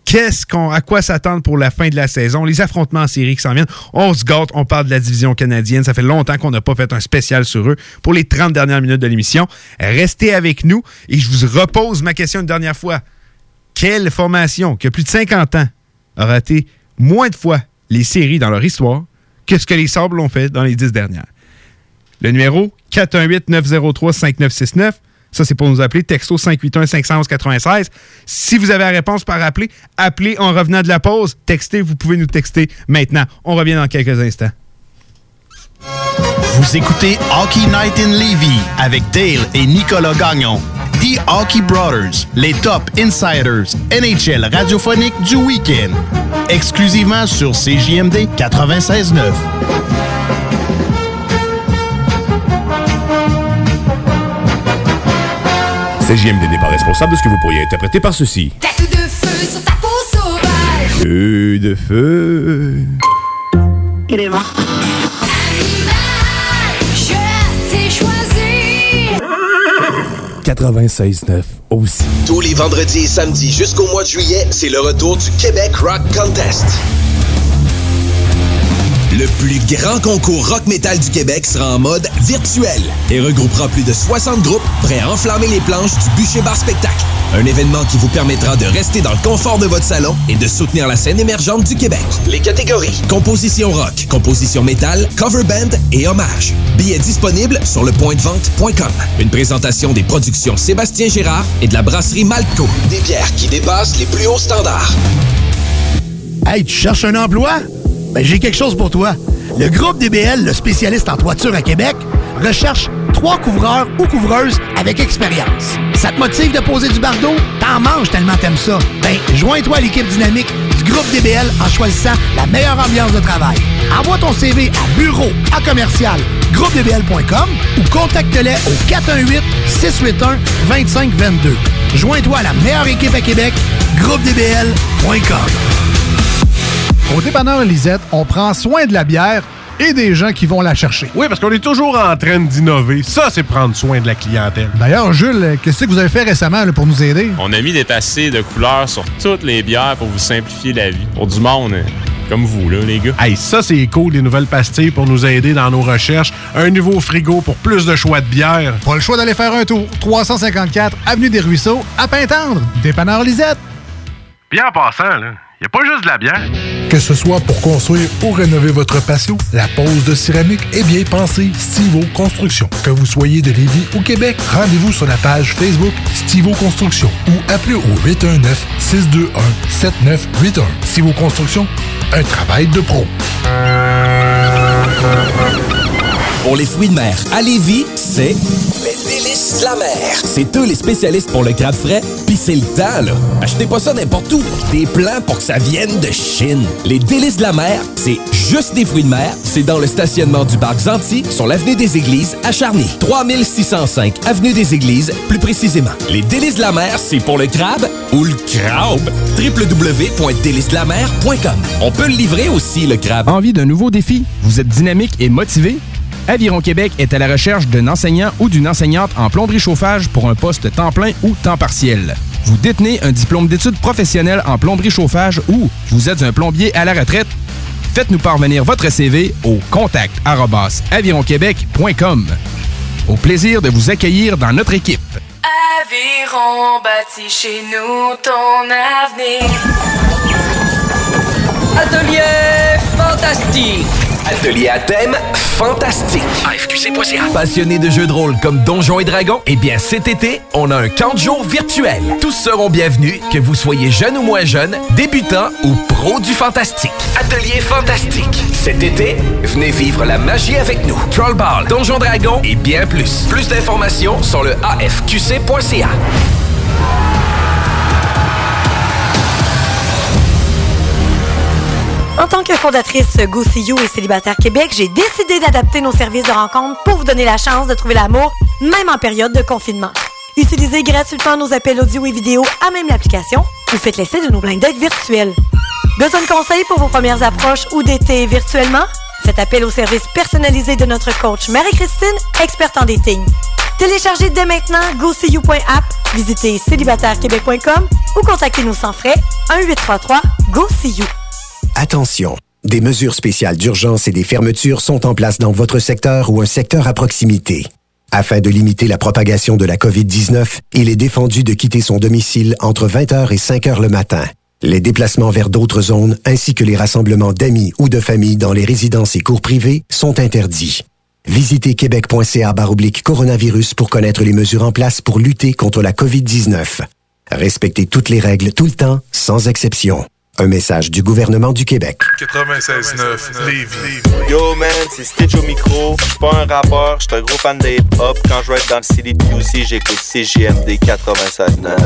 à quoi s'attendre pour la fin de la saison, les affrontements en série qui s'en viennent. On se gâte, on parle de la division canadienne. Ça fait longtemps qu'on n'a pas fait un spécial sur eux pour les 30 dernières minutes de l'émission. Restez avec nous et je vous repose ma question une dernière fois. Quelle formation qui a plus de 50 ans a raté moins de fois les séries dans leur histoire que ce que les Sabres l'ont fait dans les 10 dernières? Le numéro 418-903-5969. Ça, c'est pour nous appeler. Texto 581-511-96. Si vous avez la réponse par appeler, appelez en revenant de la pause. Textez, vous pouvez nous texter maintenant. On revient dans quelques instants. Vous écoutez Hockey Night in Levy avec Dale et Nicolas Gagnon. The Hockey Brothers, les top insiders NHL radiophonique du week-end. Exclusivement sur CJMD 96.9. CJMD n'est pas responsable de ce que vous pourriez interpréter par ceci. T'as tout de feu sur ta peau sauvage. Feu de feu. Il est mort. Animal, je t'ai choisi. 96.9 aussi. Tous les vendredis et samedis jusqu'au mois de juillet, c'est le retour du Québec Rock Contest. Le plus grand concours rock metal du Québec sera en mode virtuel et regroupera plus de 60 groupes prêts à enflammer les planches du Bûcher Bar Spectacle. Un événement qui vous permettra de rester dans le confort de votre salon et de soutenir la scène émergente du Québec. Les catégories: composition rock, composition métal, cover band et hommage. Billets disponibles sur lepointdevente.com. Une présentation des productions Sébastien Gérard et de la brasserie Malco. Des bières qui dépassent les plus hauts standards. Hey, tu cherches un emploi? Ben, j'ai quelque chose pour toi. Le groupe DBL, le spécialiste en toiture à Québec, recherche 3 couvreurs ou couvreuses avec expérience. Ça te motive de poser du bardeau? T'en manges tellement t'aimes ça. Ben, joins-toi à l'équipe dynamique du groupe DBL en choisissant la meilleure ambiance de travail. Envoie ton CV à bureau@commercial groupedbl.com ou contacte-les au 418-681-2522. Joins-toi à la meilleure équipe à Québec, groupedbl.com. Au dépanneur Lisette, on prend soin de la bière et des gens qui vont la chercher. Oui, parce qu'on est toujours en train d'innover. Ça, c'est prendre soin de la clientèle. D'ailleurs, Jules, qu'est-ce que vous avez fait récemment là, pour nous aider? On a mis des passés de couleurs sur toutes les bières pour vous simplifier la vie. Pour du monde comme vous, là, les gars. Hey, ça, c'est cool, les nouvelles pastilles pour nous aider dans nos recherches. Un nouveau frigo pour plus de choix de bière. Pas le choix d'aller faire un tour. 354 Avenue des Ruisseaux, à Pintendre. Dépanneur Lisette. Bien en passant, là, y a pas juste de la bière. Que ce soit pour construire ou rénover votre patio, la pose de céramique est bien pensée Stivo Construction. Que vous soyez de Lévis ou Québec, rendez-vous sur la page Facebook Stivo Construction ou appelez au 819-621-7981. Stivo Construction, un travail de pro. Pour les fruits de mer, à Lévis, c'est les délices de la mer. C'est eux les spécialistes pour le crabe frais, pis c'est le temps, là. Achetez pas ça n'importe où. Des plans pour que ça vienne de Chine. Les délices de la mer, c'est juste des fruits de mer. C'est dans le stationnement du parc Zanti, sur l'avenue des Églises, à Charny. 3605 avenue des Églises, plus précisément. Les délices de la mer, c'est pour le crabe ou le crabe. www.délicesdelamer.com. On peut le livrer aussi, le crabe. Envie d'un nouveau défi? Vous êtes dynamique et motivé? Aviron Québec est à la recherche d'un enseignant ou d'une enseignante en plomberie-chauffage pour un poste temps plein ou temps partiel. Vous détenez un diplôme d'études professionnelles en plomberie-chauffage ou vous êtes un plombier à la retraite? Faites-nous parvenir votre CV au contact@avironquebec.com. Au plaisir de vous accueillir dans notre équipe. Aviron bâtit chez nous ton avenir. Atelier fantastique. Atelier à thème fantastique. AFQC.ca. Passionné de jeux de rôle comme Donjons et Dragons? Eh bien, cet été, on a un camp de jour virtuel. Tous seront bienvenus, que vous soyez jeune ou moins jeune, débutant ou pro du fantastique. Atelier fantastique. Cet été, venez vivre la magie avec nous. Trollball, Donjons Dragons et bien plus. Plus d'informations sur le AFQC.ca. En tant que fondatrice Go See You et Célibataire Québec, j'ai décidé d'adapter nos services de rencontre pour vous donner la chance de trouver l'amour, même en période de confinement. Utilisez gratuitement nos appels audio et vidéo à même l'application ou faites l'essai de nos blind dates virtuels. Besoin de conseils pour vos premières approches ou d'été virtuellement? Faites appel au service personnalisé de notre coach Marie-Christine, experte en dating. Téléchargez dès maintenant GoSeeYou.app, visitez célibatairequebec.com ou contactez-nous sans frais 1-833-GO-SEE-YOU. Attention, des mesures spéciales d'urgence et des fermetures sont en place dans votre secteur ou un secteur à proximité. Afin de limiter la propagation de la COVID-19, il est défendu de quitter son domicile entre 20h et 5h le matin. Les déplacements vers d'autres zones ainsi que les rassemblements d'amis ou de familles dans les résidences et cours privés sont interdits. Visitez québec.ca/coronavirus pour connaître les mesures en place pour lutter contre la COVID-19. Respectez toutes les règles tout le temps, sans exception. Un message du gouvernement du Québec. 96.9 Lévis. Yo man, c'est Stitch au micro. Je suis pas un rappeur, je suis un gros fan de hip-hop. Quand je vais être dans le CDQC, j'écoute CJMD 96.9.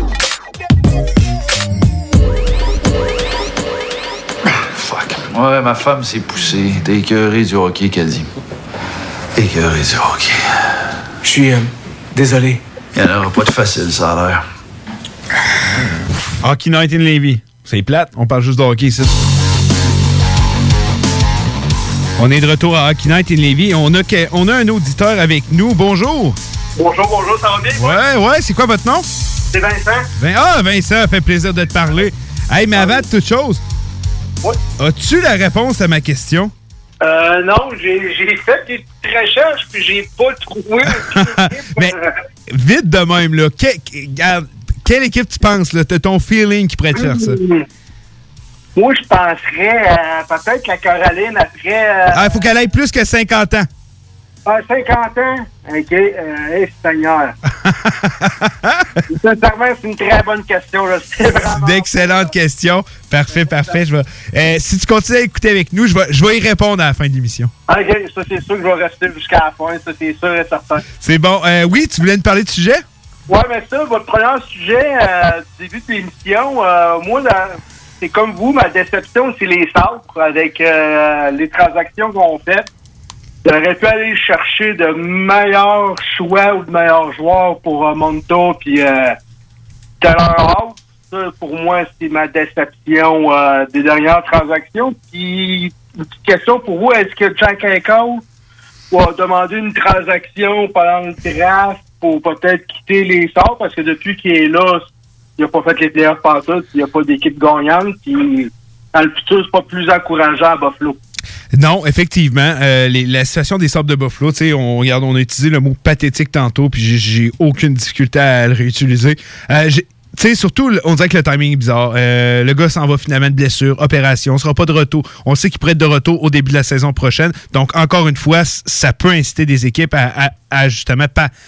Fuck. Ouais, ma femme s'est poussée. T'es écœuré du hockey, qu'elle dit. Écœuré du hockey. Je suis désolé. Il n'y en aura pas de facile, ça a l'air. Hockey Night in Lévis. C'est plate, on parle juste de hockey ici. On est de retour à Hockey Night in Lévis. On a un auditeur avec nous. Bonjour. Bonjour, ça va bien? Ouais, c'est quoi votre nom? C'est Vincent. Vincent, fait plaisir de te parler. Hey, mais avant de toute chose, as-tu la réponse à ma question? Non, j'ai fait des petites recherches puis j'ai pas trouvé. Mais vite de même, là. Quelle équipe tu penses, là? T'as ton feeling qui pourrait te faire ça? Moi, je penserais peut-être la Caroline après... il faut qu'elle aille plus que 50 ans. 50 ans? OK. Seigneur. Sincèrement, c'est une très bonne question. Là. C'est vraiment... D'excellentes questions. Parfait. Si tu continues à écouter avec nous, je vais y répondre à la fin de l'émission. OK, ça, c'est sûr que je vais rester jusqu'à la fin. Ça, c'est sûr et certain. C'est bon. Oui, tu voulais nous parler de sujet? Oui, mais ça, votre premier sujet, du début de l'émission, moi, c'est comme vous, ma déception, c'est les Sabres avec les transactions qu'on fait. J'aurais pu aller chercher de meilleurs choix ou de meilleurs joueurs pour Monto puis Taylor Hall. Ça, pour moi, c'est ma déception des dernières transactions. Puis, une petite question pour vous, est-ce que Jack Eichel va demander une transaction pendant le draft pour peut-être quitter les Sabres? Parce que depuis qu'il est là, il n'a pas fait les playoffs partout, il n'y a pas d'équipe gagnante. Puis, dans le futur, c'est pas plus encourageant à Buffalo. Non, effectivement. La situation des Sabres de Buffalo, on a utilisé le mot pathétique tantôt, puis j'ai aucune difficulté à le réutiliser. Surtout, on dirait que le timing est bizarre. Le gars s'en va finalement de blessure, opération, sera pas de retour. On sait qu'il pourrait être de retour au début de la saison prochaine. Donc, encore une fois, ça peut inciter des équipes à justement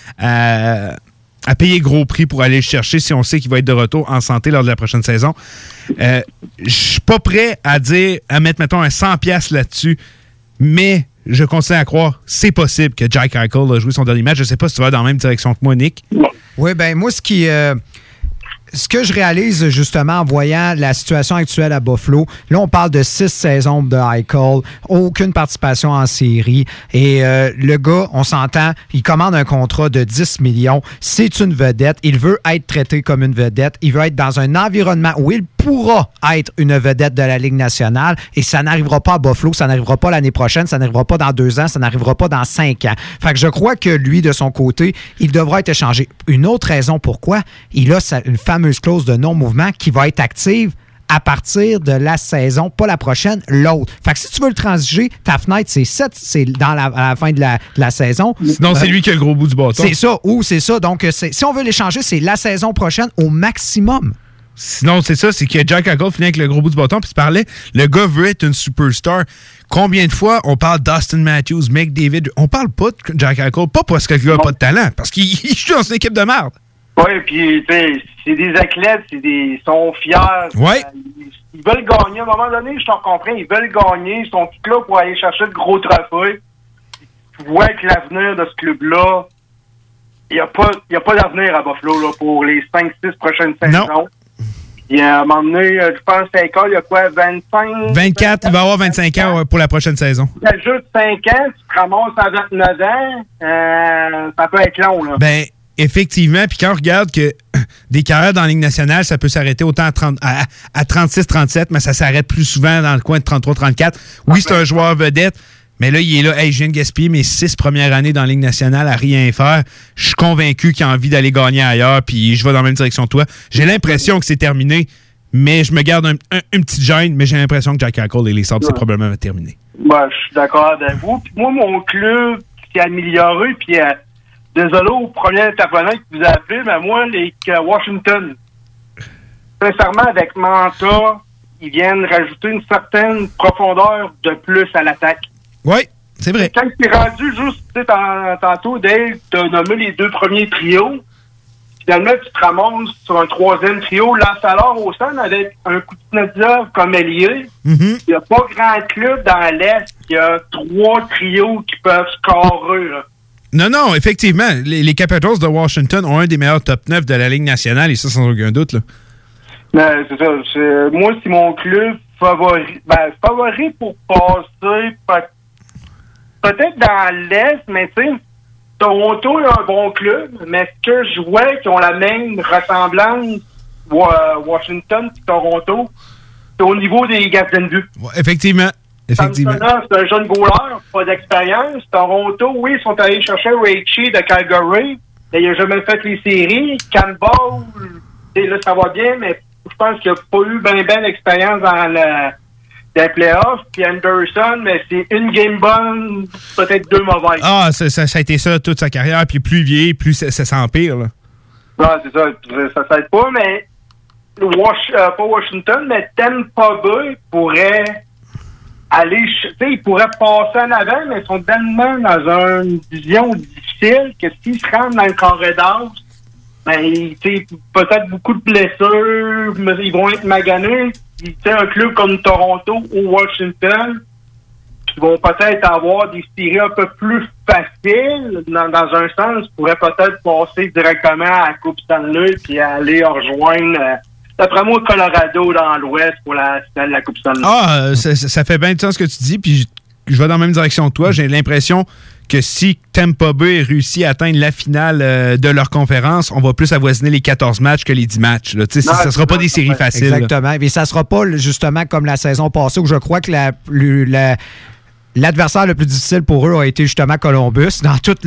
à payer gros prix pour aller le chercher si on sait qu'il va être de retour en santé lors de la prochaine saison. Je suis pas prêt à mettre, mettons, un 100$ là-dessus, mais je continue à croire c'est possible que Jack Eichel a joué son dernier match. Je sais pas si tu vas dans la même direction que moi, Nick. Oui, ben moi, ce que je réalise justement en voyant la situation actuelle à Buffalo, là on parle de 6 saisons de Eichel, aucune participation en série et le gars, on s'entend, il commande un contrat de 10 millions, c'est une vedette, il veut être traité comme une vedette, il veut être dans un environnement où il pourra être une vedette de la Ligue nationale et ça n'arrivera pas à Buffalo, ça n'arrivera pas l'année prochaine, ça n'arrivera pas dans 2 ans, ça n'arrivera pas dans 5 ans. Fait que je crois que lui, de son côté, il devra être échangé. Une autre raison pourquoi, il a une fameuse clause de non-mouvement qui va être active à partir de la saison, pas la prochaine, l'autre. Fait que si tu veux le transiger, ta fenêtre, c'est à la fin de la saison. Sinon, c'est lui qui a le gros bout du bâton. C'est ça. Donc, si on veut l'échanger, c'est la saison prochaine au maximum. Sinon, c'est ça, c'est que Jack Eichel finit avec le gros bout du bâton, puis tu parlais, le gars veut être une superstar. Combien de fois on parle d'Austin Matthews, McDavid, on parle pas de Jack Eichel, pas parce que le gars n'a pas de talent, parce qu'il joue dans une équipe de merde. Oui, puis c'est des athlètes, ils sont fiers. Ouais. Ils veulent gagner. À un moment donné, je t'en comprends, ils veulent gagner, ils sont tous là pour aller chercher le gros trophée. Tu vois que l'avenir de ce club-là, il n'y a pas d'avenir à Buffalo là, pour les 5-6 prochaines saisons. Non. Puis à un moment donné, je pense que Eichel, il y a quoi, 25? 24, il va avoir 25 ans pour la prochaine saison. Tu as juste 5 ans, tu te ramasses à 29 ans, ça peut être long, là. Ben, effectivement, puis quand on regarde que des carrières dans la Ligue nationale, ça peut s'arrêter autant à 36-37, mais ça s'arrête plus souvent dans le coin de 33-34. Oui, c'est un joueur vedette, Mais là, il est là. Hey, je viens de gaspiller mes 6 premières années dans la Ligue nationale à rien faire. Je suis convaincu qu'il a envie d'aller gagner ailleurs, puis je vais dans la même direction que toi. J'ai l'impression que c'est terminé, mais je me garde une petite gêne, mais j'ai l'impression que Jack Eichel et les Sabres, c'est probablement terminé. Ben, je suis d'accord avec vous. Puis moi, mon club s'est amélioré, puis désolé au premier intervenant qui vous a appelé, mais moi, les Washington, sincèrement, avec Manta, ils viennent rajouter une certaine profondeur de plus à l'attaque. Oui, c'est vrai. Quand tu es rendu juste, tu sais, tantôt, Dave, tu as nommé les 2 premiers trios. Finalement, tu te ramasses sur un 3e trio, Lance-Alors au centre, avec un coup de Kuznetsov comme ailier. Il n'y a pas grand club dans l'Est qui a 3 trios qui peuvent scorer, là. Non, effectivement. Les Capitals de Washington ont un des meilleurs top 9 de la Ligue nationale, et ça, sans aucun doute, là. Ben, c'est ça. Moi, c'est mon club favori. Ben, favori pour passer, peut-être dans l'Est, mais tu sais, Toronto est un bon club, mais ce que je vois qui ont la même ressemblance, Washington et Toronto, c'est au niveau des gardiens de but. Ouais, effectivement. C'est un jeune goaler, pas d'expérience. Toronto, oui, ils sont allés chercher Ritchie de Calgary, mais il n'a jamais fait les séries. Campbell, là, ça va bien, mais je pense qu'il n'a pas eu bien d'expérience dans les playoffs. Puis Anderson, mais c'est une game bonne, peut-être 2 mauvaises. Ah, ça a été ça toute sa carrière. Puis plus il vieillit, plus ça s'empire, là. Ah, c'est ça. Ça s'aide pas, mais pas Washington, mais Tampa Bay pourrait aller... Tu sais, ils pourraient passer en avant, mais ils sont tellement dans une division difficile que s'ils se rendent dans le carré d'as, ben, peut-être beaucoup de blessures, mais ils vont être maganés. Un club comme Toronto ou Washington, qui vont peut-être avoir des séries un peu plus faciles, dans un sens, pourraient peut-être passer directement à la Coupe Stanley puis aller rejoindre, d'après moi, Colorado dans l'Ouest pour la finale de la Coupe Stanley. Ah, ça fait bien de sens ce que tu dis, puis je vais dans la même direction que toi. J'ai l'impression que si Tampa Bay réussit à atteindre la finale de leur conférence, on va plus avoisiner les 14 matchs que les 10 matchs. Là. Ça ne sera pas des séries faciles. Exactement. Et ça ne sera pas justement comme la saison passée où je crois que l'adversaire le plus difficile pour eux a été justement Columbus dans tout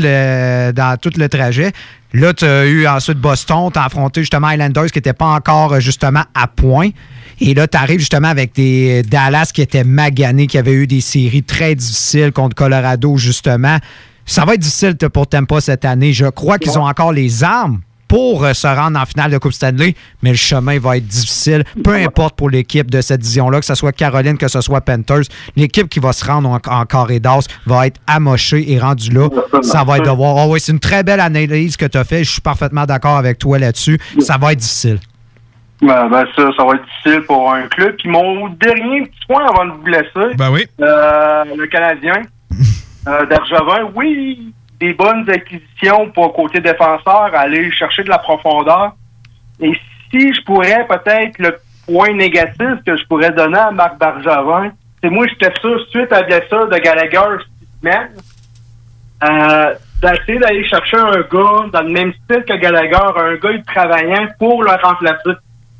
le trajet. Là, tu as eu ensuite Boston, tu as affronté justement Islanders qui n'étaient pas encore justement à point. Et là, tu arrives justement avec des Dallas qui étaient maganés, qui avaient eu des séries très difficiles contre Colorado, justement. Ça va être difficile pour Tampa cette année. Je crois qu'ils ont encore les armes pour se rendre en finale de Coupe Stanley, mais le chemin va être difficile. Peu importe pour l'équipe de cette division-là, que ce soit Caroline, que ce soit Panthers, l'équipe qui va se rendre en carré d'as va être amochée et rendue là. Ça va être de voir. Oh oui, c'est une très belle analyse que tu as fait. Je suis parfaitement d'accord avec toi là-dessus. Ça va être difficile. Ben ça va être difficile pour un club. Puis mon dernier petit point avant de vous laisser, le Canadien, Bergevin, oui, des bonnes acquisitions pour côté défenseur, aller chercher de la profondeur. Et si je pourrais peut-être le point négatif que je pourrais donner à Marc Bergevin, c'est moi j'étais sûr suite à la blessure de Gallagher cette semaine, d'essayer d'aller chercher un gars dans le même style que Gallagher, un gars travaillant pour le remplacer.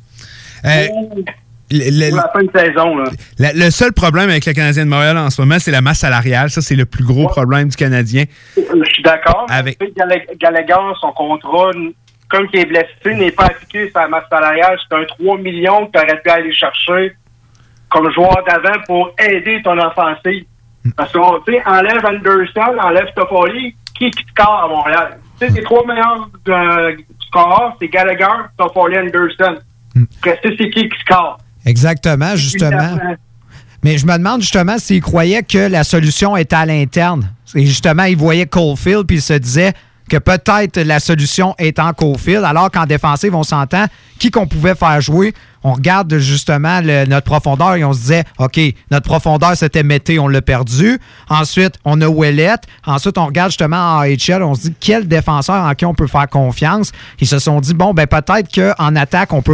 Pour la fin de saison. Là. Le seul problème avec le Canadien de Montréal en ce moment, c'est la masse salariale. Ça, c'est le plus gros problème du Canadien. Je suis d'accord. Avec Gallagher, son contrat, comme il est blessé, n'est pas appliqué sur la masse salariale. C'est un 3 millions que tu aurais pu aller chercher comme joueur d'avant pour aider ton offensive. Parce que, tu sais, enlève Anderson, enlève Toffoli, qui score à Montréal? Tu sais, les 3 meilleurs scoreurs, c'est Gallagher, Toffoli, Anderson. C'est qui score? Exactement, justement. Mais je me demande justement s'il croyait que la solution était à l'interne. Et justement, il voyait Caulfield puis il se disait que peut-être la solution est en Caulfield, alors qu'en défensive, on s'entend qui qu'on pouvait faire jouer. On regarde justement notre profondeur et on se disait, OK, notre profondeur, c'était Mété, on l'a perdu. Ensuite, on a Ouellette. Ensuite, on regarde justement en AHL, on se dit, quel défenseur en qui on peut faire confiance? Ils se sont dit, bon, ben peut-être qu'en attaque, on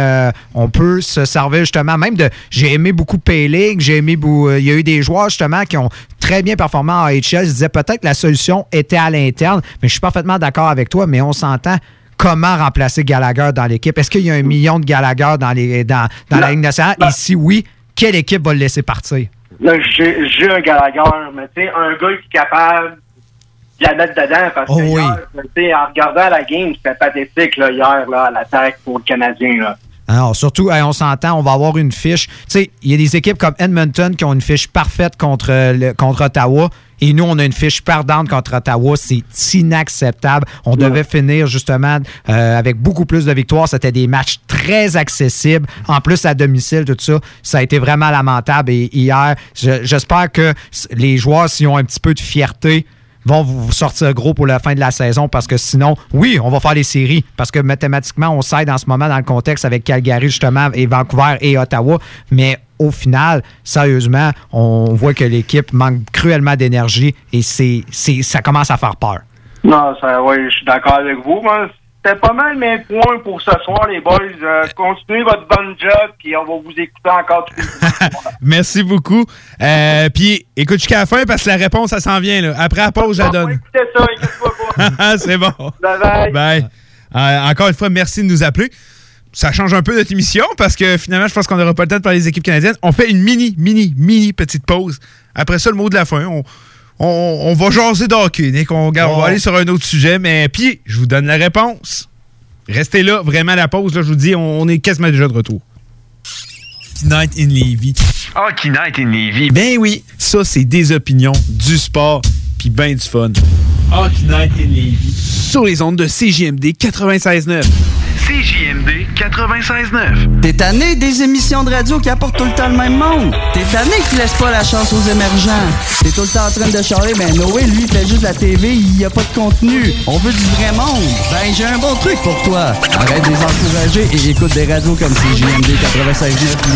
peut se servir justement même de... J'ai aimé beaucoup P-League, il y a eu des joueurs justement qui ont très bien performé en AHL. Je disais, peut-être que la solution était à l'interne, mais je suis parfaitement d'accord avec toi, mais on s'entend. Comment remplacer Gallagher dans l'équipe? Est-ce qu'il y a 1 million de Gallagher dans la Ligue nationale? Et si oui, quelle équipe va le laisser partir? Là, j'ai un Gallagher, mais tu sais, un gars qui est capable de la mettre dedans, parce que hier, tu sais, en regardant la game, c'était pathétique, là, hier, là, à l'attaque pour le Canadien, là. Alors, surtout, on s'entend, on va avoir une fiche. Tu sais, il y a des équipes comme Edmonton qui ont une fiche parfaite contre Ottawa. Et nous, on a une fiche perdante contre Ottawa. C'est inacceptable. On devait finir, justement, avec beaucoup plus de victoires. C'était des matchs très accessibles. En plus, à domicile, tout ça, ça a été vraiment lamentable. Et hier, j'espère que les joueurs, s'ils ont un petit peu de fierté, vont vous sortir gros pour la fin de la saison, parce que sinon, oui, on va faire les séries, parce que mathématiquement, on s'aide en ce moment dans le contexte avec Calgary, justement, et Vancouver et Ottawa, mais au final, sérieusement, on voit que l'équipe manque cruellement d'énergie et ça commence à faire peur. Non, oui, je suis d'accord avec vous. Moi, c'était pas mal mes points pour ce soir, les boys. Continuez votre bon job, puis on va vous écouter encore tout le temps. Merci beaucoup. Puis, écoute jusqu'à la fin, parce que la réponse, ça s'en vient. Là. Après la pause, je la donne. Écoutez ça, inquiète-toi pas. C'est bon. Bye. Bye. Encore une fois, merci de nous appeler. Ça change un peu notre émission, parce que finalement, je pense qu'on n'aura pas le temps de parler des équipes canadiennes. On fait une mini petite pause. Après ça, le mot de la fin, on va jaser de hockey, Nick. On va aller sur un autre sujet, mais puis, je vous donne la réponse. Restez là, vraiment à la pause. Là, je vous dis, on est quasiment déjà de retour. Hockey Night in Lévis. Hockey Night in Lévis. Ben oui, ça, c'est des opinions, du sport, puis ben du fun. Hockey Night in Lévis. Sur les ondes de CJMD 96.9. CJMD 96.9. T'es tanné des émissions de radio qui apportent tout le temps le même monde? T'es tanné qui laisse pas la chance aux émergents? T'es tout le temps en train de charler, ben Noé, lui, fait juste la TV, il y a pas de contenu. On veut du vrai monde. Ben, j'ai un bon truc pour toi. Arrête de les encourager et écoute des radios comme CJMD 96.9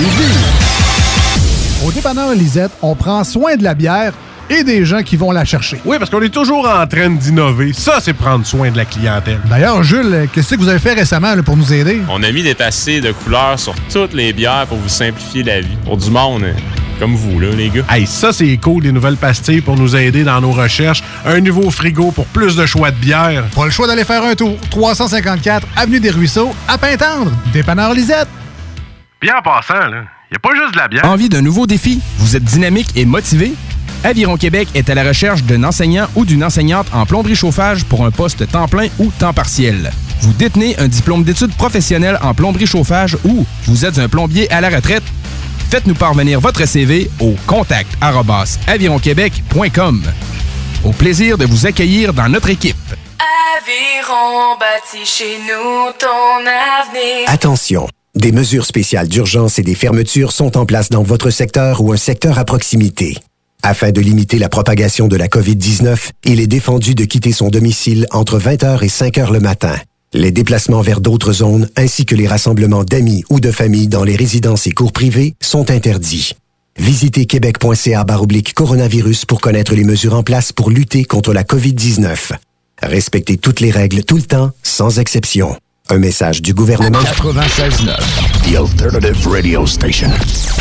Lévis. Au dépanneur Lisette, on prend soin de la bière et des gens qui vont la chercher. Oui, parce qu'on est toujours en train d'innover. Ça, c'est prendre soin de la clientèle. D'ailleurs, Jules, qu'est-ce que vous avez fait récemment là, pour nous aider? On a mis des passés de couleurs sur toutes les bières pour vous simplifier la vie. Pour du monde comme vous, là, les gars. Hey, ça, c'est cool, des nouvelles pastilles pour nous aider dans nos recherches. Un nouveau frigo pour plus de choix de bières. Pas le choix d'aller faire un tour. 354 Avenue des Ruisseaux, à Pintendre. Dépanneur Lisette. Bien en passant, là, y a pas juste de la bière. Envie d'un nouveau défi? Vous êtes dynamique et motivé? Aviron Québec est à la recherche d'un enseignant ou d'une enseignante en plomberie-chauffage pour un poste temps plein ou temps partiel. Vous détenez un diplôme d'études professionnelles en plomberie-chauffage ou vous êtes un plombier à la retraite? Faites-nous parvenir votre CV au contact@avironquebec.com. Au plaisir de vous accueillir dans notre équipe. Aviron bâtit chez nous ton avenir. Attention, des mesures spéciales d'urgence et des fermetures sont en place dans votre secteur ou un secteur à proximité. Afin de limiter la propagation de la COVID-19, il est défendu de quitter son domicile entre 20h et 5h le matin. Les déplacements vers d'autres zones ainsi que les rassemblements d'amis ou de familles dans les résidences et cours privés sont interdits. Visitez québec.ca/coronavirus pour connaître les mesures en place pour lutter contre la COVID-19. Respectez toutes les règles tout le temps, sans exception. Un message du gouvernement 96.9, The Alternative Radio Station.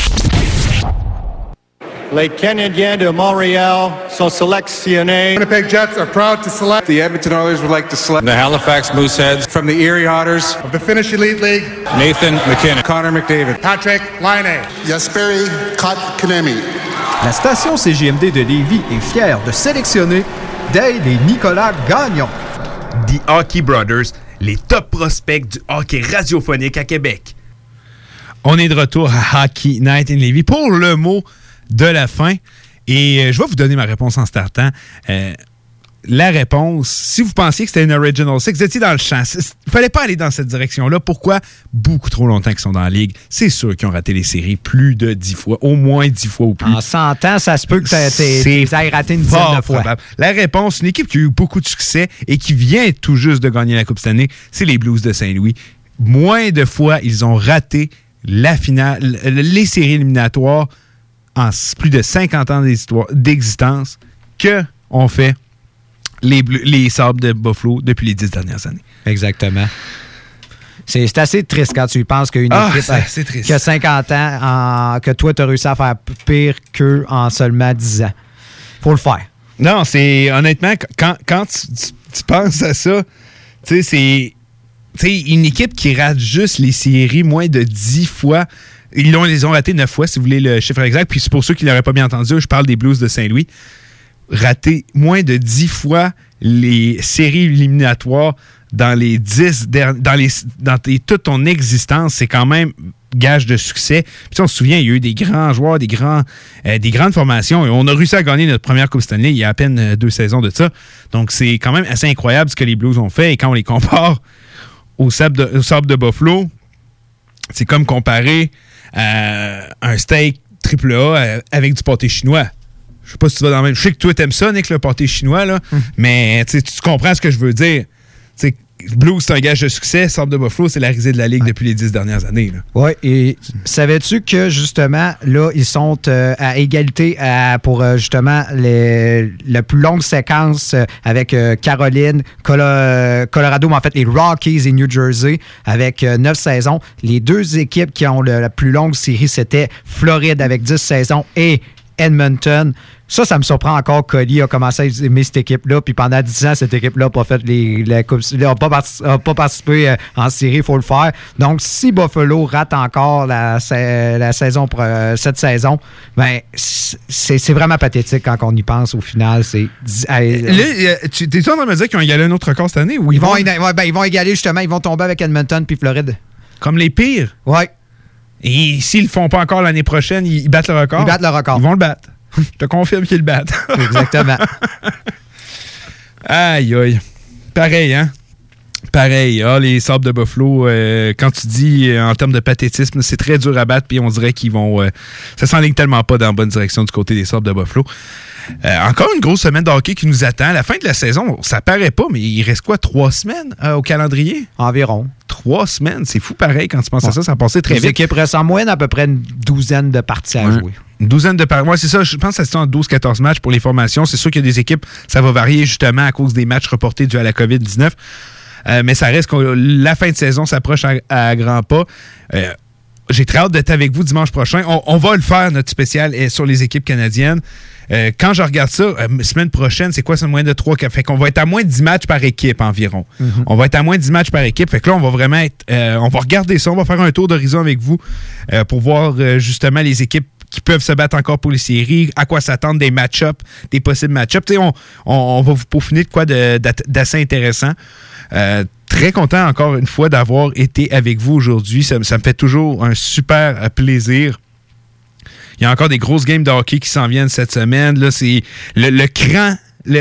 Les Canadiens de Montréal sont sélectionnés. Winnipeg Jets are proud to select. The Edmonton Oilers would like to select. The Halifax Mooseheads. From the Erie Otters. Of the Finnish Elite League. Nathan McKinnon. Connor McDavid. Patrick Laine. Jesperi Kotkaniemi. La station CJMD de Lévis est fière de sélectionner Dale et Nicolas Gagnon. The Hockey Brothers, les top prospects du hockey radiophonique à Québec. On est de retour à Hockey Night in Lévis pour le mot de la fin. Et je vais vous donner ma réponse en startant. La réponse, si vous pensiez que c'était une Original Six, vous étiez dans le champ. Il ne fallait pas aller dans cette direction-là. Pourquoi? Beaucoup trop longtemps qu'ils sont dans la Ligue. C'est sûr qu'ils ont raté les séries plus de 10 fois, au moins 10 fois ou plus. En 100 ans, ça se peut que tu aies raté une dizaine de fois. Probable. La réponse, une équipe qui a eu beaucoup de succès et qui vient tout juste de gagner la Coupe cette année, c'est les Blues de Saint-Louis. Moins de fois, ils ont raté la finale, les séries éliminatoires en plus de 50 ans d'existence que ont fait les Sabres de Buffalo depuis les 10 dernières années. Exactement. C'est assez triste quand tu penses qu'une équipe qui a 50 ans, que toi, tu as réussi à faire pire qu'eux en seulement 10 ans. Faut le faire. Non, c'est honnêtement, quand tu penses à ça, tu sais, c'est une équipe qui rate juste les séries moins de 10 fois. Ils les ont ratés 9 fois, si vous voulez le chiffre exact. Puis c'est pour ceux qui ne l'auraient pas bien entendu, je parle des Blues de Saint-Louis. Raté moins de 10 fois les séries éliminatoires dans les 10 toute ton existence, c'est quand même gage de succès. Puis on se souvient, il y a eu des grands joueurs, des grandes formations. Et on a réussi à gagner notre première Coupe Stanley il y a à peine 2 saisons de ça. Donc c'est quand même assez incroyable ce que les Blues ont fait. Et quand on les compare au Sabres de Buffalo, c'est comme comparer un steak AAA avec du pâté chinois. Je sais pas si tu vas dans le même. Je sais que toi, t'aimes ça, Nick, le pâté chinois, là. Mais tu comprends ce que je veux dire. T'sais, Blues, c'est un gage de succès. Sabres de Buffalo, c'est la risée de la Ligue depuis les 10 dernières années. Oui, et savais-tu que, justement, là, ils sont à égalité pour, justement, la plus longue séquence avec Caroline, Colorado, mais en fait, les Rockies et New Jersey, avec 9 saisons. Les 2 équipes qui ont la plus longue série, c'était Floride avec 10 saisons et Edmonton. Ça me surprend encore. Cody a commencé à aimer cette équipe-là, puis pendant 10 ans, cette équipe-là n'a pas fait la coupe, n'a pas participé en série, il faut le faire. Donc, si Buffalo rate encore cette saison, ben c'est vraiment pathétique quand on y pense au final. T'es-tu en train de me dire qu'ils ont égalé un autre record cette année? Ou ils vont égaler justement, ils vont tomber avec Edmonton puis Floride. Comme les pires? Oui. Et s'ils le font pas encore l'année prochaine, ils battent le record? Ils battent le record. Ils vont le battre. Je te confirme qu'ils le battent. Exactement. Aïe, aïe. Pareil, hein? Pareil. Les Sabres de Buffalo, quand tu dis en termes de pathétisme, c'est très dur à battre, puis on dirait qu'ils vont... ça s'enligne tellement pas dans la bonne direction du côté des Sabres de Buffalo. Encore une grosse semaine de hockey qui nous attend. À la fin de la saison, ça paraît pas, mais il reste quoi, 3 semaines au calendrier? Environ. 3 semaines, c'est fou pareil quand tu penses à ça a passé très vite. Les équipes restent en moyenne à peu près une douzaine de parties à jouer. Une douzaine de parties. Moi, c'est ça, je pense que ça se tient en 12-14 matchs pour les formations. C'est sûr qu'il y a des équipes, ça va varier justement à cause des matchs reportés dus à la COVID-19. Mais ça reste que la fin de saison s'approche à grands pas. J'ai très hâte d'être avec vous dimanche prochain. On va le faire, notre spécial sur les équipes canadiennes. Quand je regarde ça, semaine prochaine, c'est quoi? C'est moins de 3. Fait qu'on va être à moins de 10 matchs par équipe environ. Mm-hmm. On va être à moins de 10 matchs par équipe. Fait que là, on va vraiment être... on va regarder ça. On va faire un tour d'horizon avec vous pour voir justement les équipes qui peuvent se battre encore pour les séries, à quoi s'attendre, des match-ups, des possibles match-ups. On va vous peaufiner de quoi d'assez intéressant. Très content encore une fois d'avoir été avec vous aujourd'hui. Ça me fait toujours un super plaisir. Il y a encore des grosses games de hockey qui s'en viennent cette semaine. Là, c'est le cran.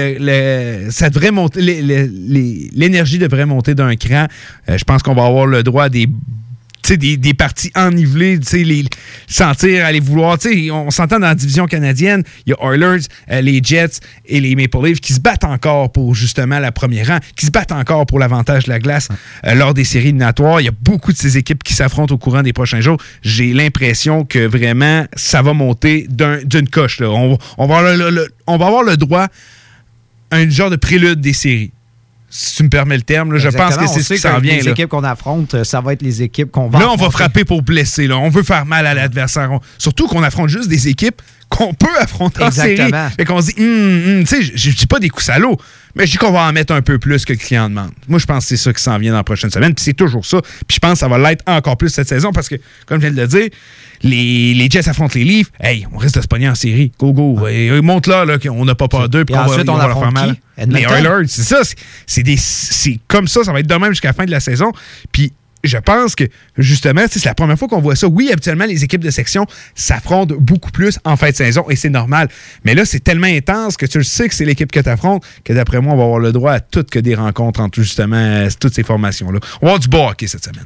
Ça devrait monter. L'énergie devrait monter d'un cran. Je pense qu'on va avoir le droit à des parties ennivelées, les sentir, aller vouloir. On s'entend dans la division canadienne, il y a Oilers, les Jets et les Maple Leafs qui se battent encore pour justement la première rang, qui se battent encore pour l'avantage de la glace lors des séries éliminatoires. Il y a beaucoup de ces équipes qui s'affrontent au courant des prochains jours. J'ai l'impression que vraiment, ça va monter d'une coche. Là. On va avoir le droit à un genre de prélude des séries. Si tu me permets le terme, là, je pense que c'est ce qui s'en vient. Les équipes qu'on affronte, ça va être les équipes qu'on va affronter. Là, on va frapper pour blesser. Là. On veut faire mal à l'adversaire. Surtout qu'on affronte juste des équipes qu'on peut affronter en série. Fait qu'on se dit, tu sais, je dis pas des coups salauds, mais je dis qu'on va en mettre un peu plus que le client demande. Moi, je pense que c'est ça qui s'en vient dans la prochaine semaine. Puis c'est toujours ça. Puis je pense que ça va l'être encore plus cette saison parce que, comme je viens de le dire, les Jets affrontent les Leafs. Hey, on risque de se pogner en série. Go, go. Et monte là qu'on n'a pas peur d'eux. Puis ensuite, on va leur faire mal. Les Oilers, c'est ça. C'est comme ça. Ça va être de même jusqu'à la fin de la saison. Puis je pense que, justement, c'est la première fois qu'on voit ça. Oui, habituellement, les équipes de section s'affrontent beaucoup plus en fin de saison et c'est normal. Mais là, c'est tellement intense que tu le sais que c'est l'équipe que tu affrontes que, d'après moi, on va avoir le droit à toutes que des rencontres entre, justement, toutes ces formations-là. On va avoir du beau hockey cette semaine.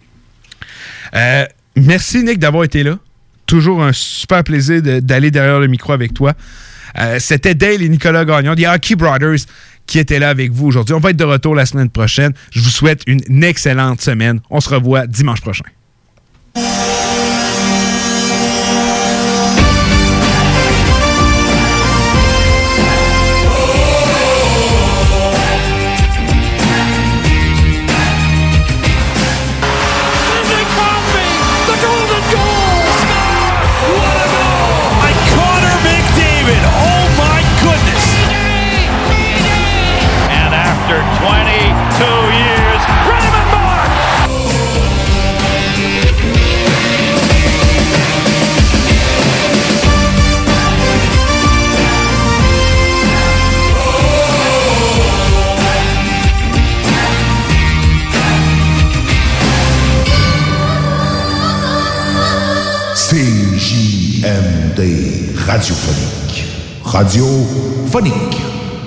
Merci, Nick, d'avoir été là. Toujours un super plaisir d'aller derrière le micro avec toi. C'était Dale et Nicolas Gagnon, des Hockey Brothers, qui étaient là avec vous aujourd'hui. On va être de retour la semaine prochaine. Je vous souhaite une excellente semaine. On se revoit dimanche prochain. radiophonique. Radiophonique.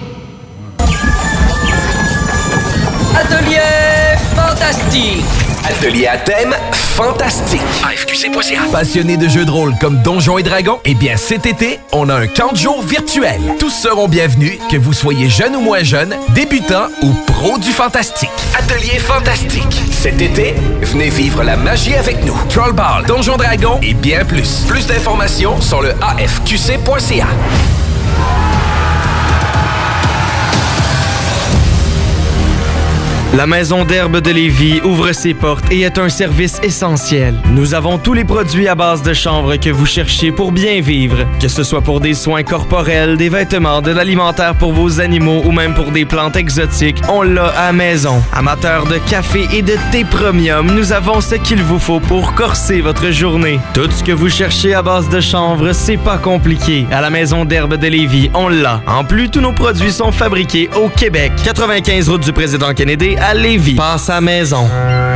Atelier fantastique. Atelier à thème fantastique. AFQC.ca. Passionné de jeux de rôle comme Donjons et Dragons? Eh bien, cet été, on a un camp de jour virtuel. Tous seront bienvenus, que vous soyez jeune ou moins jeune, débutant ou pro du fantastique. Atelier fantastique. Cet été, venez vivre la magie avec nous. Trollball, Donjons Dragons et bien plus. Plus d'informations sur le AFQC.ca. La Maison d'herbe de Lévis ouvre ses portes et est un service essentiel. Nous avons tous les produits à base de chanvre que vous cherchez pour bien vivre. Que ce soit pour des soins corporels, des vêtements, de l'alimentaire pour vos animaux ou même pour des plantes exotiques, on l'a à maison. Amateurs de café et de thé premium, nous avons ce qu'il vous faut pour corser votre journée. Tout ce que vous cherchez à base de chanvre, c'est pas compliqué. À la Maison d'herbe de Lévis, on l'a. En plus, tous nos produits sont fabriqués au Québec. 95 route du Président Kennedy à Lévis. Passe à maison.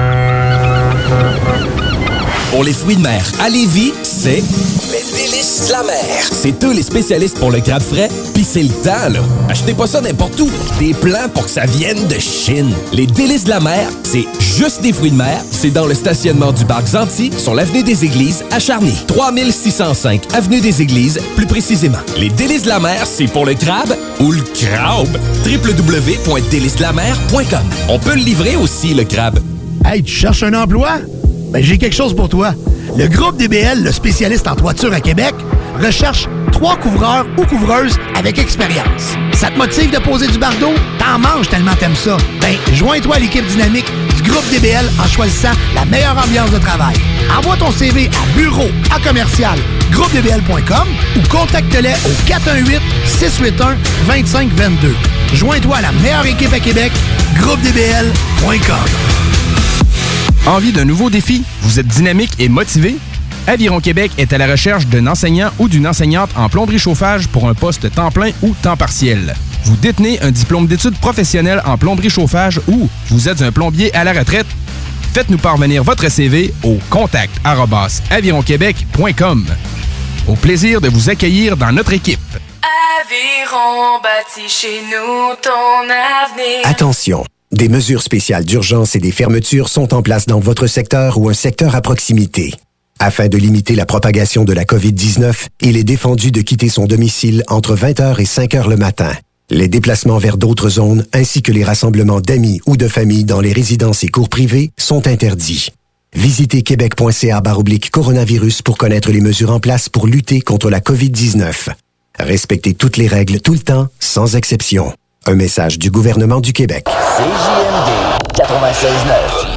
Pour les fruits de mer à Lévis, c'est les délices de la mer. C'est eux les spécialistes pour le crabe frais, pis c'est le temps, là. Achetez pas ça n'importe où. Des plans pour que ça vienne de Chine. Les délices de la mer, c'est juste des fruits de mer. C'est dans le stationnement du parc Zanti, sur l'avenue des Églises, à Charny. 3605 avenue des Églises, plus précisément. Les délices de la mer, c'est pour le crabe ou le crabe. www.délicesdelamer.com. On peut le livrer aussi, le crabe. Hey, tu cherches un emploi? Ben, j'ai quelque chose pour toi. Le groupe DBL, le spécialiste en toiture à Québec, recherche 3 couvreurs ou couvreuses avec expérience. Ça te motive de poser du bardeau? T'en manges tellement t'aimes ça. Ben, joins-toi à l'équipe dynamique du groupe DBL en choisissant la meilleure ambiance de travail. Envoie ton CV à bureau@commercial-groupedbl.com ou contacte-les au 418-681-2522. Joins-toi à la meilleure équipe à Québec, groupedbl.com. Envie d'un nouveau défi? Vous êtes dynamique et motivé? Aviron Québec est à la recherche d'un enseignant ou d'une enseignante en plomberie-chauffage pour un poste temps plein ou temps partiel. Vous détenez un diplôme d'études professionnelles en plomberie-chauffage ou vous êtes un plombier à la retraite? Faites-nous parvenir votre CV au contact@avironquebec.com. Au plaisir de vous accueillir dans notre équipe. Aviron bâtit chez nous ton avenir. Attention! Des mesures spéciales d'urgence et des fermetures sont en place dans votre secteur ou un secteur à proximité. Afin de limiter la propagation de la COVID-19, il est défendu de quitter son domicile entre 20h et 5h le matin. Les déplacements vers d'autres zones ainsi que les rassemblements d'amis ou de familles dans les résidences et cours privés sont interdits. Visitez québec.ca/coronavirus pour connaître les mesures en place pour lutter contre la COVID-19. Respectez toutes les règles tout le temps, sans exception. Un message du gouvernement du Québec. CJMD 96.9.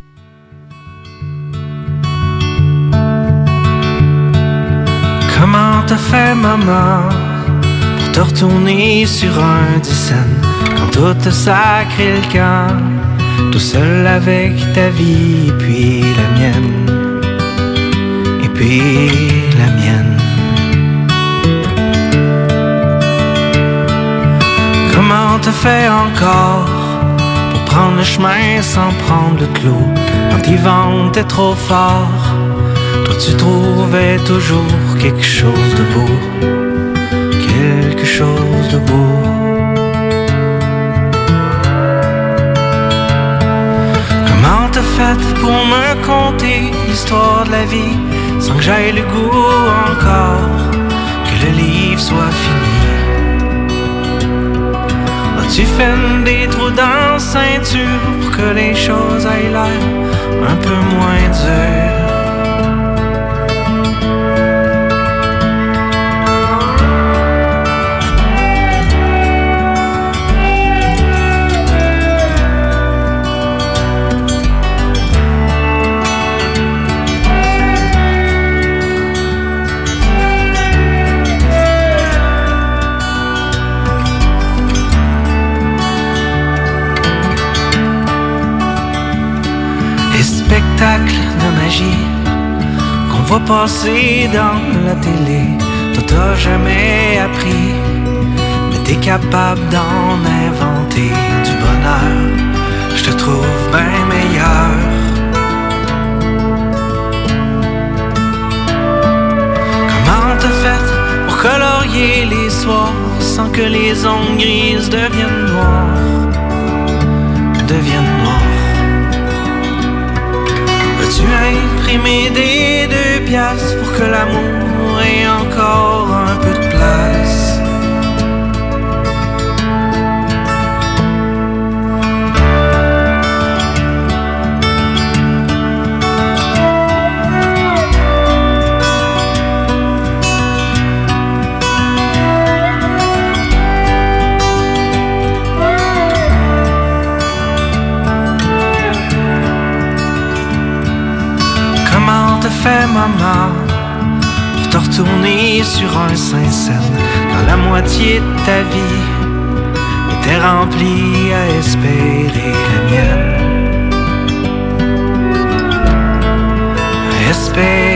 Comment t'as fait, maman, pour te retourner sur un dizaine quand tout te sacré le camp, tout seul avec ta vie et puis la mienne, et puis la mienne. Comment t'as fait encore pour prendre le chemin sans prendre le clos quand tes vents étaient trop forts? Toi tu trouvais toujours quelque chose de beau, quelque chose de beau. Comment t'as fait pour me conter l'histoire de la vie sans que j'aille le goût encore que le livre soit fini? Tu fais des trous dans la ceinture pour que les choses aient l'air un peu moins dures. Spectacle de magie qu'on voit passer dans la télé. Toi t'as jamais appris, mais t'es capable d'en inventer du bonheur. Je te trouve bien meilleur. Comment t'as fait pour colorier travailler les soirs sans que les ongles grises deviennent noires. As-tu imprimé des 2 piastres pour que l'amour ait encore un peu de place? Fait maman pour te retourner sur un Saint-Saëns quand la moitié de ta vie était remplie à espérer la mienne, à espérer